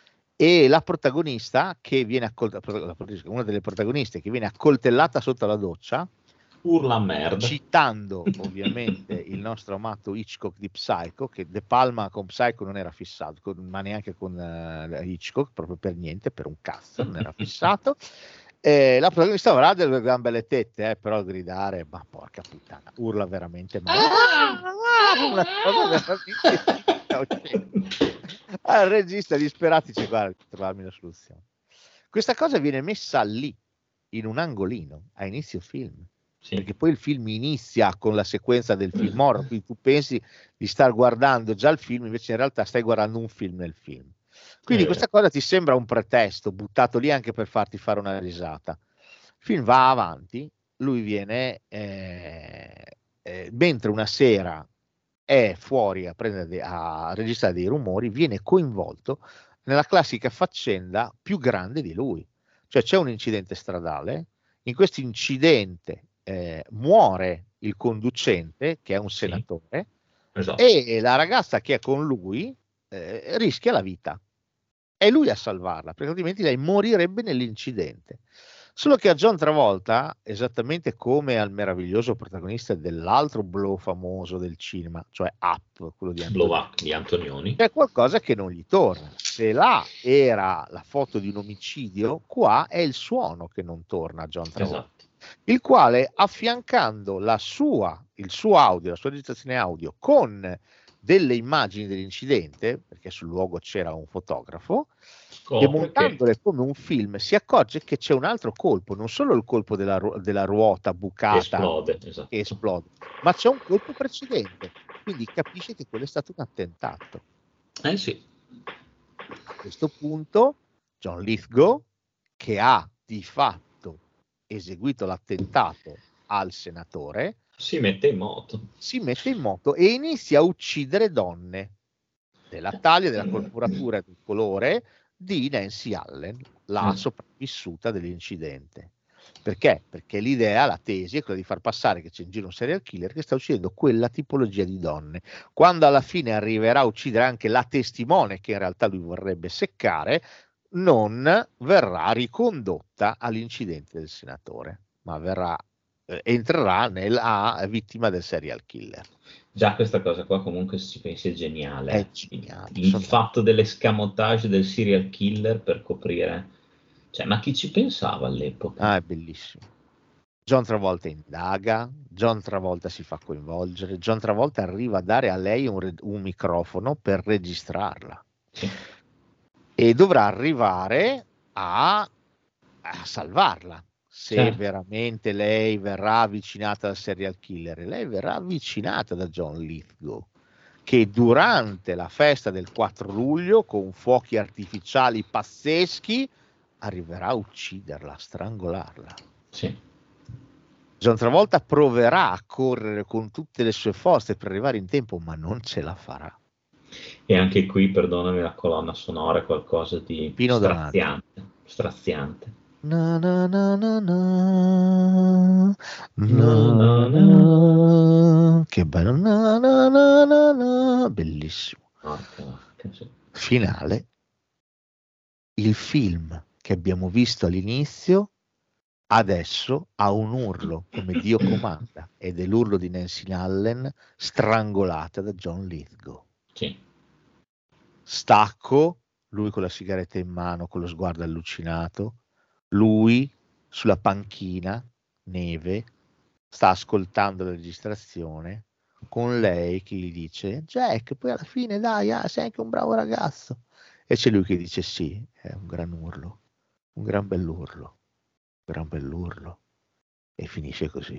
e la protagonista che viene accoltellata, una delle protagoniste che viene accoltellata sotto la doccia, Urla merda. citando ovviamente il nostro amato Hitchcock di Psycho, che De Palma con Psycho non era fissato, con, ma neanche con uh, Hitchcock, proprio per niente, per un cazzo non era fissato. Eh, la protagonista avrà delle gran belle tette, eh, però gridare, ma porca puttana, urla veramente male. Una cosa veramente... Al regista disperati dice: guarda, devo trovarmi una soluzione. Questa cosa viene messa lì, in un angolino, a inizio film. Sì. Perché poi il film inizia con la sequenza del film horror, quindi tu pensi di star guardando già il film, invece in realtà stai guardando un film nel film. Quindi Eh. questa cosa ti sembra un pretesto buttato lì anche per farti fare una risata. Il film va avanti, lui viene eh, eh, mentre una sera è fuori a, prendere de- a registrare dei rumori, viene coinvolto nella classica faccenda più grande di lui. Cioè c'è un incidente stradale, in questo incidente eh, muore il conducente, che è un senatore, Esatto. e la ragazza che è con lui eh, rischia la vita. È lui a salvarla, perché altrimenti lei morirebbe nell'incidente. Solo che a John Travolta, esattamente come al meraviglioso protagonista dell'altro blow famoso del cinema, cioè Up, quello di Blow Antonioni, Up di Antonioni. c'è qualcosa che non gli torna. Se là era la foto di un omicidio, qua è il suono che non torna a John Travolta. Esatto. Il quale, affiancando la sua, il suo audio, la sua registrazione audio con delle immagini dell'incidente, perché sul luogo c'era un fotografo, Oh, e montandole perché? come un film si accorge che c'è un altro colpo, non solo il colpo della, ru- della ruota bucata Esplode, esatto. che esplode, ma c'è un colpo precedente, quindi capisce che quello è stato un attentato. Eh sì. A questo punto John Lithgow, che ha di fatto eseguito l'attentato al senatore, Si mette in moto. si mette in moto e inizia a uccidere donne della taglia, della corporatura, del colore di Nancy Allen, la Mm. sopravvissuta dell'incidente. Perché? Perché l'idea, la tesi è quella di far passare che c'è in giro un serial killer che sta uccidendo quella tipologia di donne. Quando alla fine arriverà a uccidere anche la testimone che in realtà lui vorrebbe seccare, non verrà ricondotta all'incidente del senatore, ma verrà eh, entrerà nella vittima del serial killer. Già questa cosa qua comunque se ci pensi è geniale. È geniale. Il Sono- fatto dell'escamotage del serial killer per coprire. Cioè, ma chi ci pensava all'epoca? Ah, è bellissimo. John Travolta indaga, John Travolta si fa coinvolgere, John Travolta arriva a dare a lei un, re- un microfono per registrarla Sì. e dovrà arrivare a, a salvarla. Se Certo. veramente lei verrà avvicinata dal serial killer, lei verrà avvicinata da John Lithgow, che durante la festa del quattro luglio, con fuochi artificiali pazzeschi, arriverà a ucciderla, a strangolarla. Sì. John Travolta proverà a correre con tutte le sue forze per arrivare in tempo, ma non ce la farà. E anche qui, perdonami, la colonna sonora è qualcosa di Pino Donati. straziante. Straziante. Na na na na na, Na, na, na, che bello, na na na na na, bellissimo. Porca vacca, sì. Finale, il film che abbiamo visto all'inizio adesso ha un urlo come Dio comanda, ed è l'urlo di Nancy Allen strangolata da John Lithgow. Sì. Stacco, lui con la sigaretta in mano, con lo sguardo allucinato, lui sulla panchina, neve, sta ascoltando la registrazione con lei che gli dice Jack, poi alla fine dai, ah, sei anche un bravo ragazzo, e c'è lui che dice sì, è un gran urlo, un gran bell'urlo, un gran bell'urlo, e finisce così.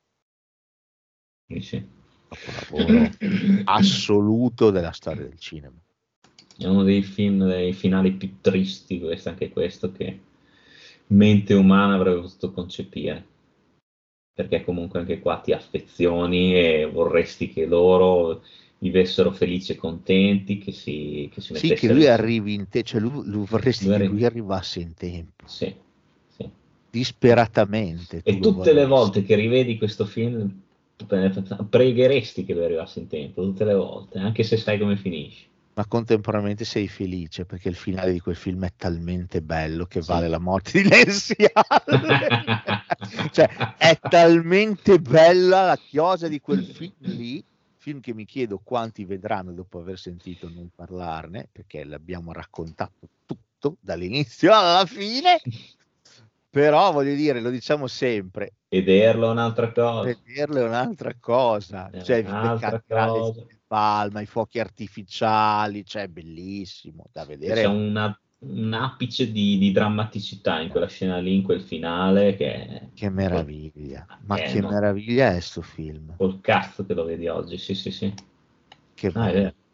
Sì, sì. Capolavoro assoluto della storia del cinema. È uno dei film, dei finali più tristi, questo, anche questo, che mente umana avrebbe potuto concepire, perché comunque anche qua ti affezioni e vorresti che loro vivessero felici e contenti, che si, che si Sì, mettessero che lui insieme. arrivi in te, cioè lui, lui vorresti Lui che arri- lui arrivasse in tempo, Sì, sì. disperatamente. E tu lo tutte le vorresti. volte che rivedi questo film pregheresti che lui arrivasse in tempo, tutte le volte, anche se sai come finisce. Ma contemporaneamente sei felice perché il finale di quel film è talmente bello che Sì. vale la morte di Nancy Allen. Cioè è talmente bella la chiosa di quel film lì, film che mi chiedo quanti vedranno dopo aver sentito non parlarne, perché l'abbiamo raccontato tutto dall'inizio alla fine. Però voglio dire, lo diciamo sempre, Vederlo è un'altra cosa. vederlo è un'altra cosa, È cioè un'altra canterà le cosa. palma, i fuochi artificiali, cioè bellissimo da vedere. C'è una, un apice di, di drammaticità in quella scena lì, in quel finale, che, Che meraviglia, ma eh, che no, meraviglia è sto film, col cazzo che lo vedi oggi, sì sì sì. che Ah, è bello. vero.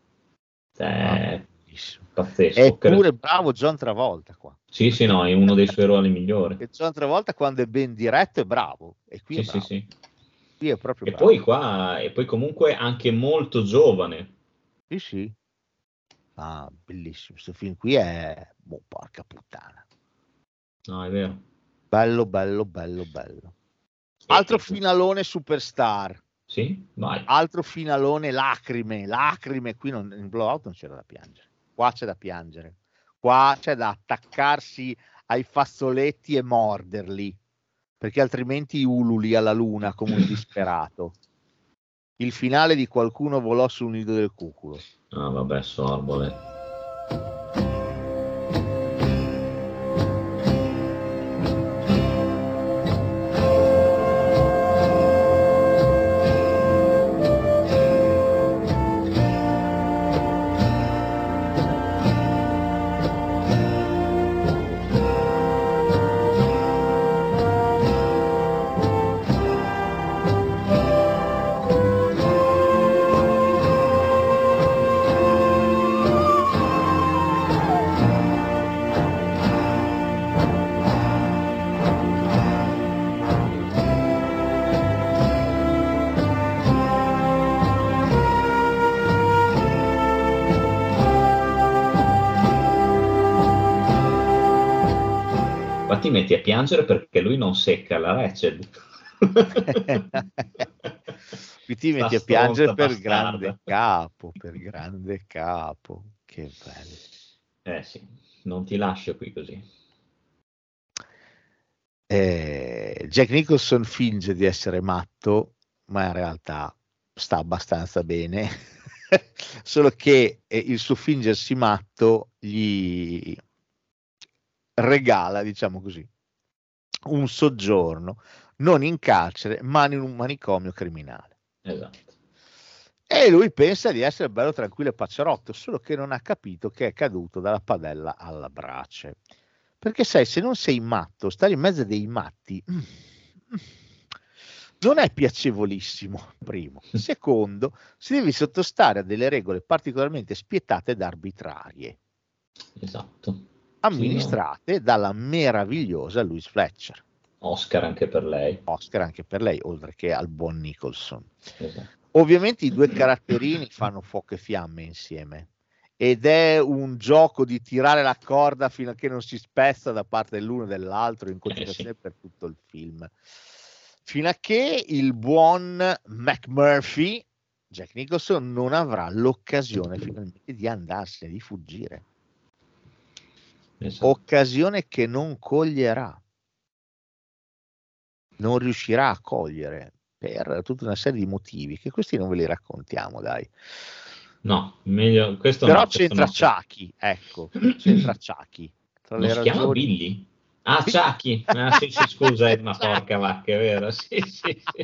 È Ah, bellissimo. pazzesco. Eppure bravo John Travolta qua. Sì, sì, no, è uno dei suoi ruoli migliori. E John Travolta quando è ben diretto è bravo, e qui Sì, è sì, bravo. sì. Qui è proprio E bravo. poi qua, e poi comunque anche molto giovane. Sì, sì. Ah, bellissimo. Questo film qui è, boh, porca puttana. No, è vero. Bello, bello, bello, bello. E- Altro e- finalone superstar. Sì, vai. Altro finalone lacrime, lacrime. Qui non, in Blowout non c'era da piangere. Qua c'è da piangere. Qua c'è da attaccarsi ai fazzoletti e morderli, perché altrimenti ululi alla luna come un disperato. Il finale di Qualcuno volò sul nido del cuculo. Ah, vabbè, sorbole. Ma ti metti a piangere perché lui non secca la Rachel. Qui ti metti a La piangere stronza per bastarda. grande capo, per grande capo. Che bello. Eh sì, non ti lascio qui così. Eh, Jack Nicholson finge di essere matto, ma in realtà sta abbastanza bene. Solo che eh, il suo fingersi matto gli regala, diciamo così, un soggiorno non in carcere, ma in un manicomio criminale. Esatto. E lui pensa di essere bello, tranquillo e pacerotto, solo che non ha capito che è caduto dalla padella alla brace. Perché sai, se non sei matto, stare in mezzo a dei matti mm, mm, non è piacevolissimo, primo. Secondo, si deve sottostare a delle regole particolarmente spietate ed arbitrarie, Esatto. amministrate Sì, no? dalla meravigliosa Louise Fletcher. Oscar anche per lei. Oscar anche per lei, oltre che al buon Nicholson. Esatto. Ovviamente i due caratterini fanno fuoco e fiamme insieme, ed è un gioco di tirare la corda fino a che non si spezza da parte dell'uno e dell'altro in continuazione Eh sì. per tutto il film, fino a che il buon McMurphy, Jack Nicholson, non avrà l'occasione finalmente di andarsene, di fuggire. Esatto. Occasione che non coglierà, non riuscirà a cogliere per tutta una serie di motivi che questi non ve li raccontiamo, dai. No, meglio questo Però no, questo c'entra no. Chucky, ecco, c'entra Chucky. Tra Non le si chiama ragioni, Billy? Ah, Chucky. Ah, sì, sì, scusa, è una porca vacca, è vero? Sì, sì, sì.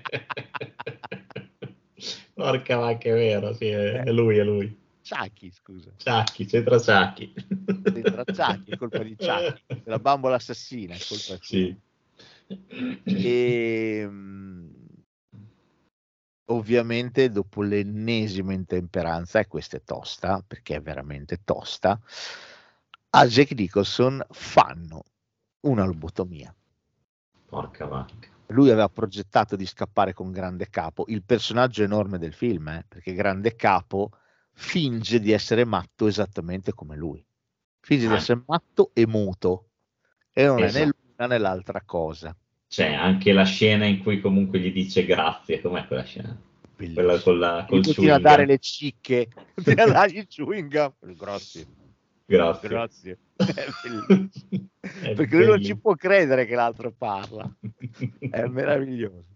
Porca vacca, è vero, sì, è, è lui, è lui. Chucky, scusa. Chucky, c'entra Chucky. C'entra Chucky, è colpa di Chucky. La bambola assassina, è colpa sua. Sì. E ovviamente dopo l'ennesima intemperanza, e questa è tosta, perché è veramente tosta, a Jack Nicholson fanno una lobotomia. Porca vacca. Lui aveva progettato di scappare con Grande Capo, il personaggio enorme del film, eh, perché Grande Capo finge di essere matto esattamente come lui. Finge Ah. di essere matto e muto, e non Esatto. è né l'una né l'altra cosa. C'è anche la scena in cui comunque gli dice grazie, com'è quella scena? Bellissimo. Quella con la, col Gli continua a chewing dare gum. le cicche, continua a dargli il chewing gum. Grazie. Grazie. Grazie. È bellissimo. È Perché lui non bellissimo. ci può credere che l'altro parla. È meraviglioso.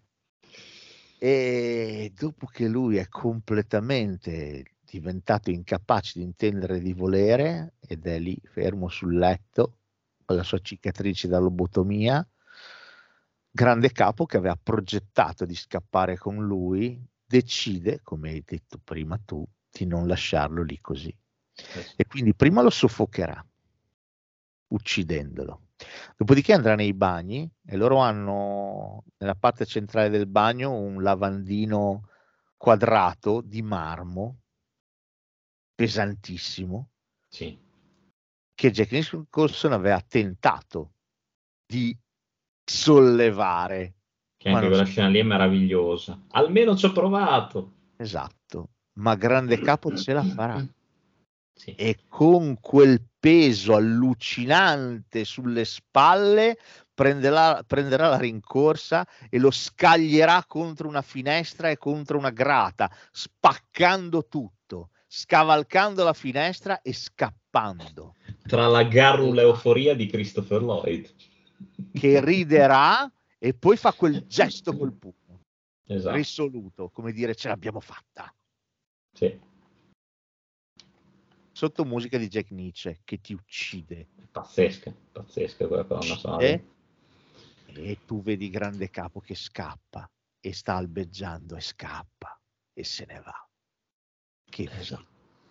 E dopo che lui è completamente diventato incapace di intendere di volere ed è lì fermo sul letto con la sua cicatrice da lobotomia, Grande Capo, che aveva progettato di scappare con lui, decide, come hai detto prima tu, di non lasciarlo lì così. E quindi prima lo soffocherà, uccidendolo. Dopodiché andrà nei bagni e loro hanno nella parte centrale del bagno un lavandino quadrato di marmo, pesantissimo, Sì. che Jack Nicholson aveva tentato di sollevare. Che Ma anche non quella si- scena lì è meravigliosa. Almeno ci ho provato. Esatto, ma Grande Capo ce la farà. Sì. E con quel peso allucinante sulle spalle prenderà, prenderà la rincorsa e lo scaglierà contro una finestra e contro una grata, spaccando tutto, scavalcando la finestra e scappando. Tra la garrula euforia di Christopher Lloyd. Che riderà e poi fa quel gesto col pugno, Esatto. risoluto, come dire ce l'abbiamo fatta. Sì. Sotto musica di Jack Nitzsche che ti uccide. Pazzesca, pazzesca quella colonna sonora. E, e tu vedi Grande Capo che scappa e sta albeggiando e scappa e se ne va. Che Esatto.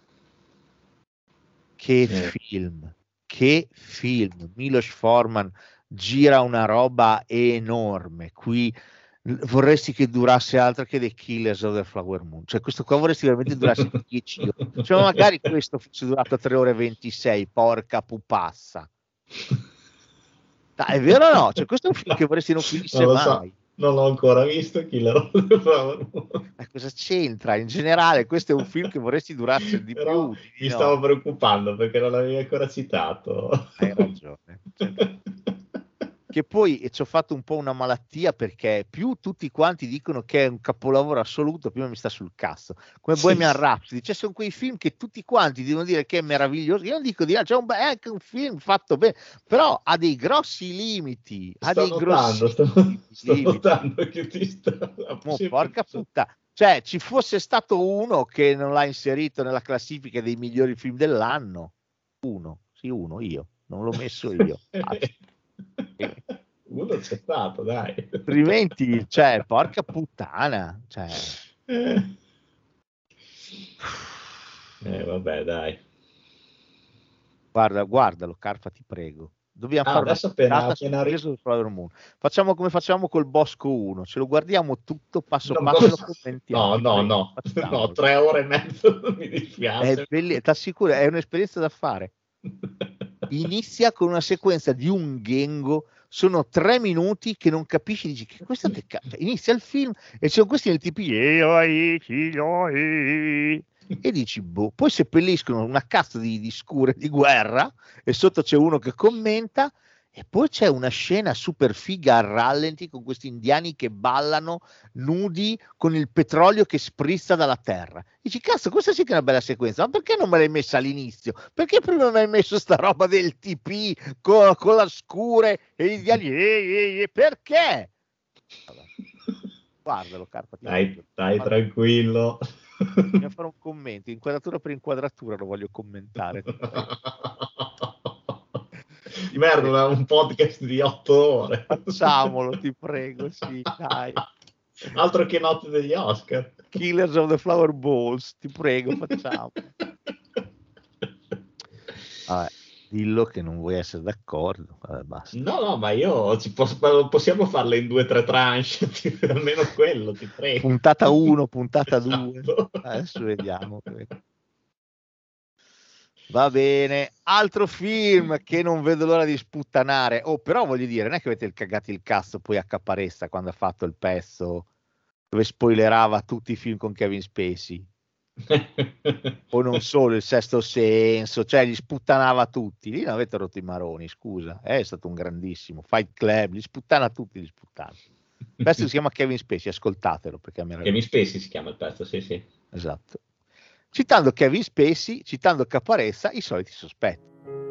film, che Sì. film, che film. Milos Forman gira una roba enorme. Qui vorresti che durasse altro che The Killers of the Flower Moon, cioè questo qua vorresti veramente durasse dieci ore, cioè magari questo fosse durato tre ore e ventisei, porca pupassa. Dai, è vero o no? Cioè questo è un film che vorresti non finisse Non lo so. mai. Non l'ho ancora visto, Killer of the Flower Moon. Ma cosa c'entra? In generale questo è un film che vorresti durasse di Però più. Di mi no. stavo preoccupando perché non l'avevi ancora citato. Hai ragione. Cioè, che poi e ci ho fatto un po' una malattia perché più tutti quanti dicono che è un capolavoro assoluto, prima mi sta sul cazzo. Come Sì. Bohemian Rhapsody, cioè sono quei film che tutti quanti devono dire che è meraviglioso. Io non dico di là, c'è un, be- è anche un film fatto bene, però ha dei grossi limiti. Ha Sto dei notando, grossi sto, sto limiti. notando che ti sta... Mo, sì, porca so- puttana. Cioè, ci fosse stato uno che non l'ha inserito nella classifica dei migliori film dell'anno. Uno, sì, uno, io. Non l'ho messo io. Uno c'è stato, dai. Altrimenti, cioè, porca puttana. Cioè, Eh, Eh, vabbè, dai. guarda, guardalo, Carfa, ti prego. Dobbiamo Ah, fare una adesso appena- puntata appena su ri- Killers of the Flower Moon. Facciamo come facciamo col Bosco uno. Ce lo guardiamo tutto passo Non passo e lo posso- commentiamo. No, ti no, prego, no, facciamolo. no, tre ore e mezzo, mi dispiace. È belli- t'assicuro, è un'esperienza da fare. Inizia con una sequenza di un Gengo, sono tre minuti che non capisci, dici che questo che cazzo, inizia il film e ci sono questi nel tipo e dici boh, poi seppelliscono una cazzo di, di scure di guerra e sotto c'è uno che commenta e poi c'è una scena super figa a rallenti con questi indiani che ballano nudi con il petrolio che sprizza dalla terra. Dici cazzo, questa sì che è una bella sequenza, ma perché non me l'hai messa all'inizio? Perché prima non hai messo sta roba del T P con, con la scure e gli indiani ehi, ehi, ehi, perché? Vabbè. Guardalo, Carpa, ti Dai, prego. dai, Guarda- tranquillo. Bisogna fare un commento, inquadratura per inquadratura lo voglio commentare. Di merda, un podcast di otto ore. Facciamolo, ti prego, sì, dai. Altro che notte degli Oscar. Killers of the Flower Balls, ti prego, facciamo. Vabbè, dillo che non vuoi essere d'accordo. Vabbè, basta. No, no, ma io ci posso, possiamo farle in due o tre tranche, almeno quello, ti prego. Puntata uno, puntata due. Esatto. Adesso vediamo. Va bene, altro film che non vedo l'ora di sputtanare. Oh, però voglio dire, non è che avete cagato il cazzo poi a Caparezza quando ha fatto il pezzo dove spoilerava tutti i film con Kevin Spacey. O non solo, Il Sesto Senso, cioè li sputtanava tutti. Lì non avete rotto i maroni, scusa. È stato un grandissimo Fight Club, li sputtana tutti, li sputtana. Il pezzo si chiama Kevin Spacey, ascoltatelo perché a me Kevin Spacey si chiama il pezzo, sì, sì. Esatto. Citando Kevin Spacey, citando Caparezza, I Soliti Sospetti.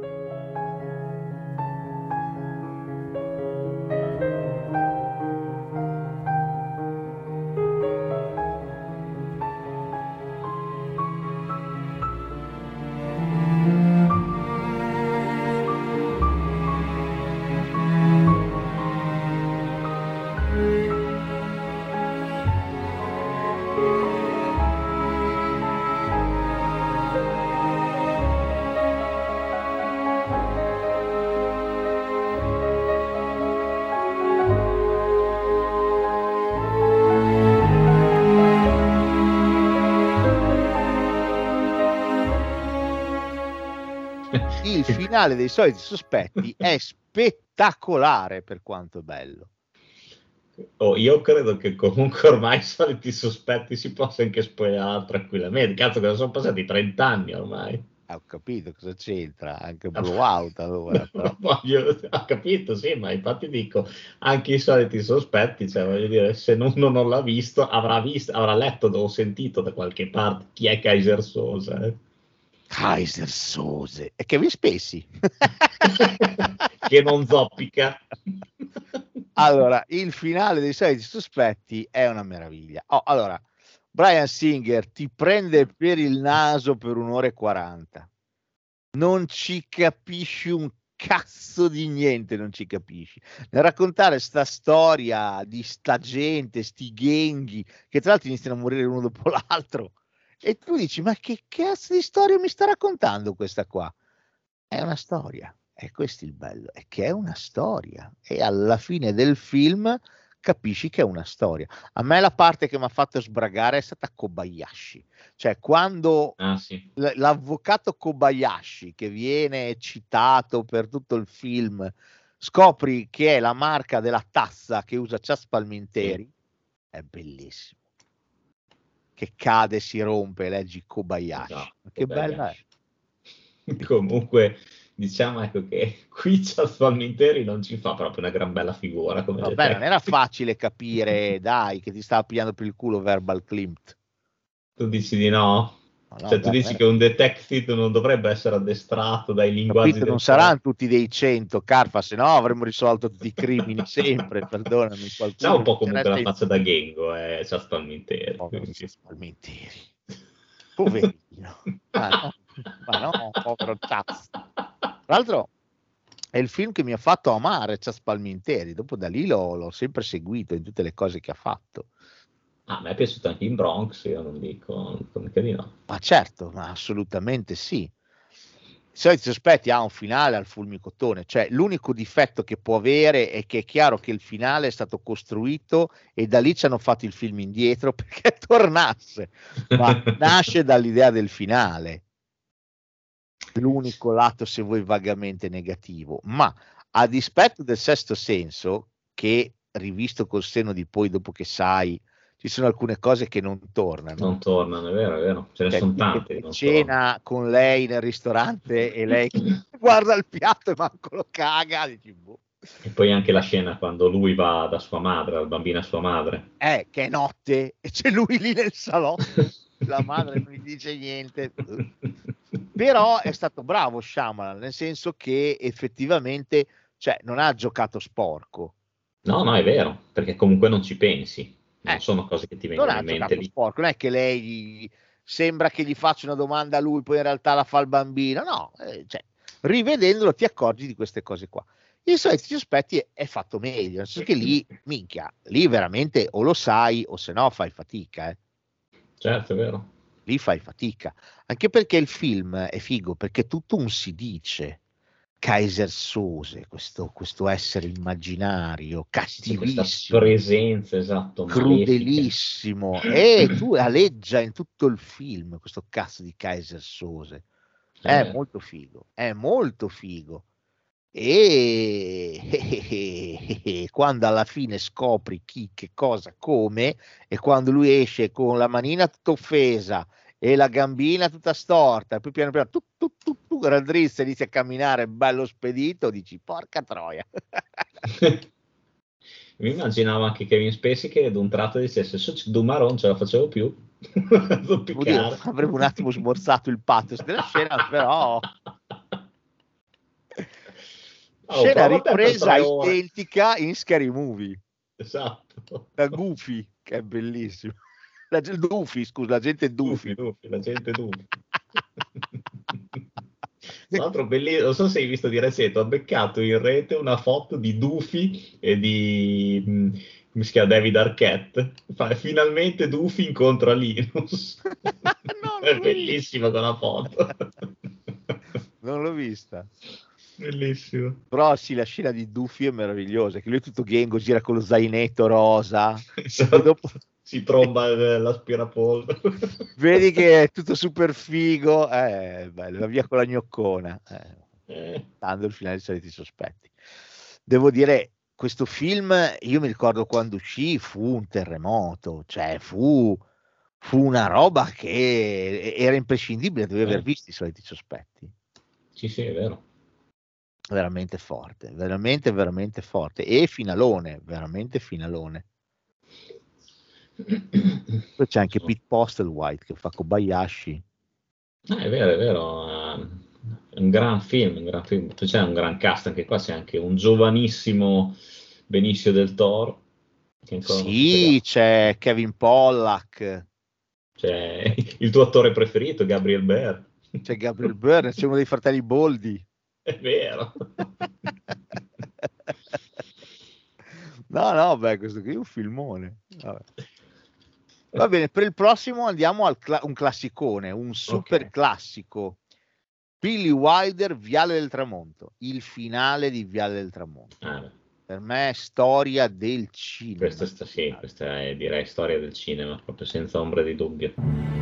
Il finale dei Soliti Sospetti è spettacolare per quanto è bello. Oh, io credo che comunque ormai I Soliti Sospetti si possa anche spoilerare tranquillamente. Cazzo, che sono passati trenta anni ormai. Ah, ho capito cosa c'entra, anche Blowout allora. Però. Voglio, ho capito, sì, ma infatti dico, anche I Soliti Sospetti, cioè voglio dire, se uno non l'ha visto, avrà visto, avrà letto o sentito da qualche parte chi è Keyser Söze. Eh? Keyser Söze e Kevin Spacey che non zoppica. Allora, il finale dei Soliti Sospetti è una meraviglia. Oh, allora, Bryan Singer ti prende per il naso per un'ora e quaranta, non ci capisci un cazzo di niente, non ci capisci. Nel raccontare sta storia di sta gente, sti genghi che tra l'altro iniziano a morire uno dopo l'altro. E tu dici, ma che cazzo di storia mi sta raccontando questa qua? È una storia, e questo è il bello, è che è una storia, e alla fine del film capisci che è una storia. A me la parte che mi ha fatto sbragare è stata Kobayashi, cioè quando ah, sì. l- l'avvocato Kobayashi, che viene citato per tutto il film, scopri che è la marca della tazza che usa Chas Palminteri, sì. È bellissimo. Che cade, si rompe, leggi Kobayashi. No, che Kobayashi. Bella è. Comunque, diciamo ecco che qui Chas Palminteri non ci fa proprio una gran bella figura. Come Vabbè, non era facile capire, dai, che ti stava pigliando per il culo Verbal Klimt. Tu dici di no? No, no, cioè, tu dici che un detective non dovrebbe essere addestrato dai linguaggi Capito, del non saranno tutti dei cento, Carfa, se no avremmo risolto tutti i crimini sempre, perdonami. C'è un po' comunque la faccia da Gengo, eh, Chas Palminteri. Povero Chas Palminteri. Poverino. Ma no, ma no, povero Chas. Tra l'altro è il film che mi ha fatto amare Chas Palminteri, dopo da lì l'ho, l'ho sempre seguito in tutte le cose che ha fatto. Ah, a me è piaciuto anche in Bronx, io non dico come che di no. Ma certo, ma assolutamente sì. I Soliti Sospetti ha un finale al fulmicotone, cioè l'unico difetto che può avere è che è chiaro che il finale è stato costruito e da lì ci hanno fatto il film indietro perché tornasse, ma nasce dall'idea del finale. L'unico lato, se vuoi, vagamente negativo, ma a dispetto del Sesto Senso, che rivisto col senno di poi, dopo che sai, ci sono alcune cose che non tornano. Non tornano, è vero, è vero. Ce ne cioè, sono tante. Cena tornano. Con lei nel ristorante e lei guarda il piatto e manco lo caga. Dici, boh. E poi anche la scena quando lui va da sua madre, al bambino a sua madre. Eh, che è notte e c'è lui lì nel salotto. La madre non gli dice niente. Però è stato bravo Shyamalan, nel senso che effettivamente, cioè, non ha giocato sporco. No, no, è vero, perché comunque non ci pensi. Non Eh, sono cose che ti vengono in mente lì. Sporco. Non è che lei gli, sembra che gli faccia una domanda a lui, poi in realtà la fa il bambino. No, eh, cioè, rivedendolo ti accorgi di queste cose qua. I Soliti Sospetti è fatto meglio, nel senso che lì, minchia, lì veramente o lo sai o se no fai fatica. Eh. Certo, è vero. Lì fai fatica, anche perché il film è figo, perché tutto un si dice. Kaiser Sose, questo, questo essere immaginario, cattivissimo, questa presenza, esatto, crudelissimo, e tu aleggia in tutto il film questo cazzo di Kaiser Sose. È Eh. molto figo, è molto figo. E... e quando alla fine scopri chi, che cosa, come, e quando lui esce con la manina tutta offesa e la gambina tutta storta, e poi piano piano tu, tu, tu, tu raddrizza e inizia a camminare bello spedito, dici porca troia. Mi immaginavo anche Kevin Spacey che ad un tratto dicesse Dumaron non ce la facevo più. Oddio, avremmo un attimo smorzato il pathos della scena, però Oh, scena prova te per ripresa tre ore. identica in Scary Movie Esatto. da Goofy, che è bellissimo. La, Doofy, scusa, la gente Doofy. Duffy, Duffy, la gente Duffy. Tra l'altro bellissimo, non so se hai visto di recente, ho beccato in rete una foto di Duffy e di mh, come si chiama, David Arquette. Fa, finalmente Duffy incontra Linus. No, È bellissima quella foto. Non l'ho vista. Bellissimo. Però sì, la scena di Duffy è meravigliosa, che lui è tutto ghengo, gira con lo zainetto rosa. Esatto. E dopo... si tromba l'aspirapolvere. Vedi che è tutto super figo, eh, bello, va via con la gnoccona, eh, Eh. dando il finale dei Soliti Sospetti. Devo dire, questo film, io mi ricordo quando uscì, fu un terremoto, cioè fu, fu una roba che era imprescindibile, dovevi Eh. aver visto i Soliti Sospetti. Sì, sì, è vero. Veramente forte, veramente, veramente forte, e finalone, veramente finalone. Poi c'è anche Pete Postlewhite che fa Kobayashi. Eh, è vero, è vero, è un gran film, un gran film. C'è un gran cast anche qua, c'è anche un giovanissimo Benicio del Toro. Che ancora non si Sì, c'è Kevin Pollack, c'è il tuo attore preferito, Gabriel Byrne. c'è Gabriel Byrne, c'è uno dei fratelli Boldi. È vero. No, no, beh, questo qui è un filmone. Vabbè. Va bene, per il prossimo andiamo al cla- un classicone, un super Ok. classico. Billy Wilder, Viale del Tramonto, il finale di Viale del Tramonto. Ah, beh, Per me è storia del cinema. questa, sta- sì, questa è direi storia del cinema, proprio senza ombra di dubbio.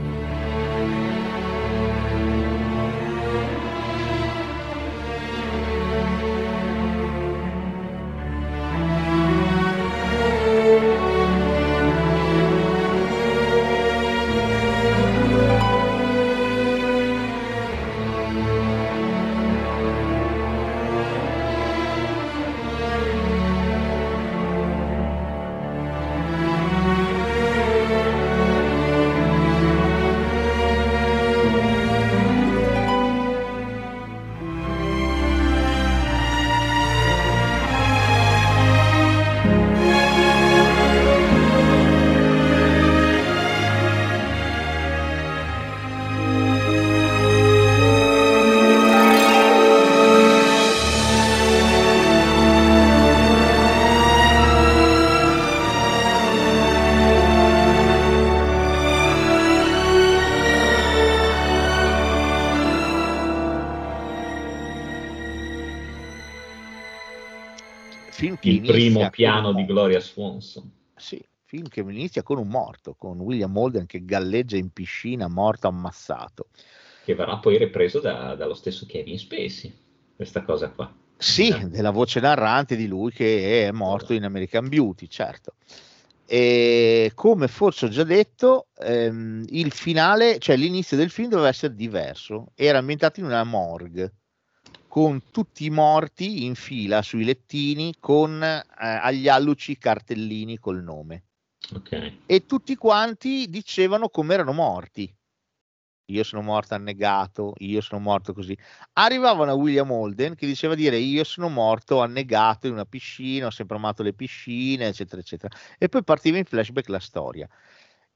Film che Il inizia primo con piano un di morto. Gloria Swanson. Sì, film che inizia con un morto, con William Holden che galleggia in piscina, morto ammazzato. Che verrà poi ripreso da- dallo stesso Kevin Spacey, questa cosa qua. Sì, Eh. della voce narrante di lui che è morto in American Beauty, certo. E come forse ho già detto, ehm, il finale, cioè l'inizio del film doveva essere diverso, era ambientato in una morgue con tutti i morti in fila sui lettini con eh, agli alluci cartellini col nome Ok. e tutti quanti dicevano come erano morti. Io sono morto annegato, io sono morto così. Arrivavano a William Holden che diceva dire io sono morto annegato in una piscina, ho sempre amato le piscine, eccetera, eccetera. E poi partiva in flashback la storia.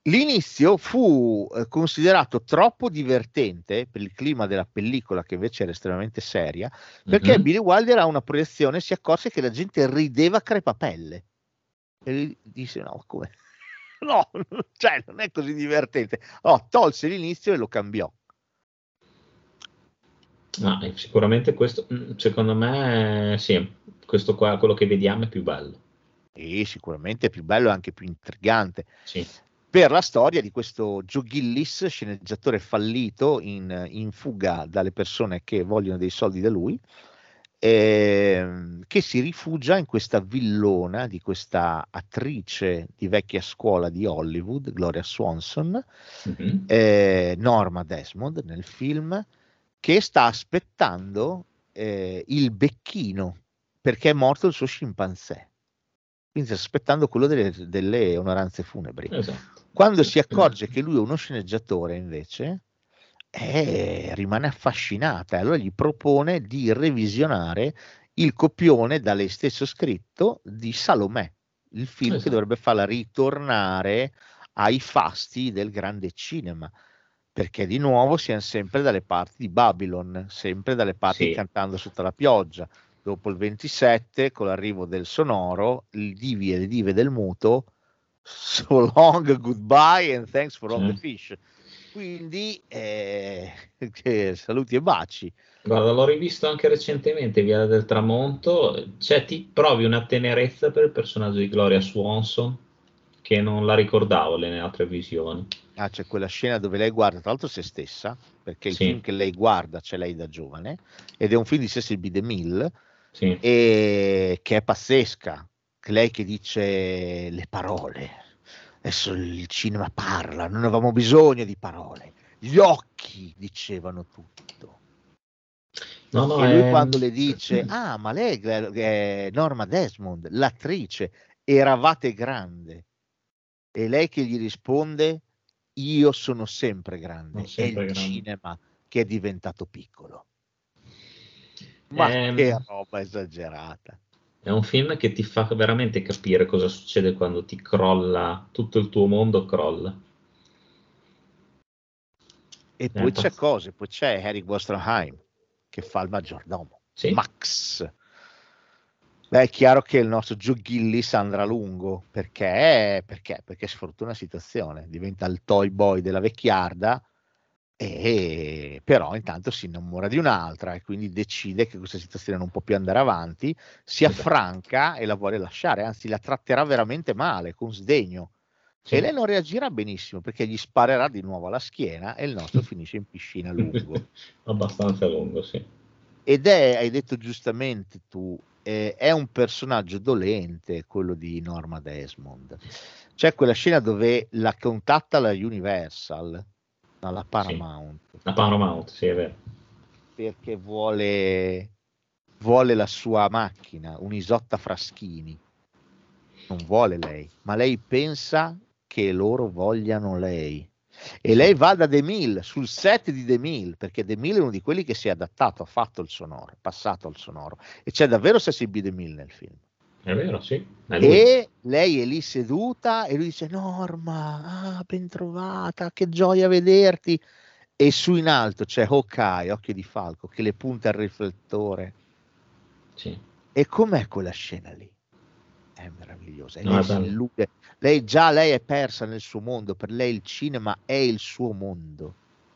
L'inizio fu eh, considerato troppo divertente per il clima della pellicola, che invece era estremamente seria, perché Mhm. Billy Wilder a una proiezione si accorse che la gente rideva a crepapelle e lui disse no, come? No, cioè non è così divertente. No, tolse l'inizio e lo cambiò. No, eh, sicuramente questo, mm, secondo me, sì, questo qua, quello che vediamo è più bello. E sicuramente è più bello e anche più intrigante. Sì. Per la storia di questo Joe Gillis, sceneggiatore fallito in, in fuga dalle persone che vogliono dei soldi da lui, ehm, che si rifugia in questa villona di questa attrice di vecchia scuola di Hollywood, Gloria Swanson, Mhm. eh, Norma Desmond nel film, che sta aspettando eh, il becchino perché è morto il suo scimpanzé. Quindi sta aspettando quello delle, delle onoranze funebri. Esatto. Quando si accorge che lui è uno sceneggiatore, invece, eh, rimane affascinata e allora gli propone di revisionare il copione da lei stesso scritto di Salomè, il film Esatto. che dovrebbe farla ritornare ai fasti del grande cinema, perché di nuovo siamo sempre dalle parti di Babylon, sempre dalle parti Sì. Cantando sotto la pioggia. Dopo il ventisette, con l'arrivo del sonoro, i divi e le dive del muto, so long, goodbye and thanks for all the Sì. fish. Quindi eh, che saluti e baci. Guarda, l'ho rivisto anche recentemente, Via del Tramonto, cioè ti provi una tenerezza per il personaggio di Gloria Swanson che non la ricordavo nelle altre visioni. Ah, c'è quella scena dove lei guarda tra l'altro se stessa, perché il Sì. film che lei guarda c'è lei da giovane, ed è un film di Cecil B. DeMille, Sì. e che è pazzesca, che lei che dice le parole, adesso il cinema parla, non avevamo bisogno di parole, gli occhi dicevano tutto. No, no, E lui è... quando le dice ah ma lei è Norma Desmond, l'attrice, eravate grande, e lei che gli risponde io sono sempre grande, Sono sempre è il grande. cinema che è diventato piccolo. Ma Ehm, che roba esagerata. È un film che ti fa veramente capire cosa succede quando ti crolla, tutto il tuo mondo crolla. E Eh, poi c'è pazz- cose, poi c'è Eric Bostrheim che fa il maggiordomo, Sì. Max. Beh, è chiaro che il nostro Joe Gillis andrà lungo, perché? Perché? Perché sfortuna la situazione, diventa il toy boy della vecchiarda, e però intanto si innamora di un'altra e quindi decide che questa situazione non può più andare avanti, si Esatto. affranca e la vuole lasciare, anzi la tratterà veramente male, con sdegno. Sì. E lei non reagirà benissimo perché gli sparerà di nuovo alla schiena e il nostro finisce in piscina lungo. Abbastanza lungo, sì. Ed è, hai detto giustamente tu, eh, è un personaggio dolente quello di Norma Desmond. C'è quella scena dove la contatta la Universal, la Paramount, La Paramount, sì, è vero. perché vuole, vuole la sua macchina, un'Isotta Fraschini. Non vuole lei, ma lei pensa che loro vogliano lei. E lei va da DeMille, sul set di DeMille, perché DeMille è uno di quelli che si è adattato, ha fatto il sonoro, è passato al sonoro. E c'è davvero Cecil B. DeMille nel film. È vero, sì. È lui. E lei è lì seduta e lui dice Norma, ah, ben trovata, che gioia vederti. E su in alto c'è Hawkeye, Occhio di Falco, che le punta il riflettore. Sì. E com'è quella scena lì? È meravigliosa. E No, lei, è si bello. illude. Lei già lei è persa nel suo mondo, per lei il cinema è il suo mondo.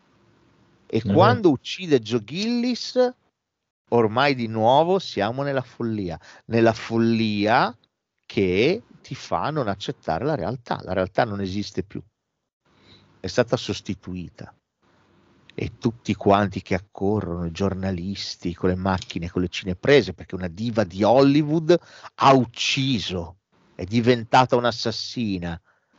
E vero. quando uccide Joe Gillis, ormai di nuovo siamo nella follia, nella follia che ti fa non accettare la realtà. La realtà non esiste più, è stata sostituita. E tutti quanti che accorrono, i giornalisti con le macchine, con le cineprese, perché una diva di Hollywood ha ucciso, è diventata un'assassina.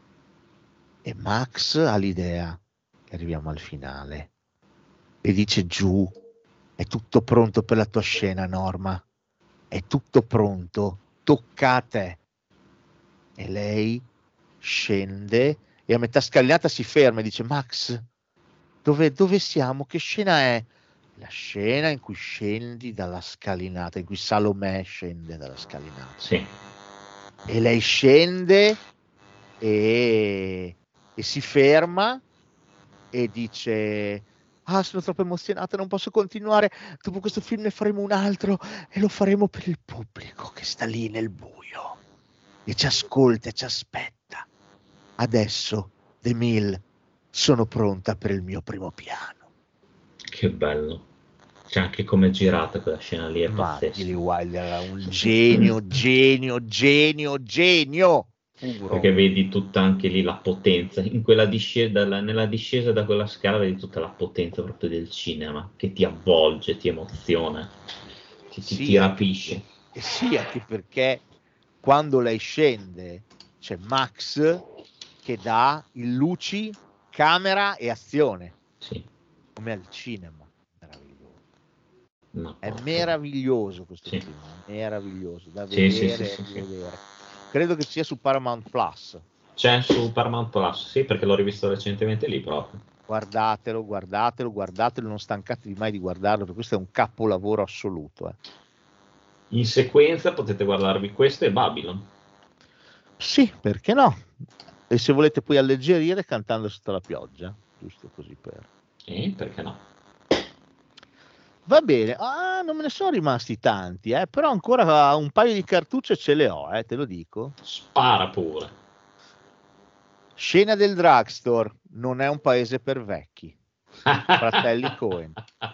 E Max ha l'idea, e arriviamo al finale, e dice giù, è tutto pronto per la tua scena, Norma, è tutto pronto, tocca a te. E lei scende e a metà scalinata si ferma e dice Max, Dove, dove siamo? Che scena è? La scena in cui scendi dalla scalinata, in cui Salomè scende dalla scalinata. Sì. E lei scende e e si ferma e dice: ah, sono troppo emozionata, non posso continuare, dopo questo film ne faremo un altro e lo faremo per il pubblico che sta lì nel buio e ci ascolta e ci aspetta. Adesso, The Mill, sono pronta per il mio primo piano. Che bello. C'è anche come è girata quella scena lì, è Ma pazzesca. Billy Wilder era un genio, genio, genio, genio puro. Perché vedi tutta anche lì la potenza, in quella discesa, nella discesa da quella scala vedi tutta la potenza proprio del cinema, che ti avvolge, ti emoziona, ti, ti, Sì, ti rapisce. E sì, anche perché quando lei scende c'è Max che dà il luci, camera e azione, Sì. come al cinema. Meraviglioso. No, È porca. meraviglioso questo Sì. film, meraviglioso da Sì, vedere, sì, sì, sì, e sì. rivedere. Credo che sia su Paramount Plus. C'è su Paramount Plus, sì, perché l'ho rivisto recentemente lì proprio. Guardatelo, guardatelo, guardatelo, non stancatevi mai di guardarlo, perché questo è un capolavoro assoluto. Eh. In sequenza potete guardarvi questo e Babylon. Sì, perché no? E se volete poi alleggerire cantando sotto la pioggia, giusto così per... Eh, perché no? Va bene, ah, non me ne sono rimasti tanti, eh, però ancora un paio di cartucce ce le ho, eh, te lo dico. Spara pure. Scena del drugstore, non è un paese per vecchi. Fratelli Coen.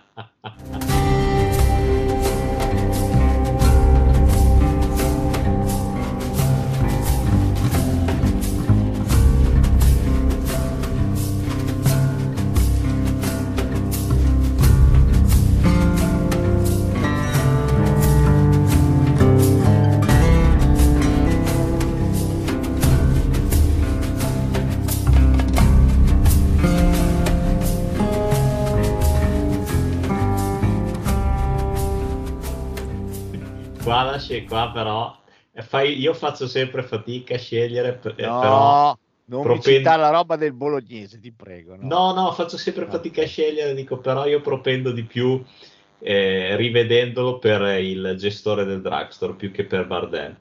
Qua, la sce- qua però eh, fai, io faccio sempre fatica a scegliere, per- eh, No, però non mi propendo- citare la roba del bolognese, ti prego. No, no, no, faccio sempre No. fatica a scegliere, dico, però io propendo di più eh, rivedendolo per il gestore del drugstore più che per Bardem.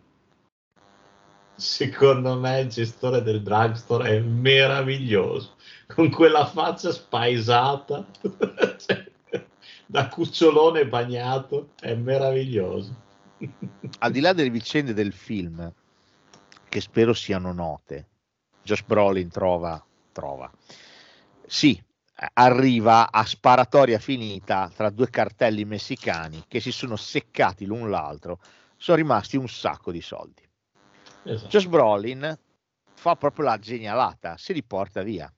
Secondo me il gestore del drugstore è meraviglioso, con quella faccia spaesata, cioè, da cucciolone bagnato, è meraviglioso. Al di là delle vicende del film, che spero siano note, Josh Brolin trova, trova, sì, arriva a sparatoria finita tra due cartelli messicani che si sono seccati l'un l'altro, sono rimasti un sacco di soldi. Esatto. Josh Brolin fa proprio la genialata, si riporta via,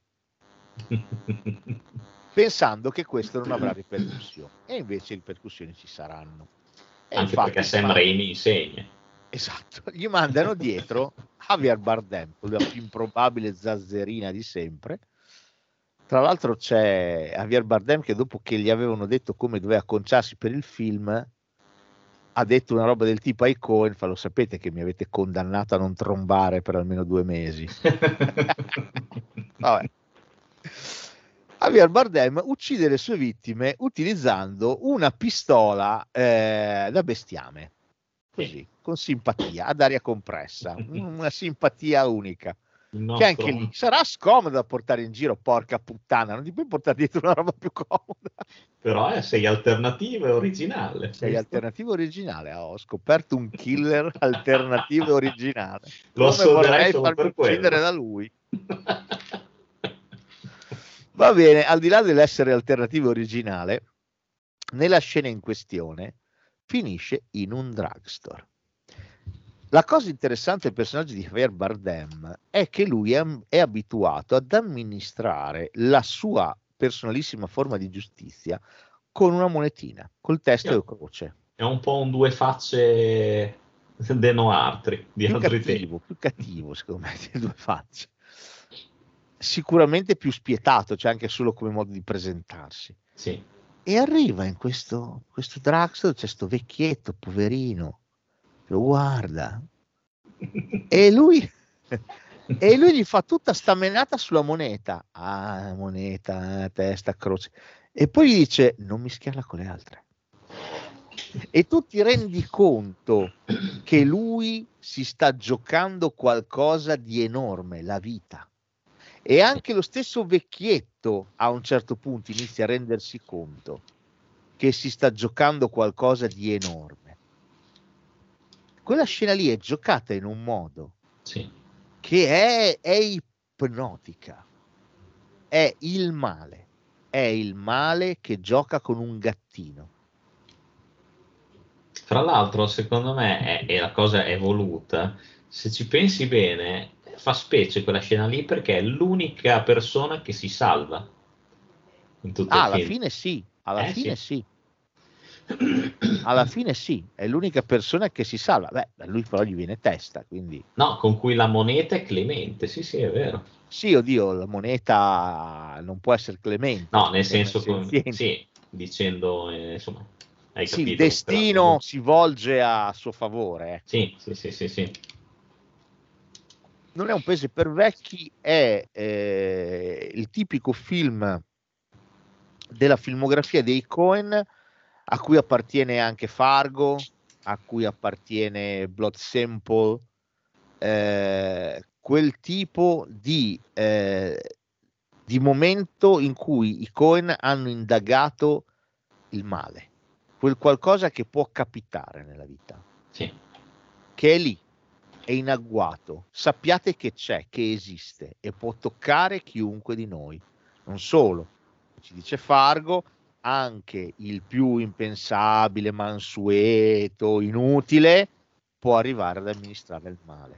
pensando che questo non avrà ripercussioni, e invece ripercussioni ci saranno. E Anche infatti perché Sam ma- Raimi insegna. Esatto, gli mandano dietro Javier Bardem, la più improbabile zazzerina di sempre. Tra l'altro c'è Javier Bardem che dopo che gli avevano detto come doveva acconciarsi per il film ha detto una roba del tipo ai Coen: fa, lo sapete che mi avete condannato a non trombare per almeno due mesi. Vabbè. Javier Bardem uccide le sue vittime utilizzando una pistola eh, da bestiame, così, con simpatia, ad aria compressa, una simpatia unica. Il Che nostro- anche lì sarà scomodo da portare in giro, porca puttana, non ti puoi portare dietro una roba più comoda. Però eh, sei alternativo e originale. Sei Visto? alternativo originale, ah, ho scoperto un killer alternativo e originale. Lo Come assolderei vorrei solo farmi per quello. uccidere da lui. Va bene, al di là dell'essere alternativo e originale, nella scena in questione finisce in un drugstore. La cosa interessante del personaggio di Javier Bardem è che lui è, è abituato ad amministrare la sua personalissima forma di giustizia con una monetina, col testo Yeah. e croce. È un po' un due facce de Noartri di Più altri cattivo, più cattivo secondo me delle due facce. Sicuramente più spietato, cioè anche solo come modo di presentarsi. tempi. Sì. E arriva in questo, questo drugstore, c'è sto vecchietto, poverino, lo guarda, e lui, e lui gli fa tutta sta menata sulla moneta. Ah, moneta, testa, croce. E poi gli dice: non mischiarla con le altre. E tu ti rendi conto che lui si sta giocando qualcosa di enorme, la vita. E anche lo stesso vecchietto a un certo punto inizia a rendersi conto che si sta giocando qualcosa di enorme. Quella scena lì è giocata in un modo Sì. che è, è ipnotica, è il male, è il male che gioca con un gattino. Fra l'altro, secondo me, è, è la cosa è voluta. Se ci pensi bene, fa specie quella scena lì perché è l'unica persona che si salva in tutto Ah, il alla film. fine sì, alla Eh, fine sì. sì. Alla fine sì, è l'unica persona che si salva. Beh, a lui però gli viene testa, quindi... No, con cui la moneta è clemente, sì, sì, è vero. Sì, oddio, la moneta non può essere clemente. No, nel perché senso, non è con, senziente. sì, dicendo, eh, insomma, hai Sì, il capito. destino però- si volge a suo favore. ecco. Sì, sì, sì, sì, sì. Non è un paese per vecchi, è eh, il tipico film della filmografia dei Coen, a cui appartiene anche Fargo, a cui appartiene Blood Simple, eh, quel tipo di, eh, di momento in cui i Coen hanno indagato il male, quel qualcosa che può capitare nella vita, Sì. che è lì, è in agguato, sappiate che c'è, che esiste e può toccare chiunque di noi. Non solo, ci dice Fargo, anche il più impensabile, mansueto, inutile, può arrivare ad amministrare il male.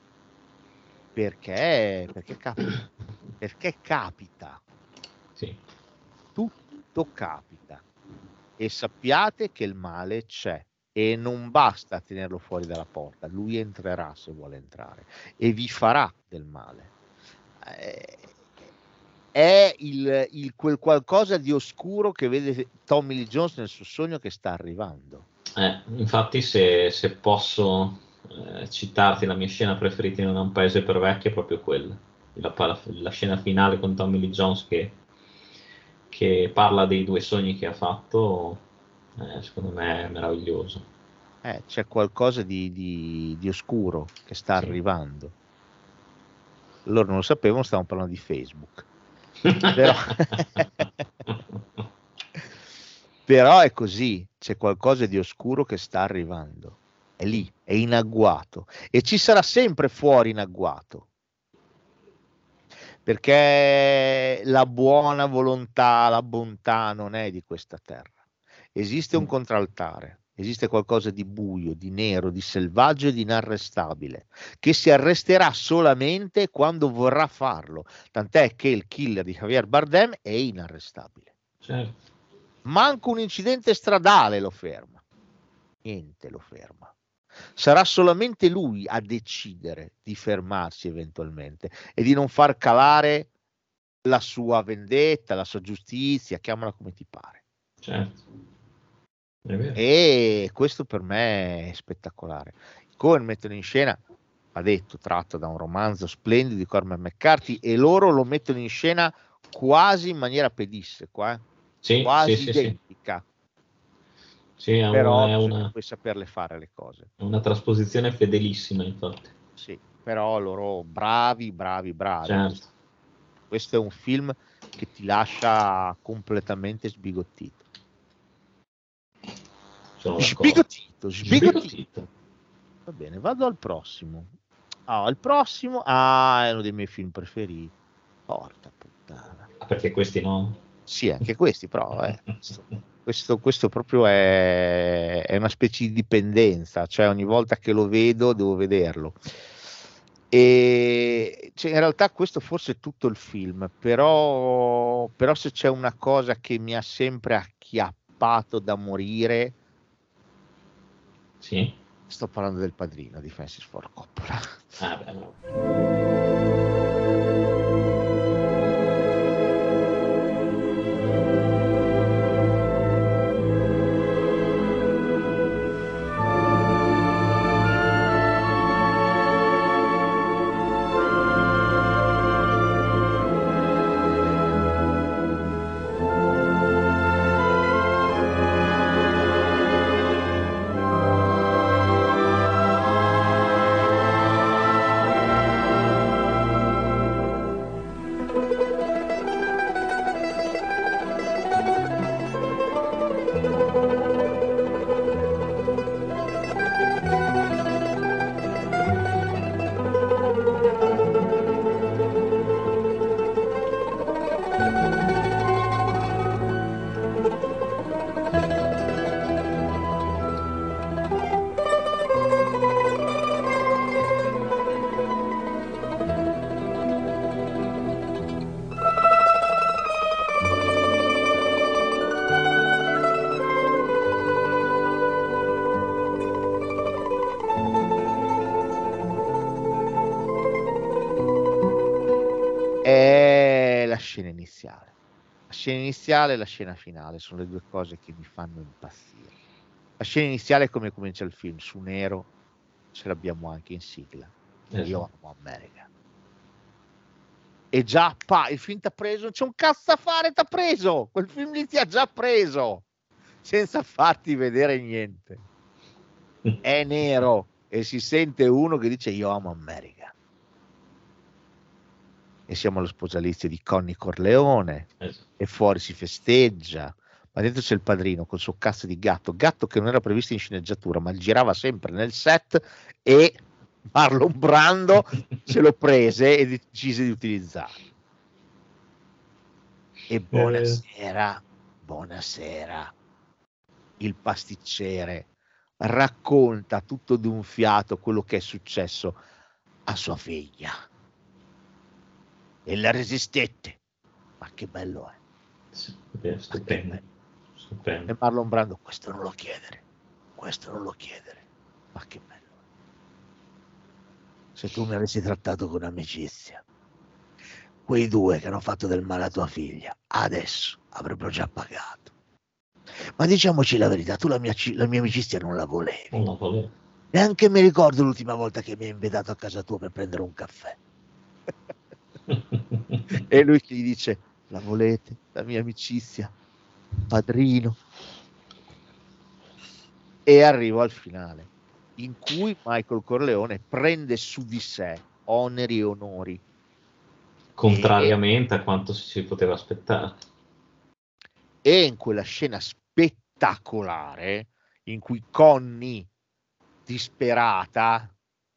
Perché? Perché capita. Perché capita. Sì. Tutto capita. E sappiate che il male c'è. E non basta tenerlo fuori dalla porta, lui entrerà se vuole entrare e vi farà del male. Eh, è il, il, quel qualcosa di oscuro che vede Tommy Lee Jones nel suo sogno che sta arrivando. Eh, infatti, se, se posso eh, citarti la mia scena preferita in Un paese per vecchi, è proprio quella. La, la, la scena finale con Tommy Lee Jones che, che parla dei due sogni che ha fatto. Eh, secondo me è meraviglioso. Eh, c'è qualcosa di, di, di oscuro che sta Sì. arrivando. Loro non lo sapevano, stavano parlando di Facebook. Però... Però è così, c'è qualcosa di oscuro che sta arrivando. È lì, è in agguato. E ci sarà sempre fuori in agguato. Perché la buona volontà, la bontà non è di questa terra. Esiste un contraltare, esiste qualcosa di buio, di nero, di selvaggio e di inarrestabile, che si arresterà solamente quando vorrà farlo. Tant'è che il killer di Javier Bardem è inarrestabile. Certo. Manco un incidente stradale lo ferma. Niente lo ferma. Sarà solamente lui a decidere di fermarsi eventualmente e di non far calare la sua vendetta, la sua giustizia, chiamala come ti pare. Certo. È vero. E questo per me è spettacolare. I Coen mettono in scena, va detto, tratto da un romanzo splendido di Cormac McCarthy, e loro lo mettono in scena quasi in maniera pedissequa, eh? Sì, quasi sì, sì, identica. Sì, è Però una, è bisogna una, poi saperle fare le cose. è una trasposizione fedelissima, infatti. Sì, però loro bravi, bravi, bravi. Certo. Questo è un film che ti lascia completamente sbigottito. Sono d'accordo. Sbigottito, sbigottito. Sbigottito. Va bene, vado al prossimo. Ah, il prossimo, ah, è uno dei miei film preferiti. Porca puttana. Ah, perché questi no? Sì, anche questi, però, eh. questo, questo proprio è, è una specie di dipendenza, cioè ogni volta che lo vedo devo vederlo. E cioè, in realtà questo forse è tutto il film, però, però se c'è una cosa che mi ha sempre acchiappato da morire, Sì. sto parlando del Padrino di Francis Ford Coppola. Ah, beh, no. scena iniziale. La scena iniziale e la scena finale sono le due cose che mi fanno impazzire. La scena iniziale è come comincia il film, su nero, ce l'abbiamo anche in sigla. Esatto. Io amo America. E già, pa, il film t'ha preso, non c'è un cazzo a fare, t'ha preso! Quel film lì ti ha già preso! Senza farti vedere niente. È nero e si sente uno che dice io amo America. E siamo allo sposalizio di Connie Corleone, esatto. E fuori si festeggia, ma dentro c'è il padrino col suo cazzo di gatto, gatto che non era previsto in sceneggiatura, ma girava sempre nel set e Marlon Brando se lo prese e decise di utilizzarlo. E buonasera, buonasera, il pasticcere racconta tutto d'un fiato quello che è successo a sua figlia. E la resistette, ma che bello è, sì, è stupendo, stupendo. E Marlon Brando, questo non lo chiedere, questo non lo chiedere, ma che bello è. Se tu mi avessi trattato con amicizia, quei due che hanno fatto del male a tua figlia adesso avrebbero già pagato. Ma diciamoci la verità, tu la mia, la mia amicizia non la volevi, non la volevo. Neanche mi ricordo l'ultima volta che mi hai invitato a casa tua per prendere un caffè. E lui gli dice la volete la mia amicizia, padrino? E arrivo al finale in cui Michael Corleone prende su di sé oneri e onori, contrariamente e, a quanto si poteva aspettare, e in quella scena spettacolare in cui Connie disperata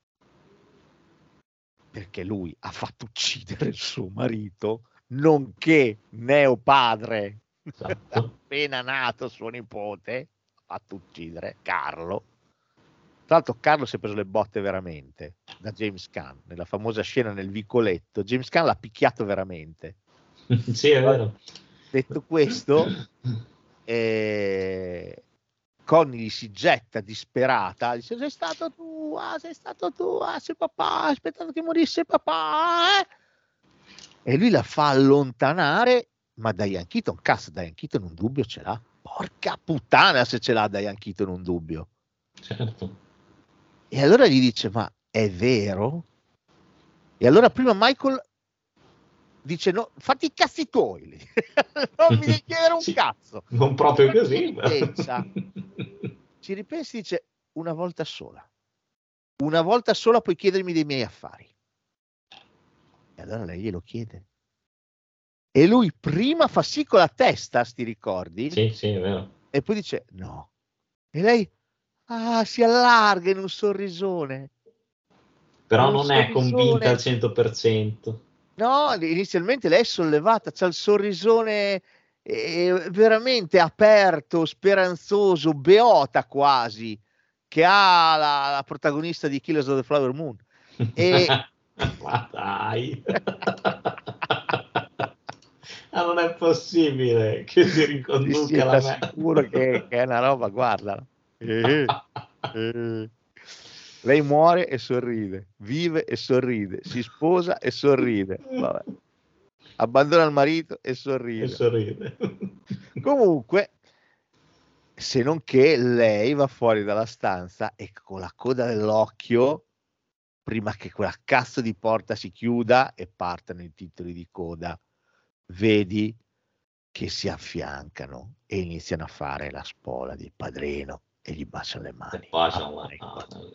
perché lui ha fatto uccidere il suo marito, nonché neo padre, esatto. Appena nato suo nipote, ha fatto uccidere Carlo. Tra l'altro Carlo si è preso le botte veramente da James Caan, nella famosa scena nel vicoletto, James Caan l'ha picchiato veramente. Sì, è vero. Detto questo, eh, Connie gli si getta disperata, dice sei stato tu, ah, sei stato tu, ah, sei papà, hai aspettato che morisse papà, eh? E lui la fa allontanare, ma Diane Keaton, cazzo, Diane Keaton un dubbio ce l'ha, porca puttana se ce l'ha Diane Keaton un dubbio, certo. E allora gli dice ma è vero? E allora prima Michael dice no, fatti i cazzi tuoi, non mi devi chiedere un sì, cazzo, non proprio così, pensa. Ci ripensi, dice una volta sola, una volta sola puoi chiedermi dei miei affari. E allora lei glielo chiede e lui prima fa sì con la testa, sti ricordi? Sì, sì, è vero. E poi dice no, e lei ah, si allarga in un sorrisone, però un non sorrisone. È convinta al cento per cento. No, inizialmente lei è sollevata, c'ha il sorrisone eh, veramente aperto, speranzoso, beota quasi, che ha la, la protagonista di Killers of the Flower Moon. E... Ma dai! Ma non è possibile che si riconduca sì, sì, la me. Sicuro che, che è una roba, guarda. Eh, eh. Lei muore e sorride, vive e sorride, si sposa e sorride, vabbè. Abbandona il marito e sorride. E sorride. Comunque, se non che lei va fuori dalla stanza e con la coda dell'occhio, prima che quella cazzo di porta si chiuda e partano i titoli di coda, vedi che si affiancano e iniziano a fare la spola di padrino e gli baciano le mani. Baciano ah, la mano.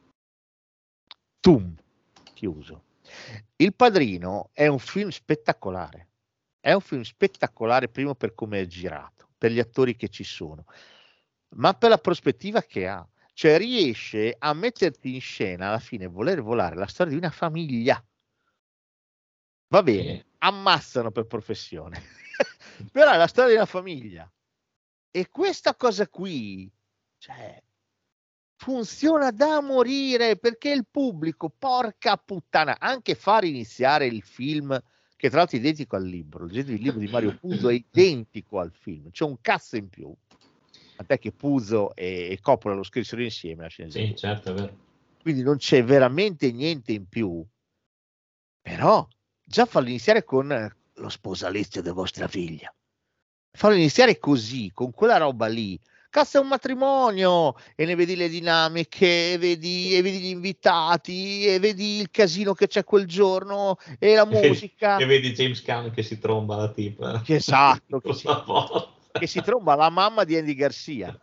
Tum, chiuso. Il Padrino è un film spettacolare, è un film spettacolare primo per come è girato, per gli attori che ci sono, ma per la prospettiva che ha, cioè riesce a metterti in scena alla fine, voler volare la storia di una famiglia. Va bene, ammazzano per professione, però è la storia di una famiglia e questa cosa qui, cioè funziona da morire, perché il pubblico, porca puttana, anche far iniziare il film, che tra l'altro è identico al libro, leggete il libro di Mario Puzo, è identico al film, c'è un cazzo in più, tant'è che Puzo e, e Coppola lo scrissero insieme la sceneggiatura. Sì, certo, è vero. Quindi non c'è veramente niente in più, però già farlo iniziare con lo sposalizio di vostra figlia. Farlo iniziare così, con quella roba lì. Cazzo, è un matrimonio, e ne vedi le dinamiche, e vedi, e vedi gli invitati, e vedi il casino che c'è quel giorno, e la musica. E vedi James Caan che si tromba la tipa. Esatto, che si, che si tromba la mamma di Andy Garcia.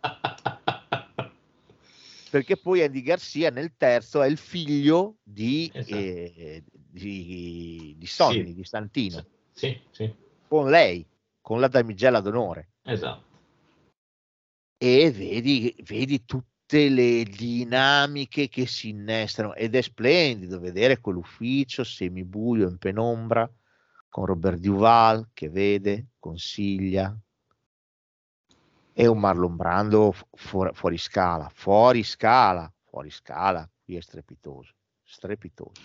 Perché poi Andy Garcia nel terzo è il figlio di, esatto. eh, di, di Sonny, sì. di Santino. Sì, sì. Con lei, con la damigella d'onore. Esatto. E vedi, vedi tutte le dinamiche che si innestano, ed è splendido vedere quell'ufficio semibuio in penombra con Robert Duvall che vede, consiglia, e un Marlon Brando fu- fuori scala, fuori scala, fuori scala, qui è strepitoso, strepitoso.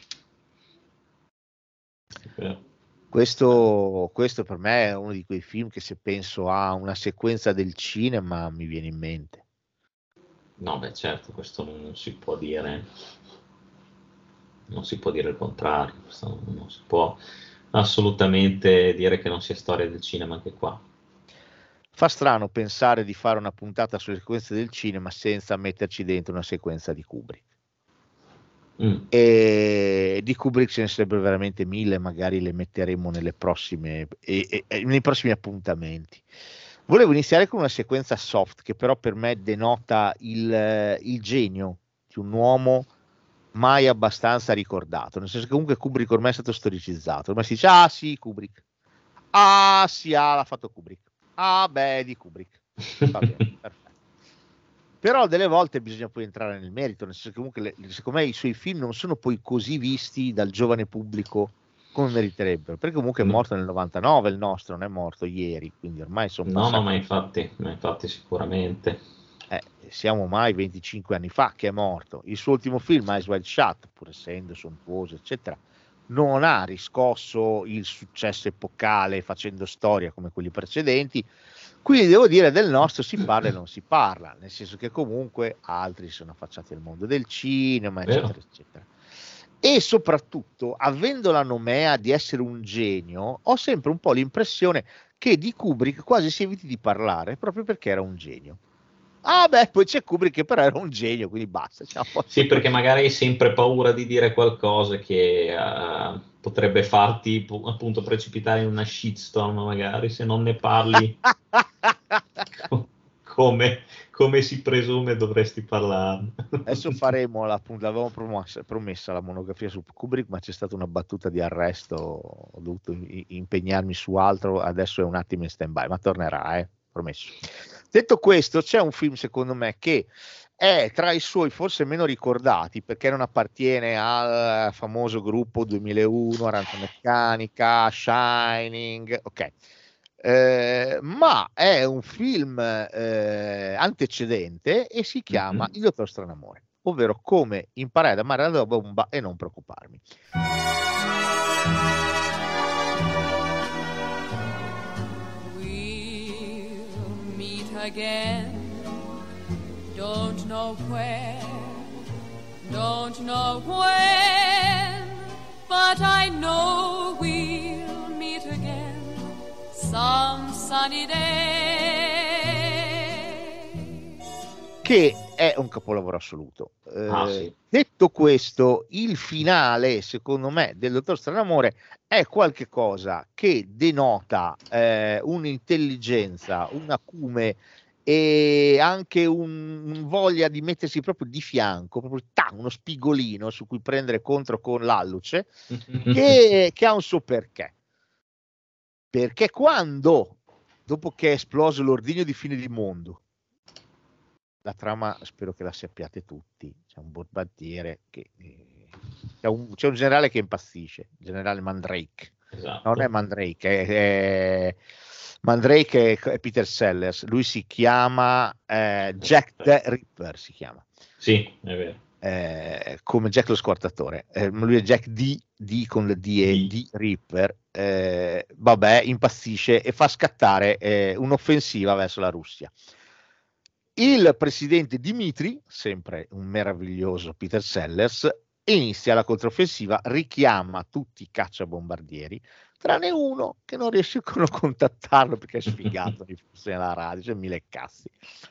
Yeah. Questo, questo per me è uno di quei film che, se penso a una sequenza del cinema, mi viene in mente. No, beh, certo, questo non si può dire, non si può dire il contrario, questo non si può assolutamente dire che non sia storia del cinema anche qua. Fa strano pensare di fare una puntata sulle sequenze del cinema senza metterci dentro una sequenza di Kubrick. Mm. E di Kubrick ce ne sarebbero veramente mille, magari le metteremo nelle prossime, e, e, e, nei prossimi appuntamenti. Volevo iniziare con una sequenza soft che però per me denota il, il genio di un uomo mai abbastanza ricordato, nel senso che comunque Kubrick ormai è stato storicizzato, ormai si dice ah sì Kubrick, ah sì ah, l'ha fatto Kubrick, ah beh di Kubrick, va bene, perfetto. Però delle volte bisogna poi entrare nel merito, nel senso che comunque le, secondo me i suoi film non sono poi così visti dal giovane pubblico come meriterebbero, perché comunque è morto nel novantanove il nostro, non è morto ieri, quindi ormai sono no no ma infatti, ma infatti sicuramente eh, siamo ormai venticinque anni fa che è morto. Il suo ultimo film, Eyes Wide Shut, pur essendo sontuoso eccetera, non ha riscosso il successo epocale facendo storia come quelli precedenti. Quindi devo dire, del nostro si parla e non si parla, nel senso che comunque altri sono affacciati al mondo del cinema, eccetera, Vero. eccetera. E soprattutto, avendo la nomea di essere un genio, ho sempre un po' l'impressione che di Kubrick quasi si eviti di parlare, proprio perché era un genio. Ah beh, poi c'è Kubrick che però era un genio, quindi basta. Sì, perché magari hai sempre paura di dire qualcosa che uh, potrebbe farti appunto precipitare in una shitstorm, magari, se non ne parli come, come si presume dovresti parlarne. Adesso faremo, la, l'avevamo promessa, promessa la monografia su Kubrick, ma c'è stata una battuta di arresto, ho dovuto impegnarmi su altro, adesso è un attimo in stand-by, ma tornerà, eh, promesso. Detto questo, c'è un film secondo me che è tra i suoi forse meno ricordati, perché non appartiene al famoso gruppo duemilauno, Arancia Meccanica, Shining, ok, eh, ma è un film eh, antecedente e si chiama mm-hmm. Il Dottor Stranamore, ovvero Come imparare ad amare la bomba e non preoccuparmi. Again, don't know where, don't know when, but I know we'll meet again some sunny day. Che è un capolavoro assoluto. Eh, ah, sì. Detto questo, il finale, secondo me, del Dottor Stranamore è qualche cosa che denota eh, un'intelligenza, un acume e anche un, un voglia di mettersi proprio di fianco, proprio ta, uno spigolino su cui prendere contro con l'alluce, che, che ha un suo perché. Perché quando, dopo che è esploso l'ordigno di fine di mondo, la trama spero che la sappiate tutti, c'è un bombardiere che eh, c'è, un, c'è un generale che impazzisce, il generale Mandrake. Esatto. Non è Mandrake, è, è Mandrake è, è Peter Sellers, lui si chiama eh, Jack the Ripper, si chiama. Sì, è vero. Eh, come Jack lo squartatore, eh, lui è Jack D, D con le D e D Ripper, eh, vabbè, impazzisce e fa scattare eh, un'offensiva verso la Russia. Il presidente Dmitri, sempre un meraviglioso Peter Sellers, inizia la controffensiva, richiama tutti i cacciabombardieri, tranne uno che non riescono a contattarlo perché è sfigato di fosse nella radio, cioè mille cazzi.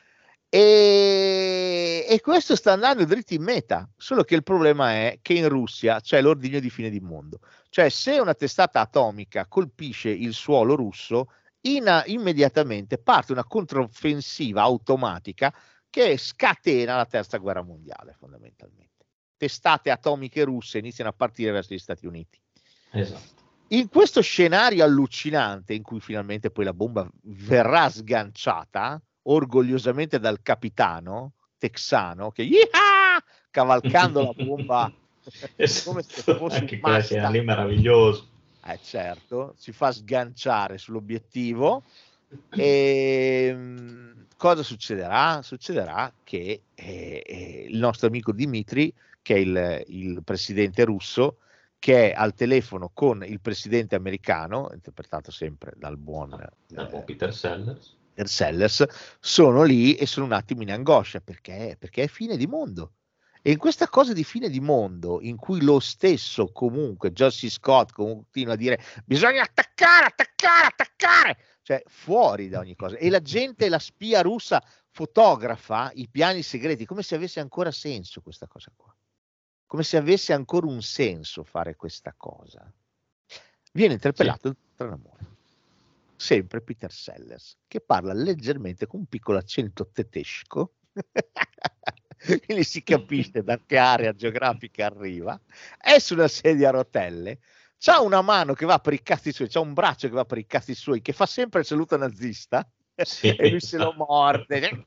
E, e questo sta andando dritto in meta, solo che il problema è che in Russia c'è l'ordigno di fine di mondo, cioè se una testata atomica colpisce il suolo russo, in, immediatamente parte una controffensiva automatica che scatena la terza guerra mondiale fondamentalmente. Testate atomiche russe iniziano a partire verso gli Stati Uniti. Esatto. In questo scenario allucinante in cui finalmente poi la bomba verrà sganciata orgogliosamente dal capitano texano che Yeehaw! Cavalcando la bomba come se fosse anche quella scena lì meraviglioso. Eh certo, si fa sganciare sull'obiettivo e cosa succederà? Succederà che eh, eh, il nostro amico Dmitry, che è il, il presidente russo, che è al telefono con il presidente americano, interpretato sempre dal buon, da eh, Peter Sellers. Peter Sellers, sono lì e sono un attimo in angoscia perché, perché è fine di mondo. E in questa cosa di fine di mondo, in cui lo stesso comunque George C. Scott continua a dire bisogna attaccare, attaccare, attaccare, cioè fuori da ogni cosa. E la gente, la spia russa, fotografa i piani segreti, come se avesse ancora senso questa cosa qua. Come se avesse ancora un senso fare questa cosa. Viene interpellato il Tranamore. Sempre Peter Sellers, che parla leggermente con un piccolo accento tedesco, quindi si capisce da che area geografica arriva, è su una sedia a rotelle, c'ha una mano che va per i cazzi suoi, c'ha un braccio che va per i cazzi suoi, che fa sempre il saluto nazista, sì, e lui se lo morde.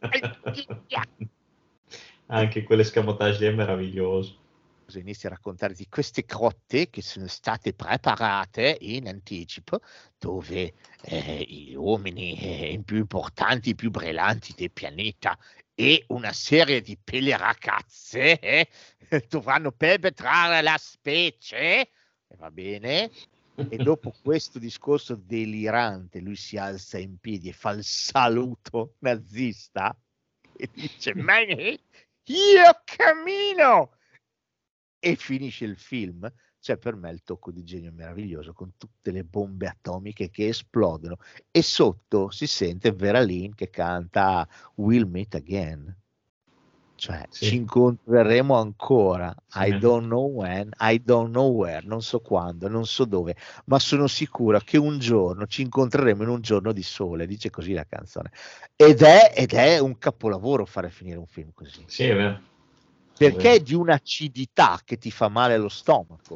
Anche quell'escamotage è meraviglioso. Inizia a raccontare di queste grotte che sono state preparate in anticipo, dove eh, gli uomini eh, più importanti, più brillanti del pianeta e una serie di pelle ragazze eh, dovranno perpetrare la specie, e va bene, e dopo questo discorso delirante lui si alza in piedi e fa il saluto nazista e dice Meine, io cammino! E finisce il film. Cioè per me il tocco di genio meraviglioso con tutte le bombe atomiche che esplodono e sotto si sente Vera Lynn che canta We'll Meet Again, cioè sì, ci incontreremo ancora, sì. I don't know when, I don't know where, non so quando, non so dove, ma sono sicura che un giorno ci incontreremo in un giorno di sole, dice così la canzone, ed è, ed è un capolavoro fare finire un film così. Sì, è vero. Perché è di un'acidità che ti fa male allo stomaco.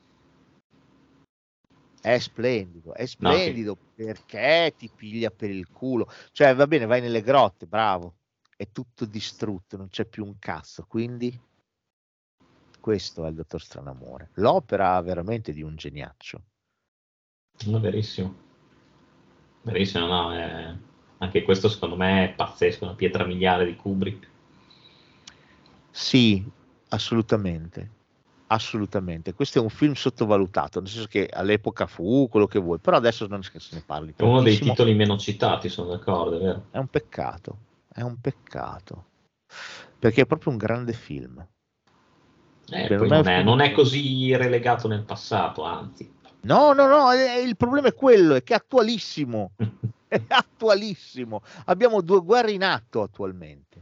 È splendido, è splendido no, sì. Perché ti piglia per il culo. Cioè, va bene, vai nelle grotte, bravo, è tutto distrutto, non c'è più un cazzo. Quindi, questo è il Dottor Stranamore. L'opera veramente di un geniaccio. No, verissimo. Verissimo, no. È... Anche questo, secondo me, è pazzesco, una pietra miliare di Kubrick. Sì, assolutamente, assolutamente. Questo è un film sottovalutato, nel senso che all'epoca fu quello che vuoi, però adesso non è che se ne parli. È uno dei titoli meno citati, sono d'accordo, è vero? È un peccato, è un peccato, perché è proprio un grande film. Eh, poi non, è, non è così relegato nel passato, anzi. No, no, no, è, il problema è quello, è che è attualissimo, è attualissimo. Abbiamo due guerre in atto attualmente.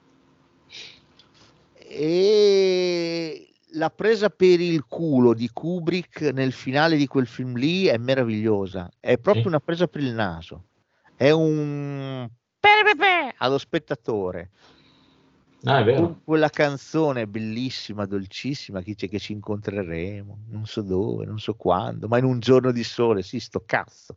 E la presa per il culo di Kubrick nel finale di quel film lì è meravigliosa, è proprio sì. Una presa per il naso, è un allo spettatore. Ah, è vero. Con quella canzone bellissima, dolcissima che dice che ci incontreremo non so dove, non so quando, ma in un giorno di sole. Sì, sto cazzo.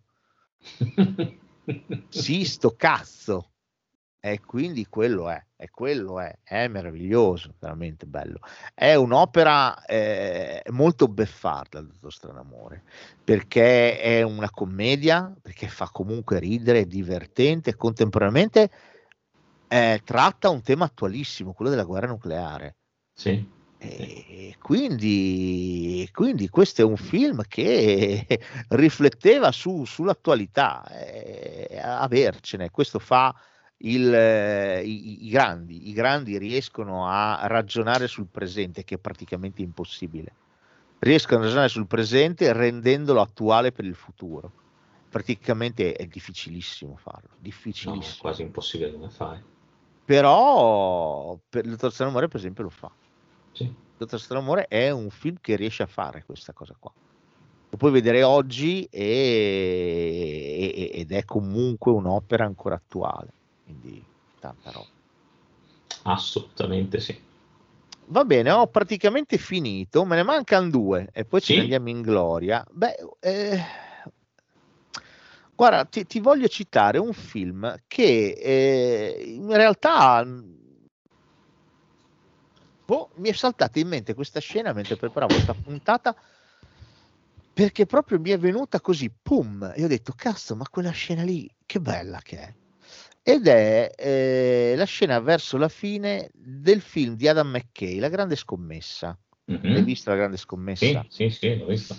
Sì, sto cazzo. E quindi quello è, e quello è, è meraviglioso, veramente bello. È un'opera eh, molto beffarda, il Dottor Stranamore, perché è una commedia, perché fa comunque ridere, è divertente, e contemporaneamente eh, tratta un tema attualissimo, quello della guerra nucleare. Sì. E quindi, quindi questo è un film che rifletteva su, sull'attualità, eh, avercene, questo fa il, eh, i, i grandi, i grandi riescono a ragionare sul presente, che è praticamente impossibile. Riescono a ragionare sul presente rendendolo attuale per il futuro. Praticamente è difficilissimo farlo, difficilissimo. No, è quasi impossibile, come fai? Però per il Dottor Stranamore per esempio lo fa. Sì. Il Dottor Stranamore è un film che riesce a fare questa cosa qua. Lo puoi vedere oggi e, e, ed è comunque un'opera ancora attuale, quindi tanta roba. Assolutamente sì. Va bene, ho praticamente finito, me ne mancano due e poi Sì? ce ne andiamo in gloria. Beh, eh, guarda, ti, ti voglio citare un film che eh, in realtà boh, mi è saltata in mente questa scena mentre preparavo questa puntata, perché proprio mi è venuta così, pum, e ho detto, cazzo, ma quella scena lì, che bella che è. Ed è eh, la scena verso la fine del film di Adam McKay, La Grande Scommessa. Mm-hmm. Hai visto La Grande Scommessa? Sì, sì, sì, l'ho visto.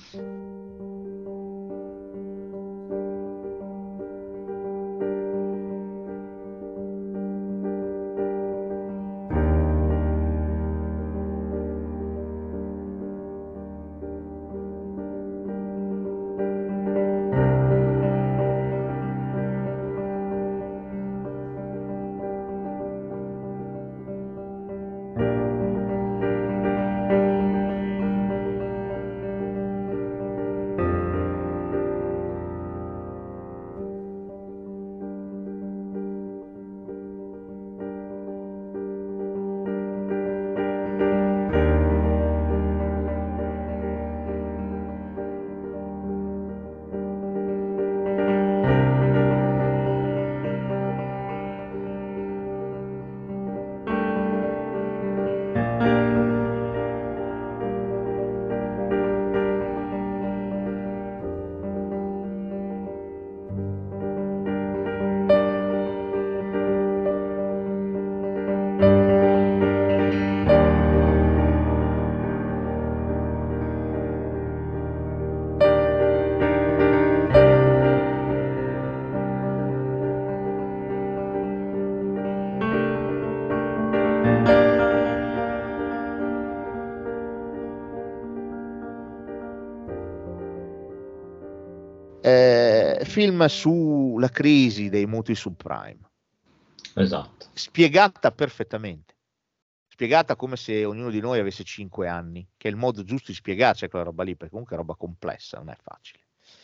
Film sulla crisi dei mutui subprime, esatto, spiegata perfettamente, spiegata come se ognuno di noi avesse cinque anni, che è il modo giusto di spiegarci quella roba lì, perché comunque è roba complessa, non è facile.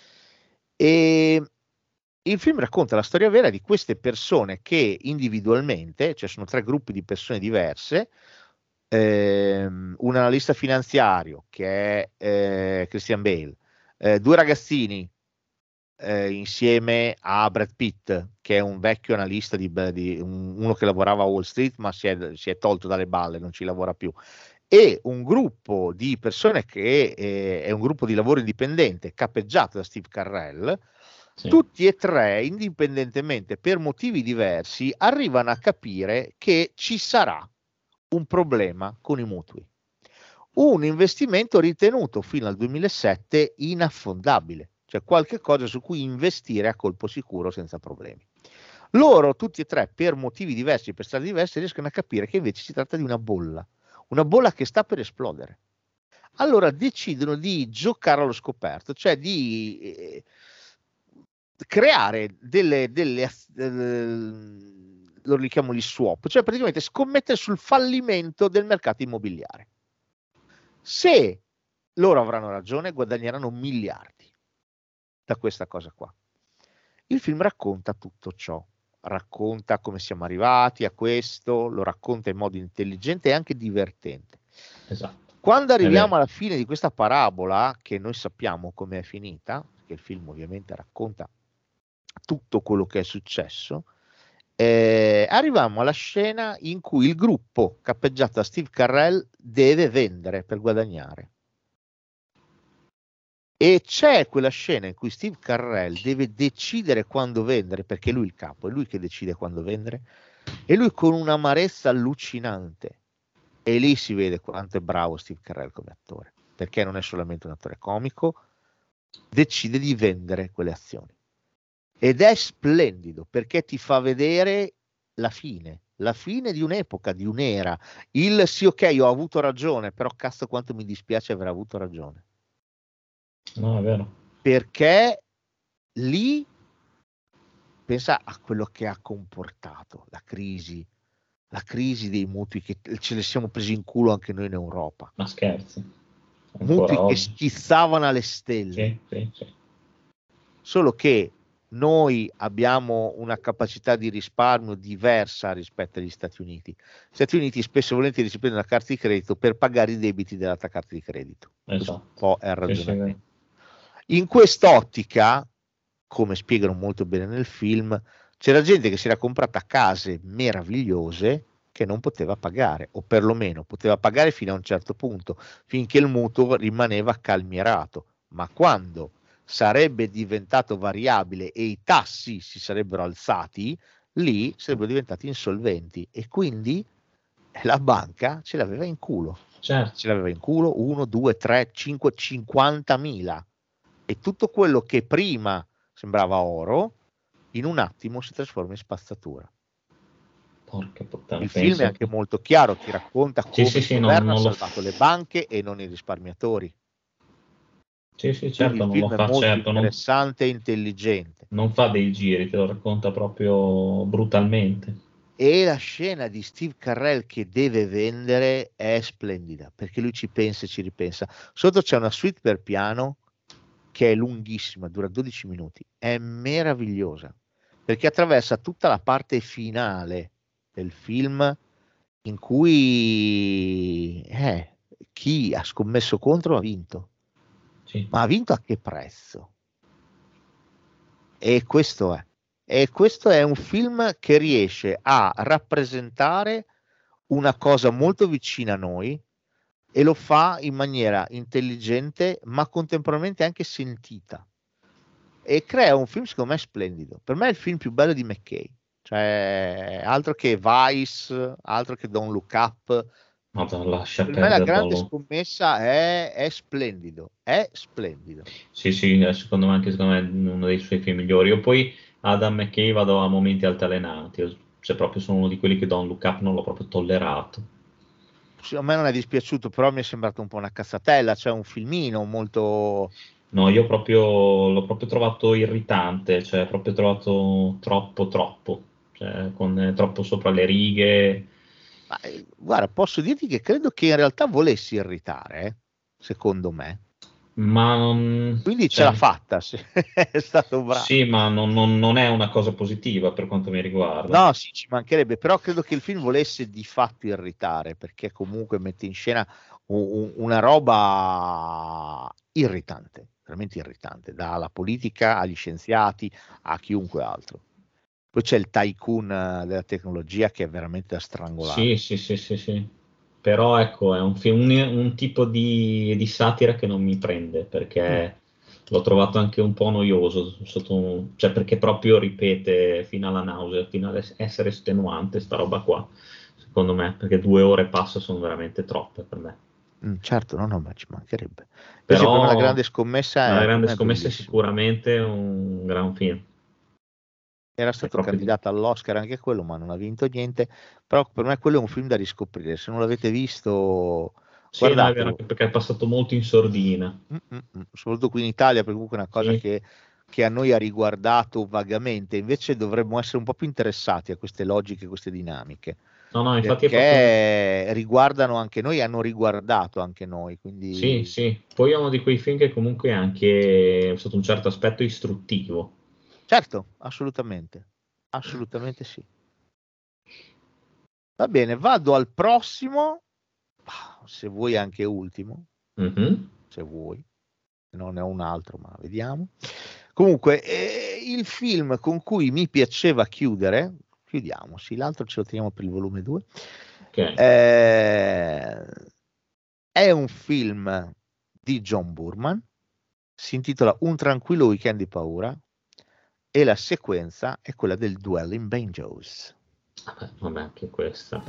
E il film racconta la storia vera di queste persone che individualmente, cioè sono tre gruppi di persone diverse, ehm, un analista finanziario che è eh, Christian Bale, eh, due ragazzini Eh, insieme a Brad Pitt, che è un vecchio analista di, di un, uno che lavorava a Wall Street ma si è, si è tolto dalle balle, non ci lavora più, e un gruppo di persone che eh, è un gruppo di lavoro indipendente capeggiato da Steve Carell. Sì. Tutti e tre, indipendentemente per motivi diversi, arrivano a capire che ci sarà un problema con i mutui, un investimento ritenuto fino al duemilasette inaffondabile, cioè qualche cosa su cui investire a colpo sicuro senza problemi. Loro, tutti e tre, per motivi diversi, per strade diverse, riescono a capire che invece si tratta di una bolla, una bolla che sta per esplodere. Allora decidono di giocare allo scoperto, cioè di eh, creare delle, delle eh, loro li chiamo gli swap, cioè praticamente scommettere sul fallimento del mercato immobiliare. Se loro avranno ragione, guadagneranno miliardi da questa cosa qua. Il film racconta tutto ciò, racconta come siamo arrivati a questo, lo racconta in modo intelligente e anche divertente. Esatto. Quando arriviamo alla fine di questa parabola, che noi sappiamo come è finita, perché il film ovviamente racconta tutto quello che è successo, eh, arriviamo alla scena in cui il gruppo capeggiato da Steve Carell deve vendere per guadagnare. E c'è quella scena in cui Steve Carell deve decidere quando vendere, perché è lui il capo, è lui che decide quando vendere, e lui con un'amarezza allucinante, e lì si vede quanto è bravo Steve Carell come attore, perché non è solamente un attore comico, decide di vendere quelle azioni. Ed è splendido, perché ti fa vedere la fine, la fine di un'epoca, di un'era. Il sì, ok, ho avuto ragione, però cazzo quanto mi dispiace aver avuto ragione. No, è vero. Perché lì pensa a quello che ha comportato la crisi, la crisi dei mutui, che ce le siamo presi in culo anche noi in Europa. Ma scherzi. Mutui Ancora che oggi. schizzavano alle stelle. Sì, sì, sì. Solo che noi abbiamo una capacità di risparmio diversa rispetto agli Stati Uniti. Gli Stati Uniti spesso e volentieri si prendono la carta di credito per pagare i debiti dell'altra carta di credito. Questo Esatto. un po' è il Sì, sì, ragionamento. In quest'ottica, come spiegano molto bene nel film, c'era gente che si era comprata case meravigliose che non poteva pagare, o perlomeno poteva pagare fino a un certo punto, finché il mutuo rimaneva calmierato. Ma quando sarebbe diventato variabile e i tassi si sarebbero alzati, lì sarebbero diventati insolventi, e quindi la banca ce l'aveva in culo. certo. Ce l'aveva in culo uno, due, tre, cinque, cinquantamila, e tutto quello che prima sembrava oro in un attimo si trasforma in spazzatura. Porca puttana, Il film penso è anche che- molto chiaro, ti racconta come sì, sì, il non- governo ha non lo- salvato le banche e non i risparmiatori. Sì, sì, Quindi certo, il non film lo è fa, molto certo, non, interessante e intelligente. non fa dei giri, te lo racconta proprio brutalmente. E la scena di Steve Carell che deve vendere è splendida, perché lui ci pensa e ci ripensa. Sotto c'è una suite per piano che è lunghissima, dura dodici minuti, è meravigliosa, perché attraversa tutta la parte finale del film in cui eh, chi ha scommesso contro ha vinto, Sì. ma ha vinto a che prezzo? E questo è. E questo è un film che riesce a rappresentare una cosa molto vicina a noi e lo fa in maniera intelligente, ma contemporaneamente anche sentita. E crea un film, secondo me, splendido. Per me è il film più bello di McKay. Cioè, altro che Vice, altro che Don't Look Up. Madonna, lascia Per me la perdere grande Don't Look. scommessa è, è splendido. È splendido. Sì, sì, eh, secondo me anche secondo me è uno dei suoi film migliori. Io poi Adam McKay vado a momenti altalenanti, io- cioè proprio sono uno di quelli che Don't Look Up non l'ho proprio tollerato. Sì, a me non è dispiaciuto, però mi è sembrato un po' una cazzatella. Cioè, un filmino molto. No, io proprio l'ho proprio trovato irritante, cioè proprio trovato troppo, troppo, cioè con eh, troppo sopra le righe. Ma, eh, guarda, posso dirti che credo che in realtà volessi irritare, eh, secondo me. Ma non, Quindi ce cioè, l'ha fatta, sì. È stato bravo. sì, ma non, non- non è una cosa positiva per quanto mi riguarda. No, sì, ci mancherebbe, però credo che il film volesse di fatto irritare, perché comunque mette in scena un- un- una roba irritante, veramente irritante, dalla politica agli scienziati a chiunque altro. Poi c'è il tycoon eh, della tecnologia che è veramente da strangolare. Sì, sì, sì, sì, sì. Però ecco, è un, film, un, un tipo di, di satira che non mi prende, perché l'ho trovato anche un po' noioso, sotto un- cioè perché proprio ripete fino alla nausea, fino ad es- essere estenuante sta roba qua, secondo me, perché due ore passa sono veramente troppe per me. Mm, certo, no, no, ma ci mancherebbe. Invece per me la Però grande scommessa La è, per grande me è scommessa è bellissimo. sicuramente un gran film. Era stato proprio- candidato all'Oscar anche quello, ma non ha vinto niente. Però per me quello è un film da riscoprire. Se non l'avete visto, Sì, no, è vero, guardatelo. anche perché è passato molto in sordina. Mm, mm, mm. Soprattutto qui in Italia, perché comunque è una cosa Sì. che, che a noi ha riguardato vagamente. Invece dovremmo essere un po' più interessati a queste logiche, queste dinamiche, No, no, infatti è proprio... perché riguardano anche noi, hanno riguardato anche noi. Quindi Sì, sì. Poi è uno di quei film che comunque è anche sotto un certo aspetto istruttivo. certo, assolutamente, assolutamente sì. Va bene, vado al prossimo, se vuoi anche ultimo, Mhm. se vuoi, non è un altro, ma vediamo. Comunque, eh, il film con cui mi piaceva chiudere, chiudiamo, sì, l'altro ce lo teniamo per il volume due, Ok. eh, è un film di John Boorman, si intitola Un tranquillo weekend di paura, e la sequenza è quella del duello in Banjos. Vabbè, vabbè, anche questa.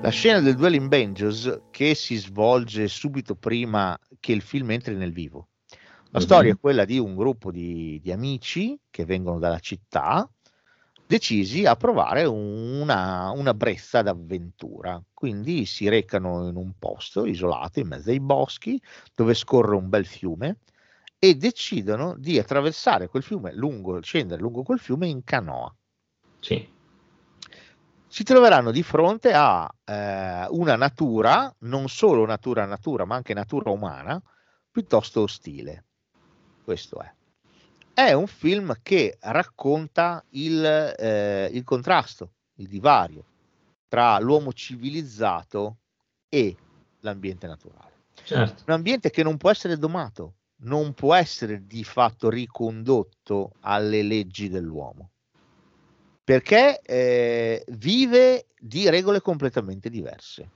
La scena del duello in banjos che si svolge subito prima che il film entri nel vivo. La Mhm. storia è quella di un gruppo di, di amici che vengono dalla città, decisi a provare una, una brezza d'avventura. Quindi si recano in un posto isolato in mezzo ai boschi dove scorre un bel fiume e decidono di attraversare quel fiume, lungo, scendere lungo quel fiume in canoa. Sì. Si troveranno di fronte a eh, una natura, non solo natura natura, ma anche natura umana, piuttosto ostile. Questo è. È un film che racconta il, eh, il contrasto, il divario tra l'uomo civilizzato e l'ambiente naturale. Certo. Un ambiente che non può essere domato, non può essere di fatto ricondotto alle leggi dell'uomo, perché eh, vive di regole completamente diverse.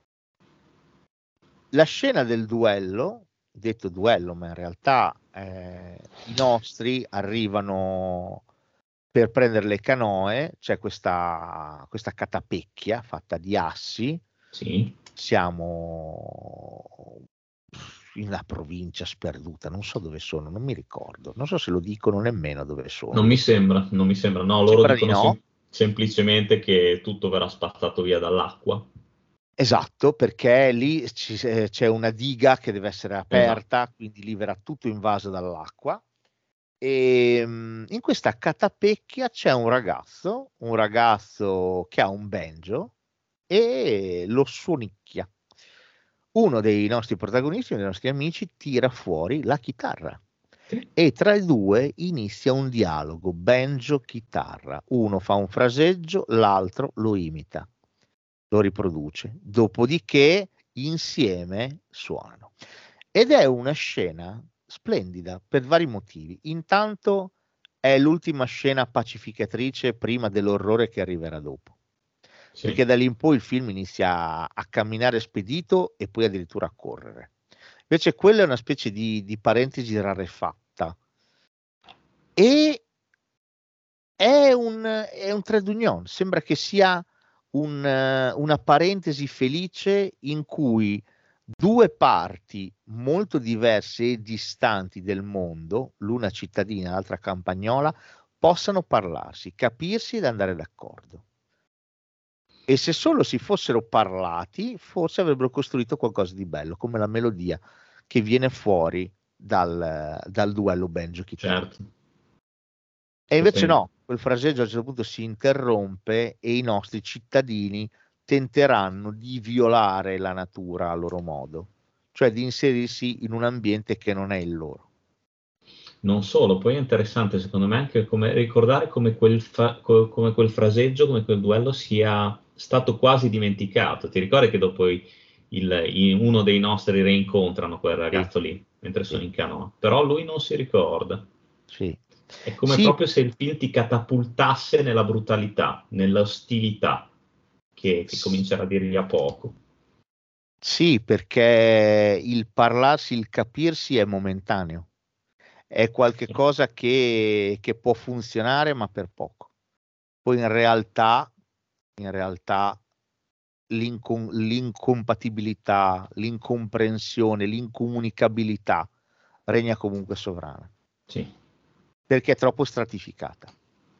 La scena del duello, detto duello, ma in realtà eh, i nostri arrivano per prendere le canoe, c'è questa, questa catapecchia fatta di assi, Sì. siamo in una provincia sperduta, non so dove sono, non mi ricordo, non so se lo dicono nemmeno dove sono. Non mi sembra, non mi sembra. No, loro Sembra di dicono no. sem- semplicemente che tutto verrà spazzato via dall'acqua. Esatto, perché lì ci- eh, c'è una diga che deve essere aperta, Esatto. quindi lì verrà tutto invaso dall'acqua. E mm, in questa catapecchia c'è un ragazzo, un ragazzo che ha un banjo e lo suonicchia. Uno dei nostri protagonisti, uno dei nostri amici, tira fuori la chitarra Sì. e tra i due inizia un dialogo banjo-chitarra. Uno fa un fraseggio, l'altro lo imita, lo riproduce, dopodiché insieme suonano. Ed è una scena splendida per vari motivi. Intanto è l'ultima scena pacificatrice prima dell'orrore che arriverà dopo, Sì. perché da lì in poi il film inizia a, a camminare spedito e poi addirittura a correre. Invece quella è una specie di, di parentesi rarefatta e è un, è un trade union, sembra che sia un, eh, una parentesi felice in cui due parti molto diverse e distanti del mondo, l'una cittadina, l'altra campagnola, possano parlarsi, capirsi ed andare d'accordo. E se solo si fossero parlati, forse avrebbero costruito qualcosa di bello, come la melodia che viene fuori dal, dal duello banjo-chitarra. Certo. E invece Stupendo. no, quel fraseggio a un certo punto si interrompe e i nostri cittadini tenteranno di violare la natura a loro modo, cioè di inserirsi in un ambiente che non è il loro. Non solo, poi è interessante secondo me anche come ricordare come quel, fa- co- come quel fraseggio, come quel duello sia stato quasi dimenticato. Ti ricordi che dopo i- il- i- uno dei nostri reincontrano quel ragazzo lì mentre sono Sì. in canoa, però lui non si ricorda. Sì. È come Sì, proprio se il film ti catapultasse nella brutalità, nell'ostilità che, che comincerà a dirgli a poco. sì, perché il parlarsi, il capirsi è momentaneo, è qualche Sì. cosa che, che può funzionare ma per poco. Poi in realtà, in realtà l'incom- l'incompatibilità, l'incomprensione, l'incomunicabilità regna comunque sovrana, Sì. perché è troppo stratificata.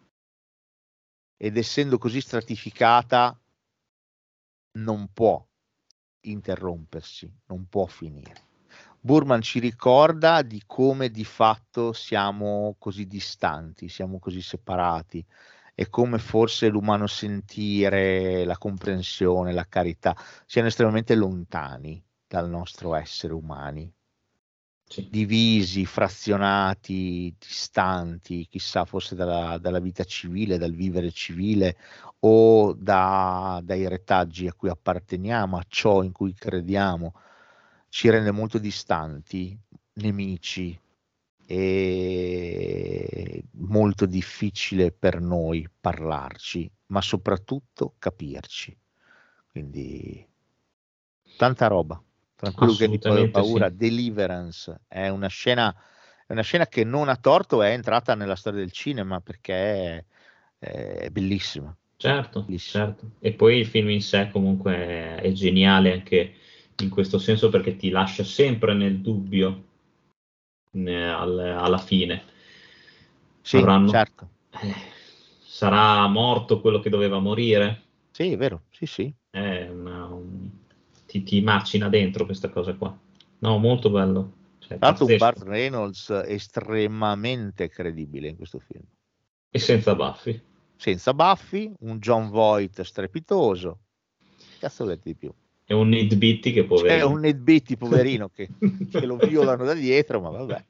Ed essendo così stratificata non può interrompersi, non può finire. Burman ci ricorda di come di fatto siamo così distanti, siamo così separati e come forse l'umano sentire, la comprensione, la carità siano estremamente lontani dal nostro essere umani, Sì. divisi, frazionati, distanti, chissà, forse dalla, dalla vita civile, dal vivere civile o da, dai retaggi a cui apparteniamo, a ciò in cui crediamo, ci rende molto distanti, nemici e molto difficile per noi parlarci, ma soprattutto capirci. Quindi tanta roba. Tranquillo che di Assolutamente paura, sì. Deliverance è una scena, è una scena che non a torto è entrata nella storia del cinema perché è, è bellissima, Certo, certo. E poi il film in sé comunque è, è geniale anche in questo senso, perché ti lascia sempre nel dubbio eh, al, alla fine. Sì, Avranno, certo. eh, sarà morto quello che doveva morire? Sì, è vero, sì, sì. È una, un, ti, ti macina dentro questa cosa qua. No, molto bello. Cioè, Tra l'altro un pazzesco. Burt Reynolds estremamente credibile in questo film. E senza baffi. Senza baffi, un John Voight strepitoso. Cazzo volete di più? È un Ned Beatty che poverino. C'è un Ned Beatty poverino che, che lo violano da dietro, ma vabbè.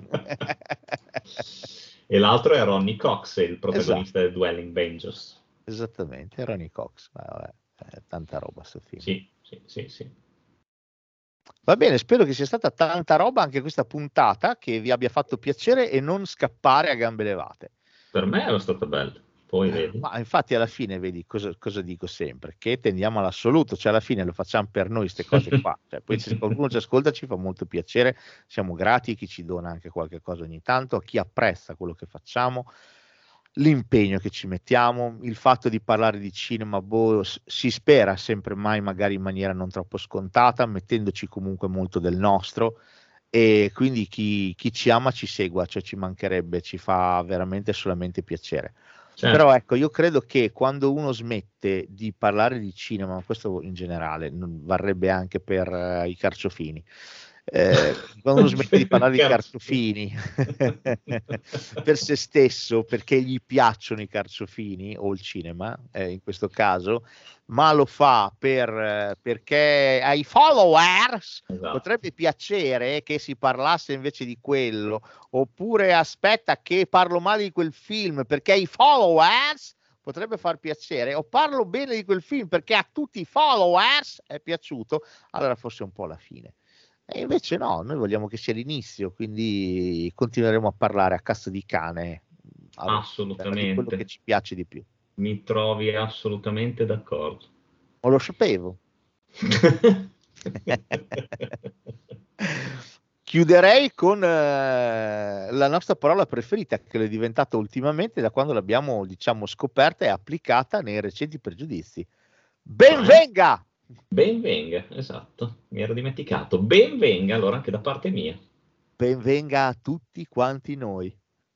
E l'altro è Ronnie Cox, il protagonista Esatto. del Dwelling Angels. Esattamente, Ronnie Cox. Ma vabbè, è tanta roba sto film. Sì, sì, sì, sì. Va bene, spero che sia stata tanta roba anche questa puntata, che vi abbia fatto piacere e non scappare a gambe levate. Per me era stata bella. Poi vedi. Ma infatti alla fine vedi cosa, cosa dico sempre, che tendiamo all'assoluto, cioè alla fine lo facciamo per noi queste cose qua, cioè, poi se qualcuno ci ascolta ci fa molto piacere, siamo grati a chi ci dona anche qualche cosa ogni tanto, a chi apprezza quello che facciamo, l'impegno che ci mettiamo, il fatto di parlare di cinema, boh, si spera sempre mai magari in maniera non troppo scontata, mettendoci comunque molto del nostro, e quindi chi, chi ci ama ci segua, cioè ci mancherebbe, ci fa veramente solamente piacere. Certo. Però ecco, io credo che quando uno smette di parlare di cinema, ma questo in generale non varrebbe anche per uh, i carciofini, eh, quando uno smette di parlare di carciofini per se stesso, perché gli piacciono i carciofini o il cinema, eh, in questo caso, ma lo fa per, perché ai followers, esatto, potrebbe piacere che si parlasse invece di quello, oppure aspetta che parlo male di quel film perché ai followers potrebbe far piacere, o parlo bene di quel film perché a tutti i followers è piaciuto, allora forse è un po' la fine. E invece no, noi vogliamo che sia l'inizio, quindi continueremo a parlare a cazzo di cane, assolutamente, di quello che ci piace di più. Mi trovi assolutamente d'accordo. Non lo sapevo. Chiuderei con eh, la nostra parola preferita, che è diventata ultimamente da quando l'abbiamo, diciamo, scoperta e applicata nei recenti pregiudizi. Benvenga! Benvenga, esatto, mi ero dimenticato. Benvenga allora anche da parte mia. Benvenga a tutti quanti noi.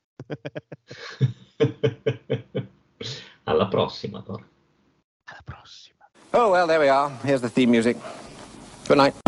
Alla prossima, allora. Alla prossima. Oh, well, there we are. Here's the theme music. Good night.